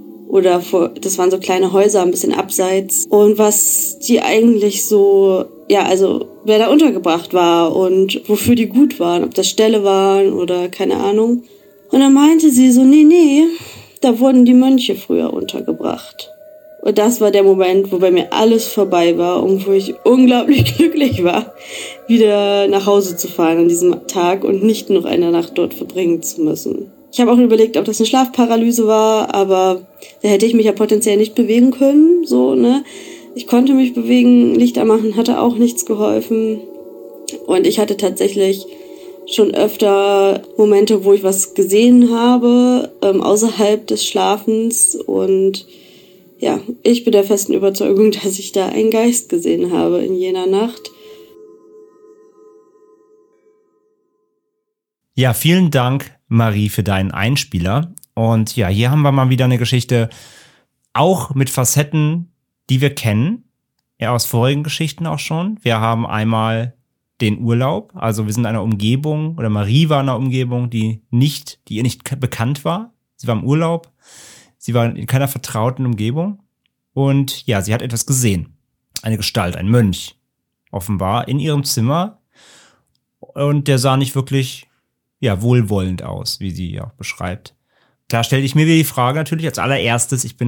Das waren so kleine Häuser, ein bisschen abseits. Und was die eigentlich so, ja, also wer da untergebracht war und wofür die gut waren, ob das Ställe waren oder keine Ahnung. Und dann meinte sie so, nee, da wurden die Mönche früher untergebracht. Und das war der Moment, wo bei mir alles vorbei war und wo ich unglaublich glücklich war, wieder nach Hause zu fahren an diesem Tag und nicht noch eine Nacht dort verbringen zu müssen. Ich habe auch überlegt, ob das eine Schlafparalyse war, aber da hätte ich mich ja potenziell nicht bewegen können, so, ne? Ich konnte mich bewegen, Lichter machen, hatte auch nichts geholfen. Und ich hatte tatsächlich schon öfter Momente, wo ich was gesehen habe, außerhalb des Schlafens. Und ja, ich bin der festen Überzeugung, dass ich da einen Geist gesehen habe in jener Nacht. Ja, vielen Dank, Marie, für deinen Einspieler. Und ja, hier haben wir mal wieder eine Geschichte, auch mit Facetten, die wir kennen, ja, aus vorigen Geschichten auch schon. Wir haben einmal den Urlaub, also wir sind in einer Umgebung, oder Marie war in einer Umgebung, die ihr nicht bekannt war. Sie war im Urlaub, sie war in keiner vertrauten Umgebung und ja, sie hat etwas gesehen. Eine Gestalt, ein Mönch, offenbar, in ihrem Zimmer und der sah nicht wirklich, ja, wohlwollend aus, wie sie ja beschreibt. Klar stelle ich mir wieder die Frage natürlich als allererstes, ich bin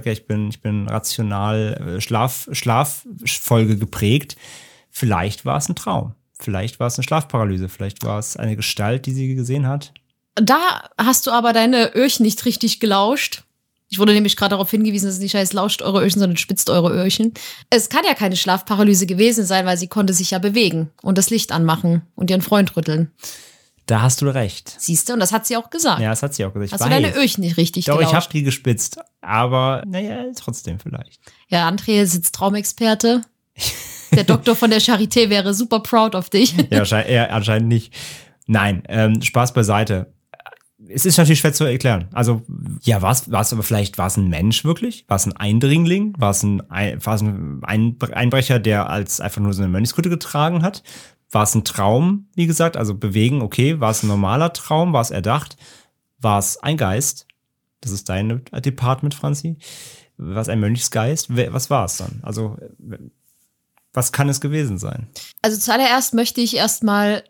rational Schlaffolge geprägt. Vielleicht war es ein Traum. Vielleicht war es eine Schlafparalyse. Vielleicht war es eine Gestalt, die sie gesehen hat. Da hast du aber deine Öhrchen nicht richtig gelauscht. Ich wurde nämlich gerade darauf hingewiesen, dass es nicht heißt, lauscht eure Öhrchen, sondern spitzt eure Öhrchen. Es kann ja keine Schlafparalyse gewesen sein, weil sie konnte sich ja bewegen und das Licht anmachen und ihren Freund rütteln. Da hast du recht. Siehst du, und das hat sie auch gesagt. Ja, das hat sie auch gesagt. Hast du deine Öhrchen nicht richtig gelauscht? Doch, gelauscht? ich habe die gespitzt. Aber, naja, trotzdem vielleicht. Ja, André ist jetzt Traumexperte. Der Doktor von der Charité wäre super proud of dich. Ja, anscheinend nicht. Nein, Spaß beiseite. Es ist natürlich schwer zu erklären. Also, ja, aber vielleicht war es ein Mensch wirklich? War es ein Eindringling? War es ein Einbrecher, der als einfach nur so eine Mönchskutte getragen hat? War es ein Traum, wie gesagt? Also bewegen, okay. War es ein normaler Traum? War es erdacht? War es ein Geist? Das ist dein Department, Franzi. War es ein Mönchsgeist? Was war es dann? Also, was kann es gewesen sein? Also zuallererst möchte ich erstmal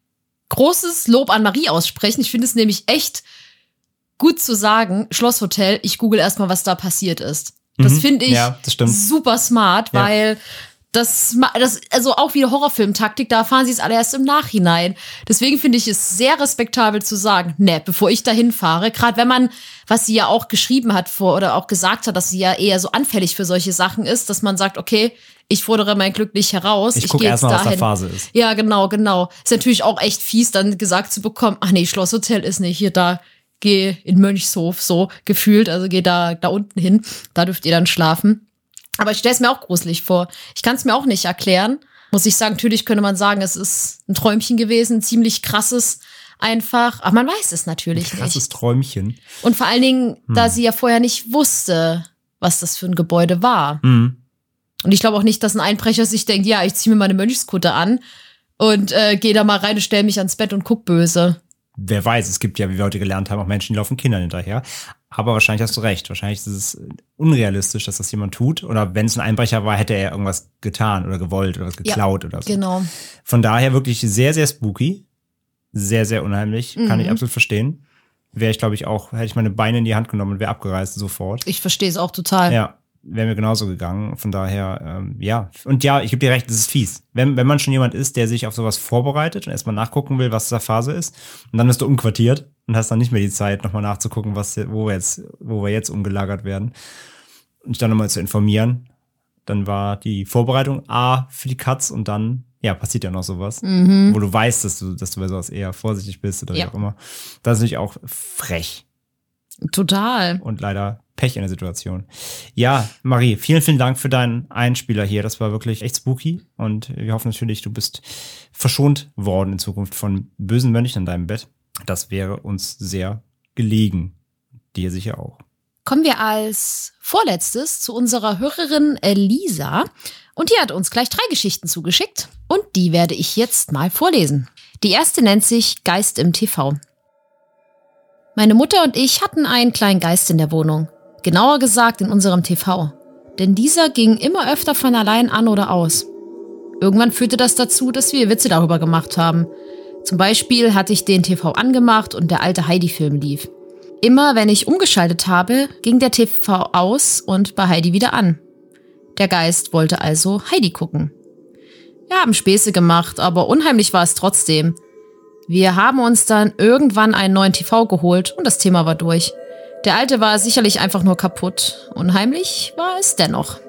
großes Lob an Marie aussprechen. Ich finde es nämlich echt gut zu sagen, Schlosshotel, ich google erstmal, was da passiert ist. Das finde ich super smart, weil das, also auch wieder Horrorfilmtaktik, da erfahren sie es alle erst im Nachhinein. Deswegen finde ich es sehr respektabel zu sagen, ne, bevor ich dahin fahre, gerade wenn man, was sie ja auch geschrieben hat oder auch gesagt hat, dass sie ja eher so anfällig für solche Sachen ist, dass man sagt, okay, ich fordere mein Glück nicht heraus. Ich gucke erstmal, was da Phase ist. Ja, genau. Ist natürlich auch echt fies, dann gesagt zu bekommen, ach nee, Schlosshotel ist nicht hier, da geh in Mönchshof, so gefühlt, also geh da unten hin, da dürft ihr dann schlafen. Aber ich stelle es mir auch gruselig vor. Ich kann es mir auch nicht erklären. Muss ich sagen, natürlich könnte man sagen, es ist ein Träumchen gewesen, ziemlich krasses einfach. Aber man weiß es natürlich nicht. Krasses Träumchen. Und vor allen Dingen, da sie ja vorher nicht wusste, was das für ein Gebäude war. Mhm. Und ich glaube auch nicht, dass ein Einbrecher sich denkt, ja, ich ziehe mir meine Mönchskutte an und gehe da mal rein und stelle mich ans Bett und guck böse. Wer weiß, es gibt ja, wie wir heute gelernt haben, auch Menschen, die laufen Kindern hinterher. Aber wahrscheinlich hast du recht. Wahrscheinlich ist es unrealistisch, dass das jemand tut. Oder wenn es ein Einbrecher war, hätte er irgendwas getan oder gewollt oder was geklaut oder so. Genau. Von daher wirklich sehr, sehr spooky. Sehr, sehr unheimlich. Kann ich absolut verstehen. Wäre ich, glaube ich, auch, hätte ich meine Beine in die Hand genommen und wäre abgereist sofort. Ich verstehe es auch total. Ja, wäre mir genauso gegangen. Von daher, ja. Und ja, ich gebe dir recht, das ist fies. Wenn man schon jemand ist, der sich auf sowas vorbereitet und erstmal nachgucken will, was da Phase ist, und dann bist du umquartiert und hast dann nicht mehr die Zeit, nochmal nachzugucken, wo wir jetzt umgelagert werden. Und dich dann nochmal zu informieren. Dann war die Vorbereitung für die Katz und dann, ja, passiert ja noch sowas. Wo du weißt, dass du bei sowas eher vorsichtig bist oder wie auch immer. Das ist natürlich auch frech. Total. Und leider Pech in der Situation. Ja, Marie, vielen, vielen Dank für deinen Einspieler hier. Das war wirklich echt spooky. Und wir hoffen natürlich, du bist verschont worden in Zukunft von bösen Mönchen in deinem Bett. Das wäre uns sehr gelegen. Dir sicher auch. Kommen wir als vorletztes zu unserer Hörerin Elisa. Und die hat uns gleich 3 Geschichten zugeschickt. Und die werde ich jetzt mal vorlesen. Die erste nennt sich Geist im TV. Meine Mutter und ich hatten einen kleinen Geist in der Wohnung. Genauer gesagt in unserem TV. Denn dieser ging immer öfter von allein an oder aus. Irgendwann führte das dazu, dass wir Witze darüber gemacht haben. Zum Beispiel hatte ich den TV angemacht und der alte Heidi-Film lief. Immer wenn ich umgeschaltet habe, ging der TV aus und bei Heidi wieder an. Der Geist wollte also Heidi gucken. Wir haben Späße gemacht, aber unheimlich war es trotzdem. Wir haben uns dann irgendwann einen neuen TV geholt und das Thema war durch. Der alte war sicherlich einfach nur kaputt. Unheimlich war es dennoch.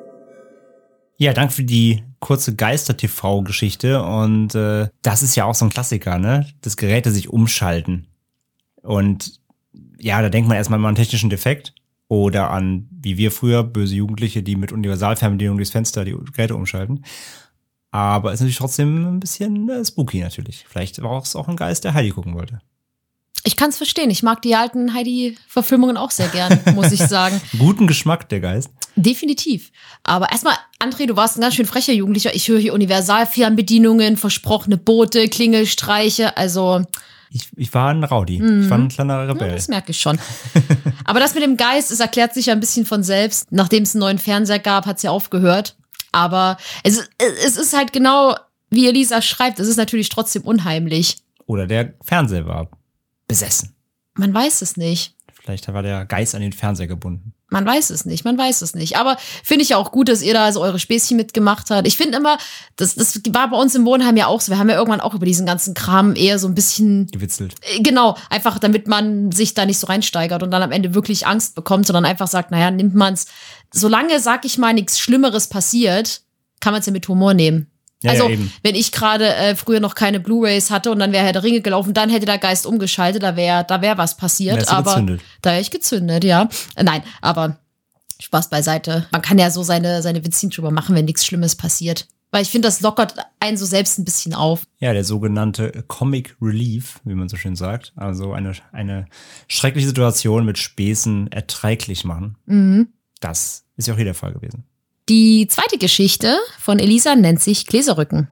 Ja, danke für die kurze Geister-TV-Geschichte. Und das ist ja auch so ein Klassiker, ne? Das Geräte sich umschalten. Und ja, da denkt man erstmal mal an einen technischen Defekt. Oder an, wie wir früher, böse Jugendliche, die mit Universalfernbedienung durchs Fenster die Geräte umschalten. Aber ist natürlich trotzdem ein bisschen spooky natürlich. Vielleicht war es auch ein Geist, der Heidi gucken wollte. Ich kann es verstehen. Ich mag die alten Heidi-Verfilmungen auch sehr gern, muss ich sagen. Guten Geschmack, der Geist. Definitiv. Aber erstmal, André, du warst ein ganz schön frecher Jugendlicher. Ich höre hier Universalfernbedienungen, versprochene Boote, Klingelstreiche. Also Ich war ein Rowdy. Ich war ein kleiner Rebell. ja, das merke ich schon. Aber das mit dem Geist, es erklärt sich ja ein bisschen von selbst. Nachdem es einen neuen Fernseher gab, hat es ja aufgehört. Aber es ist halt genau, wie Elisa schreibt, es ist natürlich trotzdem unheimlich. Oder der Fernseher war besessen. Man weiß es nicht. Vielleicht war der Geist an den Fernseher gebunden. Man weiß es nicht. Aber finde ich ja auch gut, dass ihr da also eure Späßchen mitgemacht habt. Ich finde immer, das war bei uns im Wohnheim ja auch so. Wir haben ja irgendwann auch über diesen ganzen Kram eher so ein bisschen Gewitzelt. Genau, einfach damit man sich da nicht so reinsteigert und dann am Ende wirklich Angst bekommt, sondern einfach sagt, naja, nimmt man's. Solange, sag ich mal, nichts Schlimmeres passiert, kann man es ja mit Humor nehmen. Ja, also, ja, wenn ich gerade früher noch keine Blu-Rays hatte und dann wäre Herr der Ringe gelaufen, dann hätte der Geist umgeschaltet, da wär was passiert. Aber gezündet. da wäre ich gezündet, ja. Nein, aber Spaß beiseite. Man kann ja so seine Witzchen drüber machen, wenn nichts Schlimmes passiert. Weil ich finde, das lockert einen so selbst ein bisschen auf. Ja, der sogenannte Comic Relief, wie man so schön sagt. Also eine schreckliche Situation mit Späßen erträglich machen. Mhm. Das ist ja auch hier der Fall gewesen. Die zweite Geschichte von Elisa nennt sich Gläserrücken.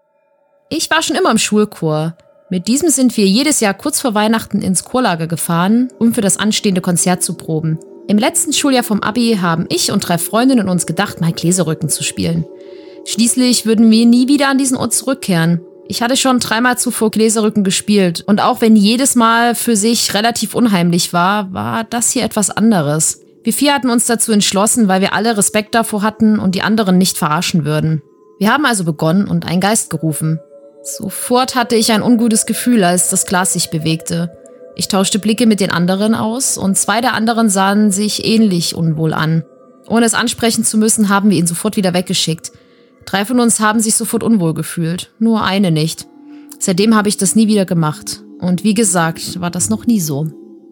Ich war schon immer im Schulchor. Mit diesem sind wir jedes Jahr kurz vor Weihnachten ins Chorlager gefahren, um für das anstehende Konzert zu proben. Im letzten Schuljahr vom Abi haben ich und 3 Freundinnen uns gedacht, mal Gläserrücken zu spielen. Schließlich würden wir nie wieder an diesen Ort zurückkehren. Ich hatte schon 3-mal zuvor Gläserrücken gespielt und auch wenn jedes Mal für sich relativ unheimlich war das hier etwas anderes. Wir 4 hatten uns dazu entschlossen, weil wir alle Respekt davor hatten und die anderen nicht verarschen würden. Wir haben also begonnen und einen Geist gerufen. Sofort hatte ich ein ungutes Gefühl, als das Glas sich bewegte. Ich tauschte Blicke mit den anderen aus und 2 der anderen sahen sich ähnlich unwohl an. Ohne es ansprechen zu müssen, haben wir ihn sofort wieder weggeschickt. 3 von uns haben sich sofort unwohl gefühlt, nur eine nicht. Seitdem habe ich das nie wieder gemacht. Und wie gesagt, war das noch nie so.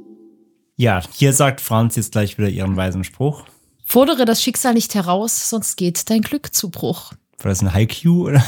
Ja, hier sagt Franz jetzt gleich wieder ihren weisen Spruch. Fordere das Schicksal nicht heraus, sonst geht dein Glück zu Bruch. War das ein Haiku, oder?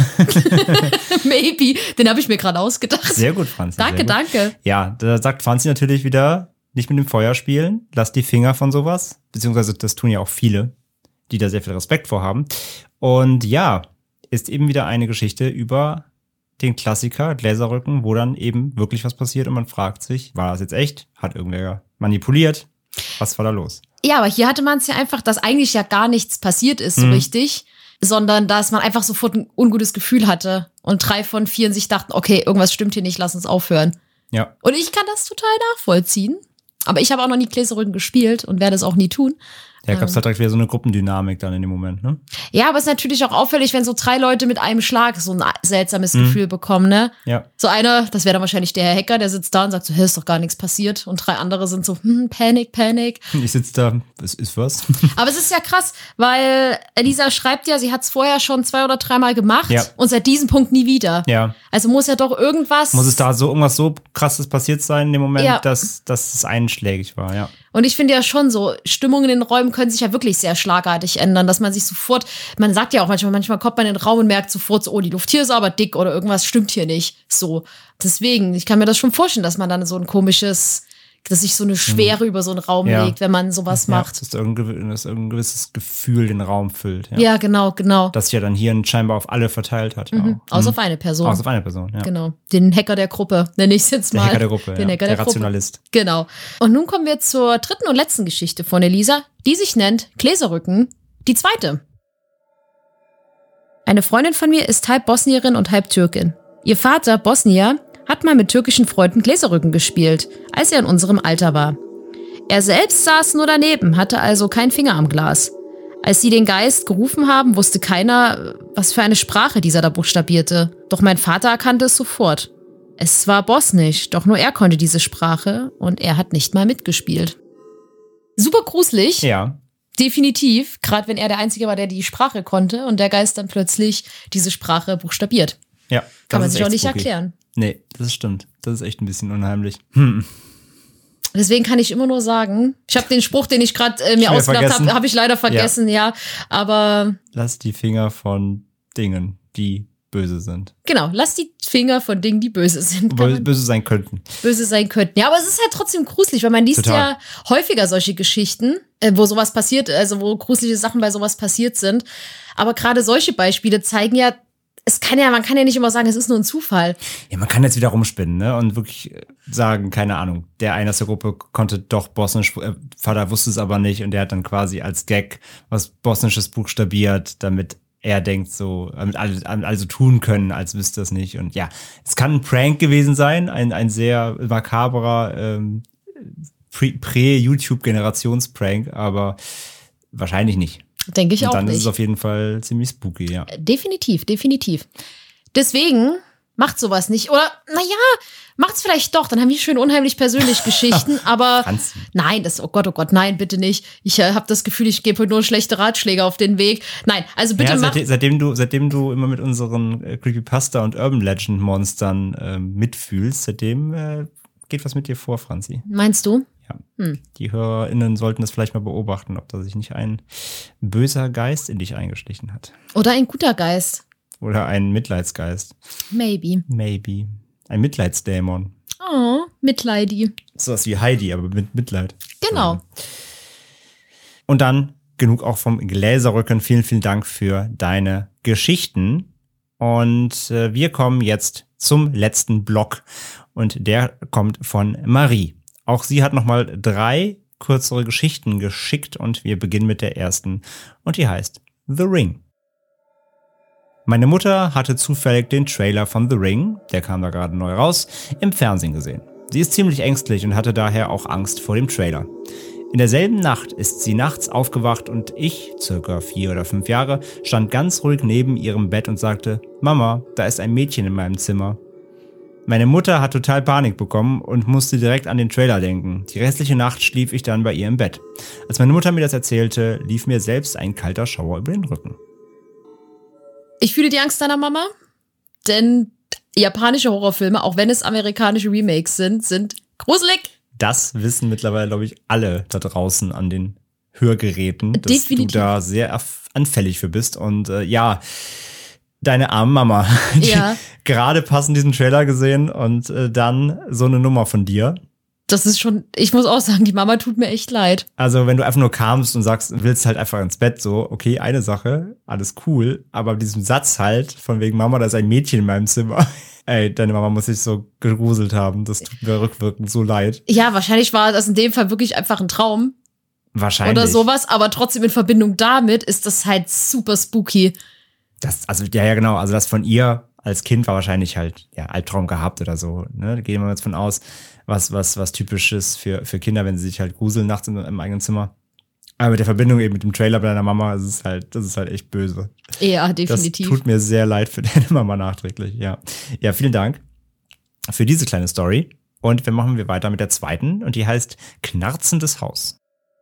Maybe, den habe ich mir gerade ausgedacht. Sehr gut, Franzi. Danke, danke. Ja, da sagt Franzi natürlich wieder, nicht mit dem Feuer spielen, lass die Finger von sowas. Beziehungsweise das tun ja auch viele, die da sehr viel Respekt vor haben. Und ja, ist eben wieder eine Geschichte über den Klassiker Gläserrücken, wo dann eben wirklich was passiert und man fragt sich, war das jetzt echt? Hat irgendwer manipuliert? Was war da los? Ja, aber hier hatte man es ja einfach, dass eigentlich ja gar nichts passiert ist so richtig, sondern dass man einfach sofort ein ungutes Gefühl hatte und 3 von 4 sich dachten, okay, irgendwas stimmt hier nicht, lass uns aufhören. Ja. Und ich kann das total nachvollziehen. Aber ich habe auch noch nie Gläserrücken gespielt und werde es auch nie tun. Ja, gab es halt direkt wieder so eine Gruppendynamik dann in dem Moment, ne? Ja, aber es ist natürlich auch auffällig, wenn so 3 Leute mit einem Schlag so ein seltsames Gefühl bekommen, ne? Ja. So einer, das wäre dann wahrscheinlich der Herr Hacker, der sitzt da und sagt so, hey, ist doch gar nichts passiert. Und 3 andere sind so, Panik. Ich sitze da, es ist was. Aber es ist ja krass, weil Elisa schreibt ja, sie hat es vorher schon 2 oder 3 Mal gemacht und seit diesem Punkt nie wieder. Ja. Also muss ja doch irgendwas. Muss es da so irgendwas so krasses passiert sein in dem Moment, dass es einschlägig war, ja. Und ich finde ja schon so, Stimmungen in den Räumen können sich ja wirklich sehr schlagartig ändern, dass man sich sofort, man sagt ja auch manchmal kommt man in den Raum und merkt sofort so, oh, die Luft hier ist aber dick oder irgendwas stimmt hier nicht. So. Deswegen, ich kann mir das schon vorstellen, dass man dann so ein komisches, dass sich so eine Schwere über so einen Raum legt, wenn man sowas macht. Dass irgendein gewisses Gefühl den Raum füllt. Ja, genau. Das sich ja dann hier scheinbar auf alle verteilt hat. Ja. Außer auf eine Person. Außer auf eine Person, ja. Genau. Den Hacker der Gruppe, nenne ich es jetzt mal. Der Hacker der Gruppe, Den Hacker der Rationalist. Gruppe. Genau. Und nun kommen wir zur 3. und letzten Geschichte von Elisa, die sich nennt Gläserrücken, die 2. Eine Freundin von mir ist halb Bosnierin und halb Türkin. Ihr Vater, Bosnier, hat mal mit türkischen Freunden Gläserrücken gespielt, als er in unserem Alter war. Er selbst saß nur daneben, hatte also keinen Finger am Glas. Als sie den Geist gerufen haben, wusste keiner, was für eine Sprache dieser da buchstabierte. Doch mein Vater erkannte es sofort. Es war Bosnisch, doch nur er konnte diese Sprache und er hat nicht mal mitgespielt. Super gruselig. Ja. Definitiv, gerade wenn er der Einzige war, der die Sprache konnte und der Geist dann plötzlich diese Sprache buchstabiert. Ja. Kann man sich auch nicht erklären. Nee, das stimmt. Das ist echt ein bisschen unheimlich. Deswegen kann ich immer nur sagen, ich habe den Spruch, den ich gerade mir ausgedacht habe, habe ich leider vergessen, ja. Aber lass die Finger von Dingen, die böse sind. Genau, lass die Finger von Dingen, die böse sind. Böse sein könnten. Böse sein könnten. Ja, aber es ist halt trotzdem gruselig, weil man liest ja häufiger solche Geschichten, wo sowas passiert, also wo gruselige Sachen bei sowas passiert sind. Aber gerade solche Beispiele zeigen ja, man kann ja nicht immer sagen, es ist nur ein Zufall. Ja, man kann jetzt wieder rumspinnen, ne? Und wirklich sagen, keine Ahnung, der eine aus der Gruppe konnte doch Bosnisch, Vater wusste es aber nicht und der hat dann quasi als Gag was Bosnisches buchstabiert, damit er denkt so, damit alle so tun können, als wüsste es nicht. Und ja, es kann ein Prank gewesen sein, ein sehr makaberer Prä-YouTube-Generations-Prank, aber wahrscheinlich nicht. Denke ich auch nicht. Und dann ist es auf jeden Fall ziemlich spooky, ja. Definitiv. Deswegen macht sowas nicht. Oder, naja, macht's vielleicht doch. Dann haben wir schön unheimlich persönlich Geschichten. Aber Franzi. Nein, oh Gott, nein, bitte nicht. Ich habe das Gefühl, ich gebe nur schlechte Ratschläge auf den Weg. Nein, also bitte mach. Seitdem du immer mit unseren Creepypasta und Urban Legend Monstern mitfühlst, seitdem geht was mit dir vor, Franzi. Meinst du? Ja. Die HörerInnen sollten das vielleicht mal beobachten, ob da sich nicht ein böser Geist in dich eingeschlichen hat. Oder ein guter Geist. Oder ein Mitleidsgeist. Maybe. Ein Mitleidsdämon. Oh, Mitleidi. Sowas wie Heidi, aber mit Mitleid. Genau. Und dann genug auch vom Gläserrücken. Vielen, vielen Dank für deine Geschichten. Und wir kommen jetzt zum letzten Block. Und der kommt von Marie. Auch sie hat nochmal 3 kürzere Geschichten geschickt und wir beginnen mit der ersten und die heißt The Ring. Meine Mutter hatte zufällig den Trailer von The Ring, der kam da gerade neu raus, im Fernsehen gesehen. Sie ist ziemlich ängstlich und hatte daher auch Angst vor dem Trailer. In derselben Nacht ist sie nachts aufgewacht und ich, circa 4 oder 5 Jahre, stand ganz ruhig neben ihrem Bett und sagte, Mama, da ist ein Mädchen in meinem Zimmer. Meine Mutter hat total Panik bekommen und musste direkt an den Trailer denken. Die restliche Nacht schlief ich dann bei ihr im Bett. Als meine Mutter mir das erzählte, lief mir selbst ein kalter Schauer über den Rücken. Ich fühle die Angst deiner Mama, denn japanische Horrorfilme, auch wenn es amerikanische Remakes sind gruselig. Das wissen mittlerweile, glaube ich, alle da draußen an den Hörgeräten, dass Definitiv. du da sehr anfällig für bist. Und deine arme Mama, die gerade passend diesen Trailer gesehen und dann so eine Nummer von dir. Das ist schon, ich muss auch sagen, die Mama tut mir echt leid. Also wenn du einfach nur kamst und sagst, willst halt einfach ins Bett, so, okay, eine Sache, alles cool, aber diesem Satz halt, von wegen Mama, da ist ein Mädchen in meinem Zimmer. Ey, deine Mama muss sich so gegruselt haben, das tut mir rückwirkend so leid. Ja, wahrscheinlich war das in dem Fall wirklich einfach ein Traum. Wahrscheinlich. Oder sowas, aber trotzdem in Verbindung damit ist das halt super spooky. Ja, genau. Also das von ihr als Kind war wahrscheinlich halt Albtraum gehabt oder so. Ne? Da gehen wir jetzt von aus, was typisches für Kinder, wenn sie sich halt gruseln nachts im eigenen Zimmer. Aber mit der Verbindung eben mit dem Trailer bei deiner Mama, das ist halt echt böse. Ja, definitiv. Das tut mir sehr leid für deine Mama nachträglich. Ja, vielen Dank für diese kleine Story. Und wir machen weiter mit der zweiten und die heißt Knarzendes Haus.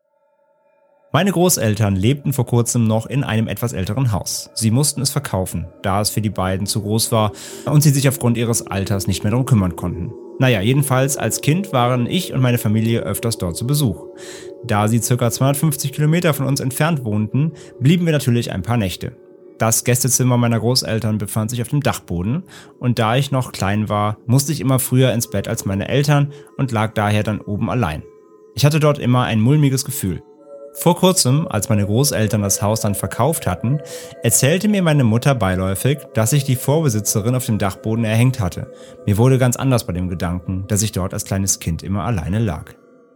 Meine Großeltern lebten vor kurzem noch in einem etwas älteren Haus. Sie mussten es verkaufen, da es für die beiden zu groß war und sie sich aufgrund ihres Alters nicht mehr darum kümmern konnten. Naja, jedenfalls als Kind waren ich und meine Familie öfters dort zu Besuch. Da sie ca. 250 Kilometer von uns entfernt wohnten, blieben wir natürlich ein paar Nächte. Das Gästezimmer meiner Großeltern befand sich auf dem Dachboden und da ich noch klein war, musste ich immer früher ins Bett als meine Eltern und lag daher dann oben allein. Ich hatte dort immer ein mulmiges Gefühl. Vor kurzem, als meine Großeltern das Haus dann verkauft hatten, erzählte mir meine Mutter beiläufig, dass sich die Vorbesitzerin auf dem Dachboden erhängt hatte. Mir wurde ganz anders bei dem Gedanken, dass ich dort als kleines Kind immer alleine lag.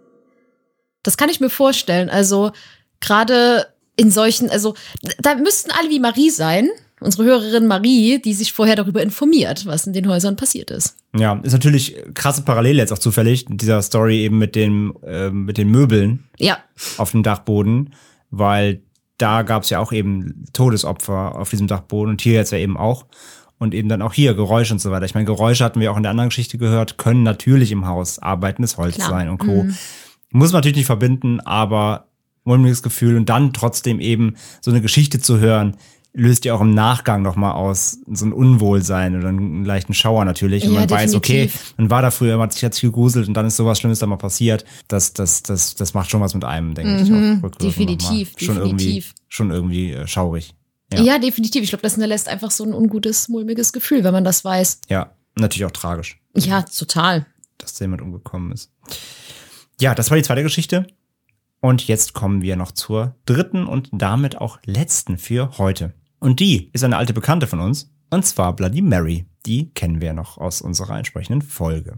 Das kann ich mir vorstellen. Also gerade in solchen, also da müssten alle wie Marie sein, unsere Hörerin Marie, die sich vorher darüber informiert, was in den Häusern passiert ist. Ja, ist natürlich krasse Parallele jetzt auch zufällig mit dieser Story eben mit den Möbeln auf dem Dachboden, weil da gab es ja auch eben Todesopfer auf diesem Dachboden und hier jetzt ja eben auch. Und eben dann auch hier Geräusche und so weiter. Ich meine, Geräusche hatten wir auch in der anderen Geschichte gehört, können natürlich im Haus arbeitendes Holz sein und Co. Muss man natürlich nicht verbinden, aber mulmiges Gefühl und dann trotzdem eben so eine Geschichte zu hören, löst ja auch im Nachgang nochmal aus so ein Unwohlsein oder einen leichten Schauer natürlich. Und man weiß, okay, man war da früher, man hat sich gegruselt und dann ist sowas Schlimmes da mal passiert. Das macht schon was mit einem, denke ich. Auch Definitiv. Schon irgendwie schaurig. Ja, definitiv. Ich glaube, das hinterlässt einfach so ein ungutes, mulmiges Gefühl, wenn man das weiß. Ja, natürlich auch tragisch. Ja, total. Dass da jemand umgekommen ist. Ja, das war die zweite Geschichte. Und jetzt kommen wir noch zur dritten und damit auch letzten für heute. Und die ist eine alte Bekannte von uns. Und zwar Bloody Mary. Die kennen wir noch aus unserer entsprechenden Folge.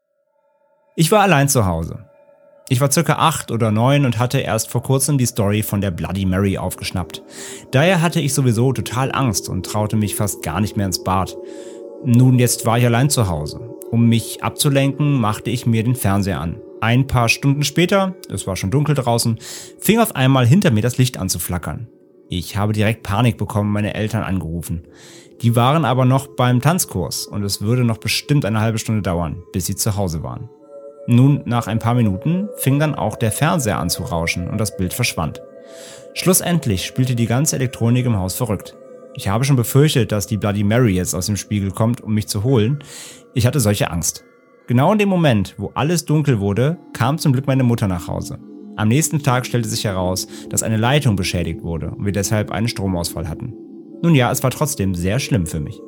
Ich war allein zu Hause. Ich war circa 8 oder 9 und hatte erst vor kurzem die Story von der Bloody Mary aufgeschnappt. Daher hatte ich sowieso total Angst und traute mich fast gar nicht mehr ins Bad. Nun, jetzt war ich allein zu Hause. Um mich abzulenken, machte ich mir den Fernseher an. Ein paar Stunden später, es war schon dunkel draußen, fing auf einmal hinter mir das Licht an zu flackern. Ich habe direkt Panik bekommen, meine Eltern angerufen. Die waren aber noch beim Tanzkurs und es würde noch bestimmt eine halbe Stunde dauern, bis sie zu Hause waren. Nun, nach ein paar Minuten fing dann auch der Fernseher an zu rauschen und das Bild verschwand. Schlussendlich spielte die ganze Elektronik im Haus verrückt. Ich habe schon befürchtet, dass die Bloody Mary jetzt aus dem Spiegel kommt, um mich zu holen. Ich hatte solche Angst. Genau in dem Moment, wo alles dunkel wurde, kam zum Glück meine Mutter nach Hause. Am nächsten Tag stellte sich heraus, dass eine Leitung beschädigt wurde und wir deshalb einen Stromausfall hatten. Nun ja, es war trotzdem sehr schlimm für mich.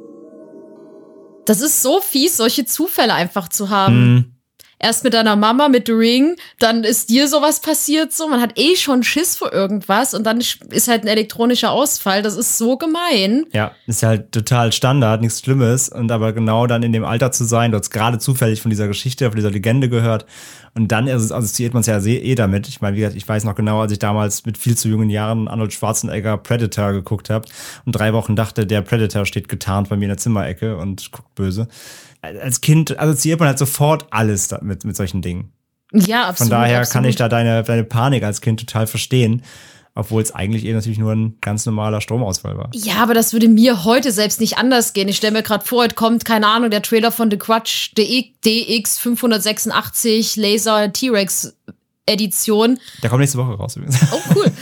Das ist so fies, solche Zufälle einfach zu haben. Erst mit deiner Mama, mit The Ring, dann ist dir sowas passiert so. Man hat schon Schiss vor irgendwas und dann ist halt ein elektronischer Ausfall. Das ist so gemein. Ja, ist halt total Standard, nichts Schlimmes. Und aber genau dann in dem Alter zu sein, du hast gerade zufällig von dieser Geschichte, von dieser Legende gehört. Und dann assoziiert man es ja damit. Ich meine, wie gesagt, ich weiß noch genau, als ich damals mit viel zu jungen Jahren Arnold Schwarzenegger Predator geguckt habe und 3 Wochen dachte, der Predator steht getarnt bei mir in der Zimmerecke und guckt böse. Als Kind assoziiert man halt sofort alles mit solchen Dingen. Ja, absolut. Von daher absolut. kann ich da deine Panik als Kind total verstehen. Obwohl es eigentlich natürlich nur ein ganz normaler Stromausfall war. Ja, aber das würde mir heute selbst nicht anders gehen. Ich stelle mir gerade vor, heute kommt, keine Ahnung, der Trailer von The Grudge DX 586 Laser T-Rex Edition. Der kommt nächste Woche raus übrigens. Oh, cool.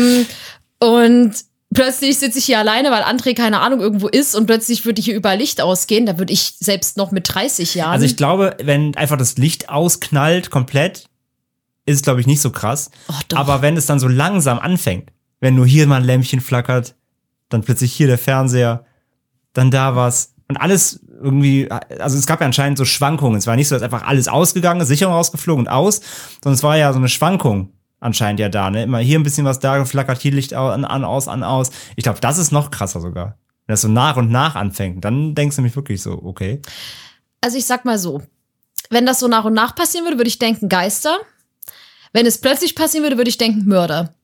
Und plötzlich sitze ich hier alleine, weil André, keine Ahnung, irgendwo ist und plötzlich würde hier überall Licht ausgehen. Da würde ich selbst noch mit 30 Jahren. Also ich glaube, wenn einfach das Licht ausknallt komplett, ist es, glaube ich, nicht so krass. Oh, doch. Aber wenn es dann so langsam anfängt, wenn nur hier mal ein Lämpchen flackert, dann plötzlich hier der Fernseher, dann da was und alles irgendwie, also es gab ja anscheinend so Schwankungen. Es war nicht so, dass einfach alles ausgegangen ist, Sicherung rausgeflogen und aus, sondern es war ja so eine Schwankung anscheinend ja da, ne? Immer hier ein bisschen was da geflackert, hier Licht an, aus. Ich glaube, das ist noch krasser sogar. Wenn das so nach und nach anfängt, dann denkst du nämlich wirklich so, okay. Also ich sag mal so, wenn das so nach und nach passieren würde, würde ich denken Geister. Wenn es plötzlich passieren würde, würde ich denken Mörder.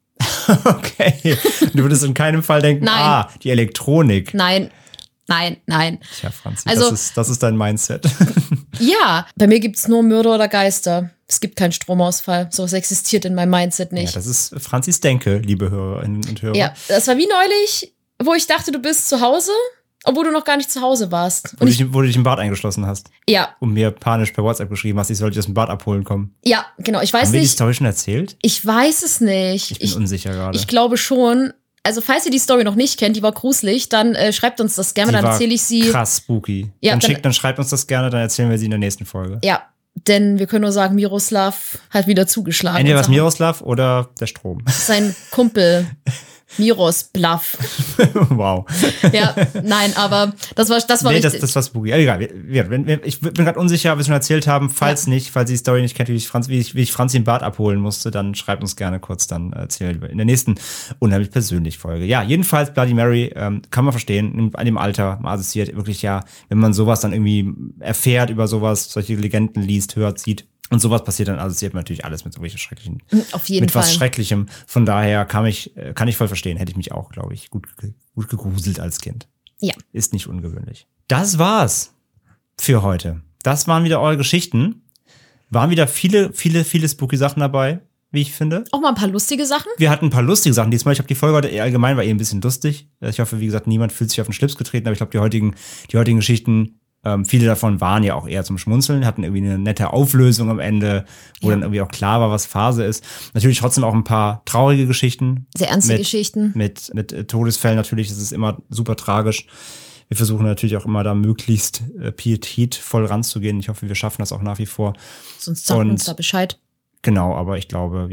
Okay. Du würdest in keinem Fall denken, Nein. Die Elektronik. Nein. Tja, Franzi, Also, das ist dein Mindset. Ja, bei mir gibt's nur Mörder oder Geister. Es gibt keinen Stromausfall. Sowas existiert in meinem Mindset nicht. Ja, das ist Franzis Denke, liebe Hörerinnen und Hörer. Ja, das war wie neulich, wo ich dachte, du bist zu Hause, obwohl du noch gar nicht zu Hause warst. Wo du dich im Bad eingeschlossen hast. Ja, Und mir panisch per WhatsApp geschrieben hast, ich sollte dich aus dem Bad abholen kommen. ja, genau. Ich weiß Haben wir die nicht. Story schon erzählt? Ich weiß es nicht. Ich bin unsicher gerade. Ich glaube schon. Also, falls ihr die Story noch nicht kennt, die war gruselig, dann schreibt uns das gerne, Die dann war erzähle ich sie. krass spooky. Ja, Dann schreibt uns das gerne, dann erzählen wir sie in der nächsten Folge. Ja, denn wir können nur sagen, Miroslav hat wieder zugeschlagen. Entweder und was Sachen. Miroslav oder der Strom. Sein Kumpel Miroslav. Wow. Ja, nein, aber das war Nee, richtig. das war spooky. Egal, ich bin gerade unsicher, ob wir es schon erzählt haben. Falls nicht, falls ihr die Story nicht kennt, wie ich Franzi im Bad abholen musste, dann schreibt uns gerne kurz, dann erzählen wir in der nächsten unheimlich persönlich Folge. Ja, jedenfalls Bloody Mary kann man verstehen, an dem Alter mal assoziiert, wirklich ja, wenn man sowas dann irgendwie erfährt über sowas, solche Legenden liest, hört, sieht und sowas passiert, dann assoziiert man natürlich alles mit so welchen schrecklichen, Auf jeden mit Fall. was Schrecklichem. Von daher kann ich voll verstehen, hätte ich mich auch, glaube ich, gut gegruselt als Kind. Ja. Ist nicht ungewöhnlich. Das war's für heute. Das waren wieder eure Geschichten. Waren wieder viele spooky Sachen dabei, wie ich finde. Auch mal ein paar lustige Sachen. Wir hatten ein paar lustige Sachen diesmal. Ich habe die Folge heute allgemein war ein bisschen lustig. Ich hoffe, wie gesagt, niemand fühlt sich auf den Schlips getreten, aber ich glaube, die heutigen Geschichten, viele davon waren ja auch eher zum Schmunzeln, hatten irgendwie eine nette Auflösung am Ende, wo dann irgendwie auch klar war, was Phase ist. Natürlich trotzdem auch ein paar traurige Geschichten. Sehr ernste Geschichten. Mit Todesfällen natürlich, das ist immer super tragisch. Wir versuchen natürlich auch immer da möglichst pietätvoll ranzugehen. Ich hoffe, wir schaffen das auch nach wie vor. Sonst sagt uns da Bescheid. Genau, aber ich glaube, wir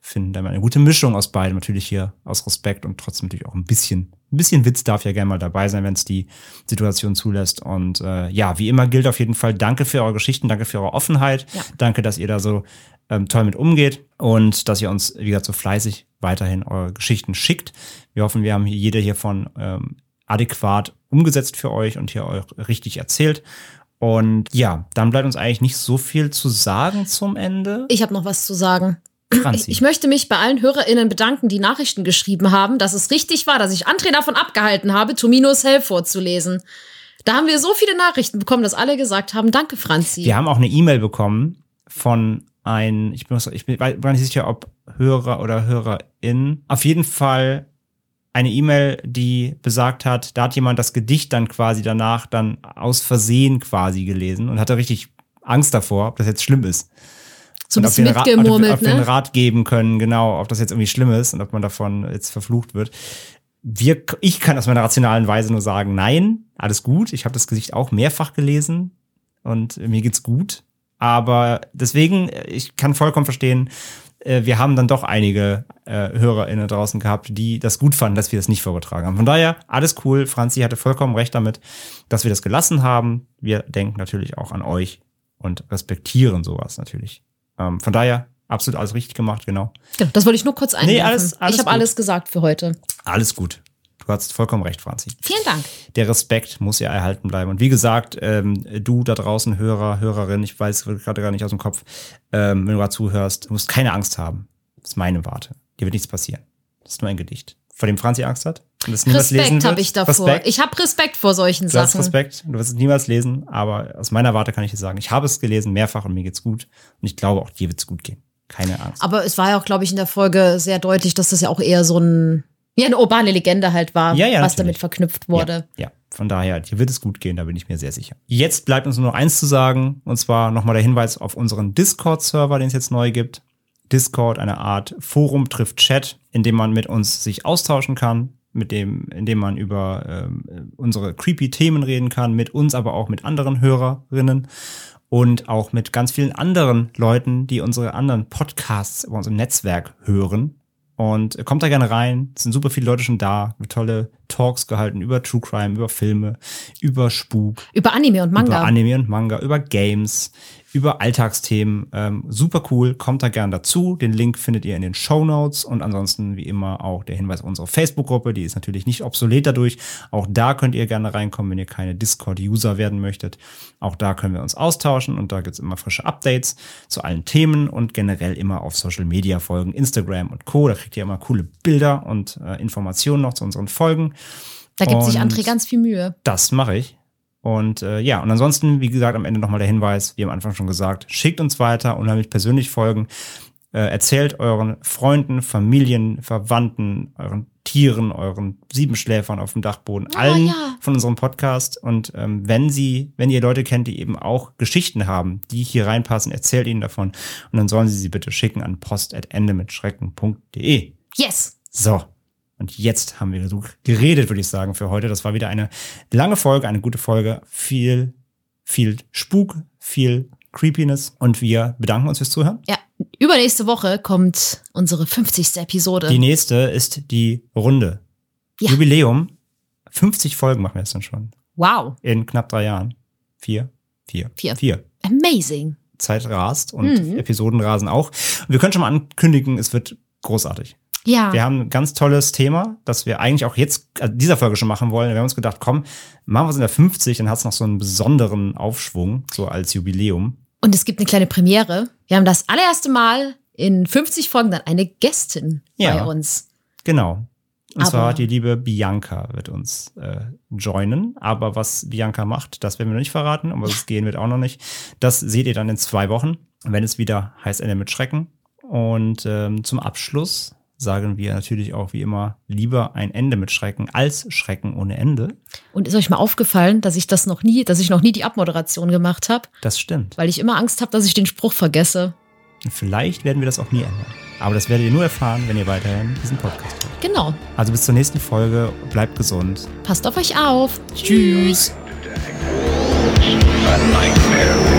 finden da mal eine gute Mischung aus beidem. Natürlich hier aus Respekt und trotzdem natürlich auch ein bisschen Witz darf ja gerne mal dabei sein, wenn es die Situation zulässt. Und ja, wie immer gilt auf jeden Fall, danke für eure Geschichten, danke für eure Offenheit. Ja. Danke, dass ihr da so toll mit umgeht und dass ihr uns, wie gesagt, so fleißig weiterhin eure Geschichten schickt. Wir hoffen, wir haben jede hiervon adäquat umgesetzt für euch und hier euch richtig erzählt. Und ja, dann bleibt uns eigentlich nicht so viel zu sagen zum Ende. Ich habe noch was zu sagen. Ich möchte mich bei allen HörerInnen bedanken, die Nachrichten geschrieben haben, dass es richtig war, dass ich André davon abgehalten habe, Tominos Hell vorzulesen. Da haben wir so viele Nachrichten bekommen, dass alle gesagt haben, danke Franzi. Wir haben auch eine E-Mail bekommen von ich bin gar nicht sicher, ob Hörer oder Hörerin. Auf jeden Fall eine E-Mail, die besagt hat, da hat jemand das Gedicht dann quasi danach dann aus Versehen quasi gelesen und hatte richtig Angst davor, ob das jetzt schlimm ist. So ein bisschen mitgemurmelt, ob wir einen Rat geben können, genau, ob das jetzt irgendwie schlimm ist und ob man davon jetzt verflucht wird. Ich kann aus meiner rationalen Weise nur sagen, nein, alles gut. Ich habe das Gedicht auch mehrfach gelesen und mir geht's gut. Aber deswegen, ich kann vollkommen verstehen, wir haben dann doch einige HörerInnen draußen gehabt, die das gut fanden, dass wir das nicht vorgetragen haben. Von daher, alles cool. Franzi hatte vollkommen recht damit, dass wir das gelassen haben. Wir denken natürlich auch an euch und respektieren sowas natürlich. Von daher, absolut alles richtig gemacht, genau. Ja, das wollte ich nur kurz einwerfen. Nee, alles ich habe alles gesagt für heute. Alles gut. Du hast vollkommen recht, Franzi. Vielen Dank. Der Respekt muss ja erhalten bleiben. Und wie gesagt, du da draußen, Hörer, Hörerin, ich weiß gerade gar nicht aus dem Kopf, wenn du gerade zuhörst, du musst keine Angst haben. Das ist meine Warte. Dir wird nichts passieren. Das ist nur ein Gedicht. Vor dem Franzi Angst hat. Und das niemals lesen Respekt habe ich davor. Respekt. Ich habe Respekt vor solchen Sachen. Du hast Respekt. Du wirst es niemals lesen. Aber aus meiner Warte kann ich dir sagen, ich habe es gelesen, mehrfach und mir geht's gut. Und ich glaube, auch dir wird's gut gehen. Keine Angst. Aber es war ja auch, glaube ich, in der Folge sehr deutlich, dass das ja auch eher so eine urbane Legende halt war, was natürlich damit verknüpft wurde. Ja, von daher, dir wird es gut gehen, da bin ich mir sehr sicher. Jetzt bleibt uns nur noch eins zu sagen, und zwar nochmal der Hinweis auf unseren Discord-Server, den es jetzt neu gibt. Discord, eine Art Forum trifft Chat, in dem man mit uns sich austauschen kann, in dem man über unsere creepy Themen reden kann, mit uns, aber auch mit anderen Hörerinnen und auch mit ganz vielen anderen Leuten, die unsere anderen Podcasts über unserem Netzwerk hören. Und kommt da gerne rein. Es sind super viele Leute schon da. Wird tolle Talks gehalten über True Crime, über Filme, über Spuk. Über Anime und Manga. Über Games, über Alltagsthemen. Super cool. Kommt da gerne dazu. Den Link findet ihr in den Shownotes. Und ansonsten, wie immer, auch der Hinweis auf unsere Facebook-Gruppe. Die ist natürlich nicht obsolet dadurch. Auch da könnt ihr gerne reinkommen, wenn ihr keine Discord-User werden möchtet. Auch da können wir uns austauschen. Und da gibt's immer frische Updates zu allen Themen und generell immer auf Social-Media folgen, Instagram und Co. Da kriegt ihr immer coole Bilder und Informationen noch zu unseren Folgen. Da gibt sich André ganz viel Mühe. Das mache ich. Und und ansonsten, wie gesagt, am Ende nochmal der Hinweis, wie am Anfang schon gesagt, schickt uns weiter, unheimlich persönlich folgen. Erzählt euren Freunden, Familien, Verwandten, euren Tieren, euren Siebenschläfern auf dem Dachboden, allen von unserem Podcast. Und wenn ihr Leute kennt, die eben auch Geschichten haben, die hier reinpassen, erzählt ihnen davon. Und dann sollen sie bitte schicken an post@endemitschrecken.de. Yes! So. Und jetzt haben wir genug geredet, würde ich sagen, für heute. Das war wieder eine lange Folge, eine gute Folge. Viel Spuk, viel Creepiness. Und wir bedanken uns fürs Zuhören. Ja, übernächste Woche kommt unsere 50. Episode. Die nächste ist die Runde. Ja. Jubiläum. 50 Folgen machen wir jetzt dann schon. Wow. In knapp 3 Jahren. 4. Amazing. Zeit rast und Episoden rasen auch. Und wir können schon mal ankündigen, es wird großartig. Ja. Wir haben ein ganz tolles Thema, das wir eigentlich auch jetzt dieser Folge schon machen wollen. Wir haben uns gedacht, komm, machen wir es in der 50, dann hat es noch so einen besonderen Aufschwung, so als Jubiläum. Und es gibt eine kleine Premiere. Wir haben das allererste Mal in 50 Folgen dann eine Gästin bei uns. Genau. Und zwar die liebe Bianca wird uns joinen. Aber was Bianca macht, das werden wir noch nicht verraten. Um was es gehen wird auch noch nicht. Das seht ihr dann in 2 Wochen, wenn es wieder heißt Ende mit Schrecken. Und zum Abschluss sagen wir natürlich auch wie immer lieber ein Ende mit Schrecken als Schrecken ohne Ende. Und ist euch mal aufgefallen, dass ich noch nie die Abmoderation gemacht habe? Das stimmt. Weil ich immer Angst habe, dass ich den Spruch vergesse. Und vielleicht werden wir das auch nie ändern. Aber das werdet ihr nur erfahren, wenn ihr weiterhin diesen Podcast hört. Genau. Also bis zur nächsten Folge. Bleibt gesund. Passt auf euch auf. Tschüss. A nightmare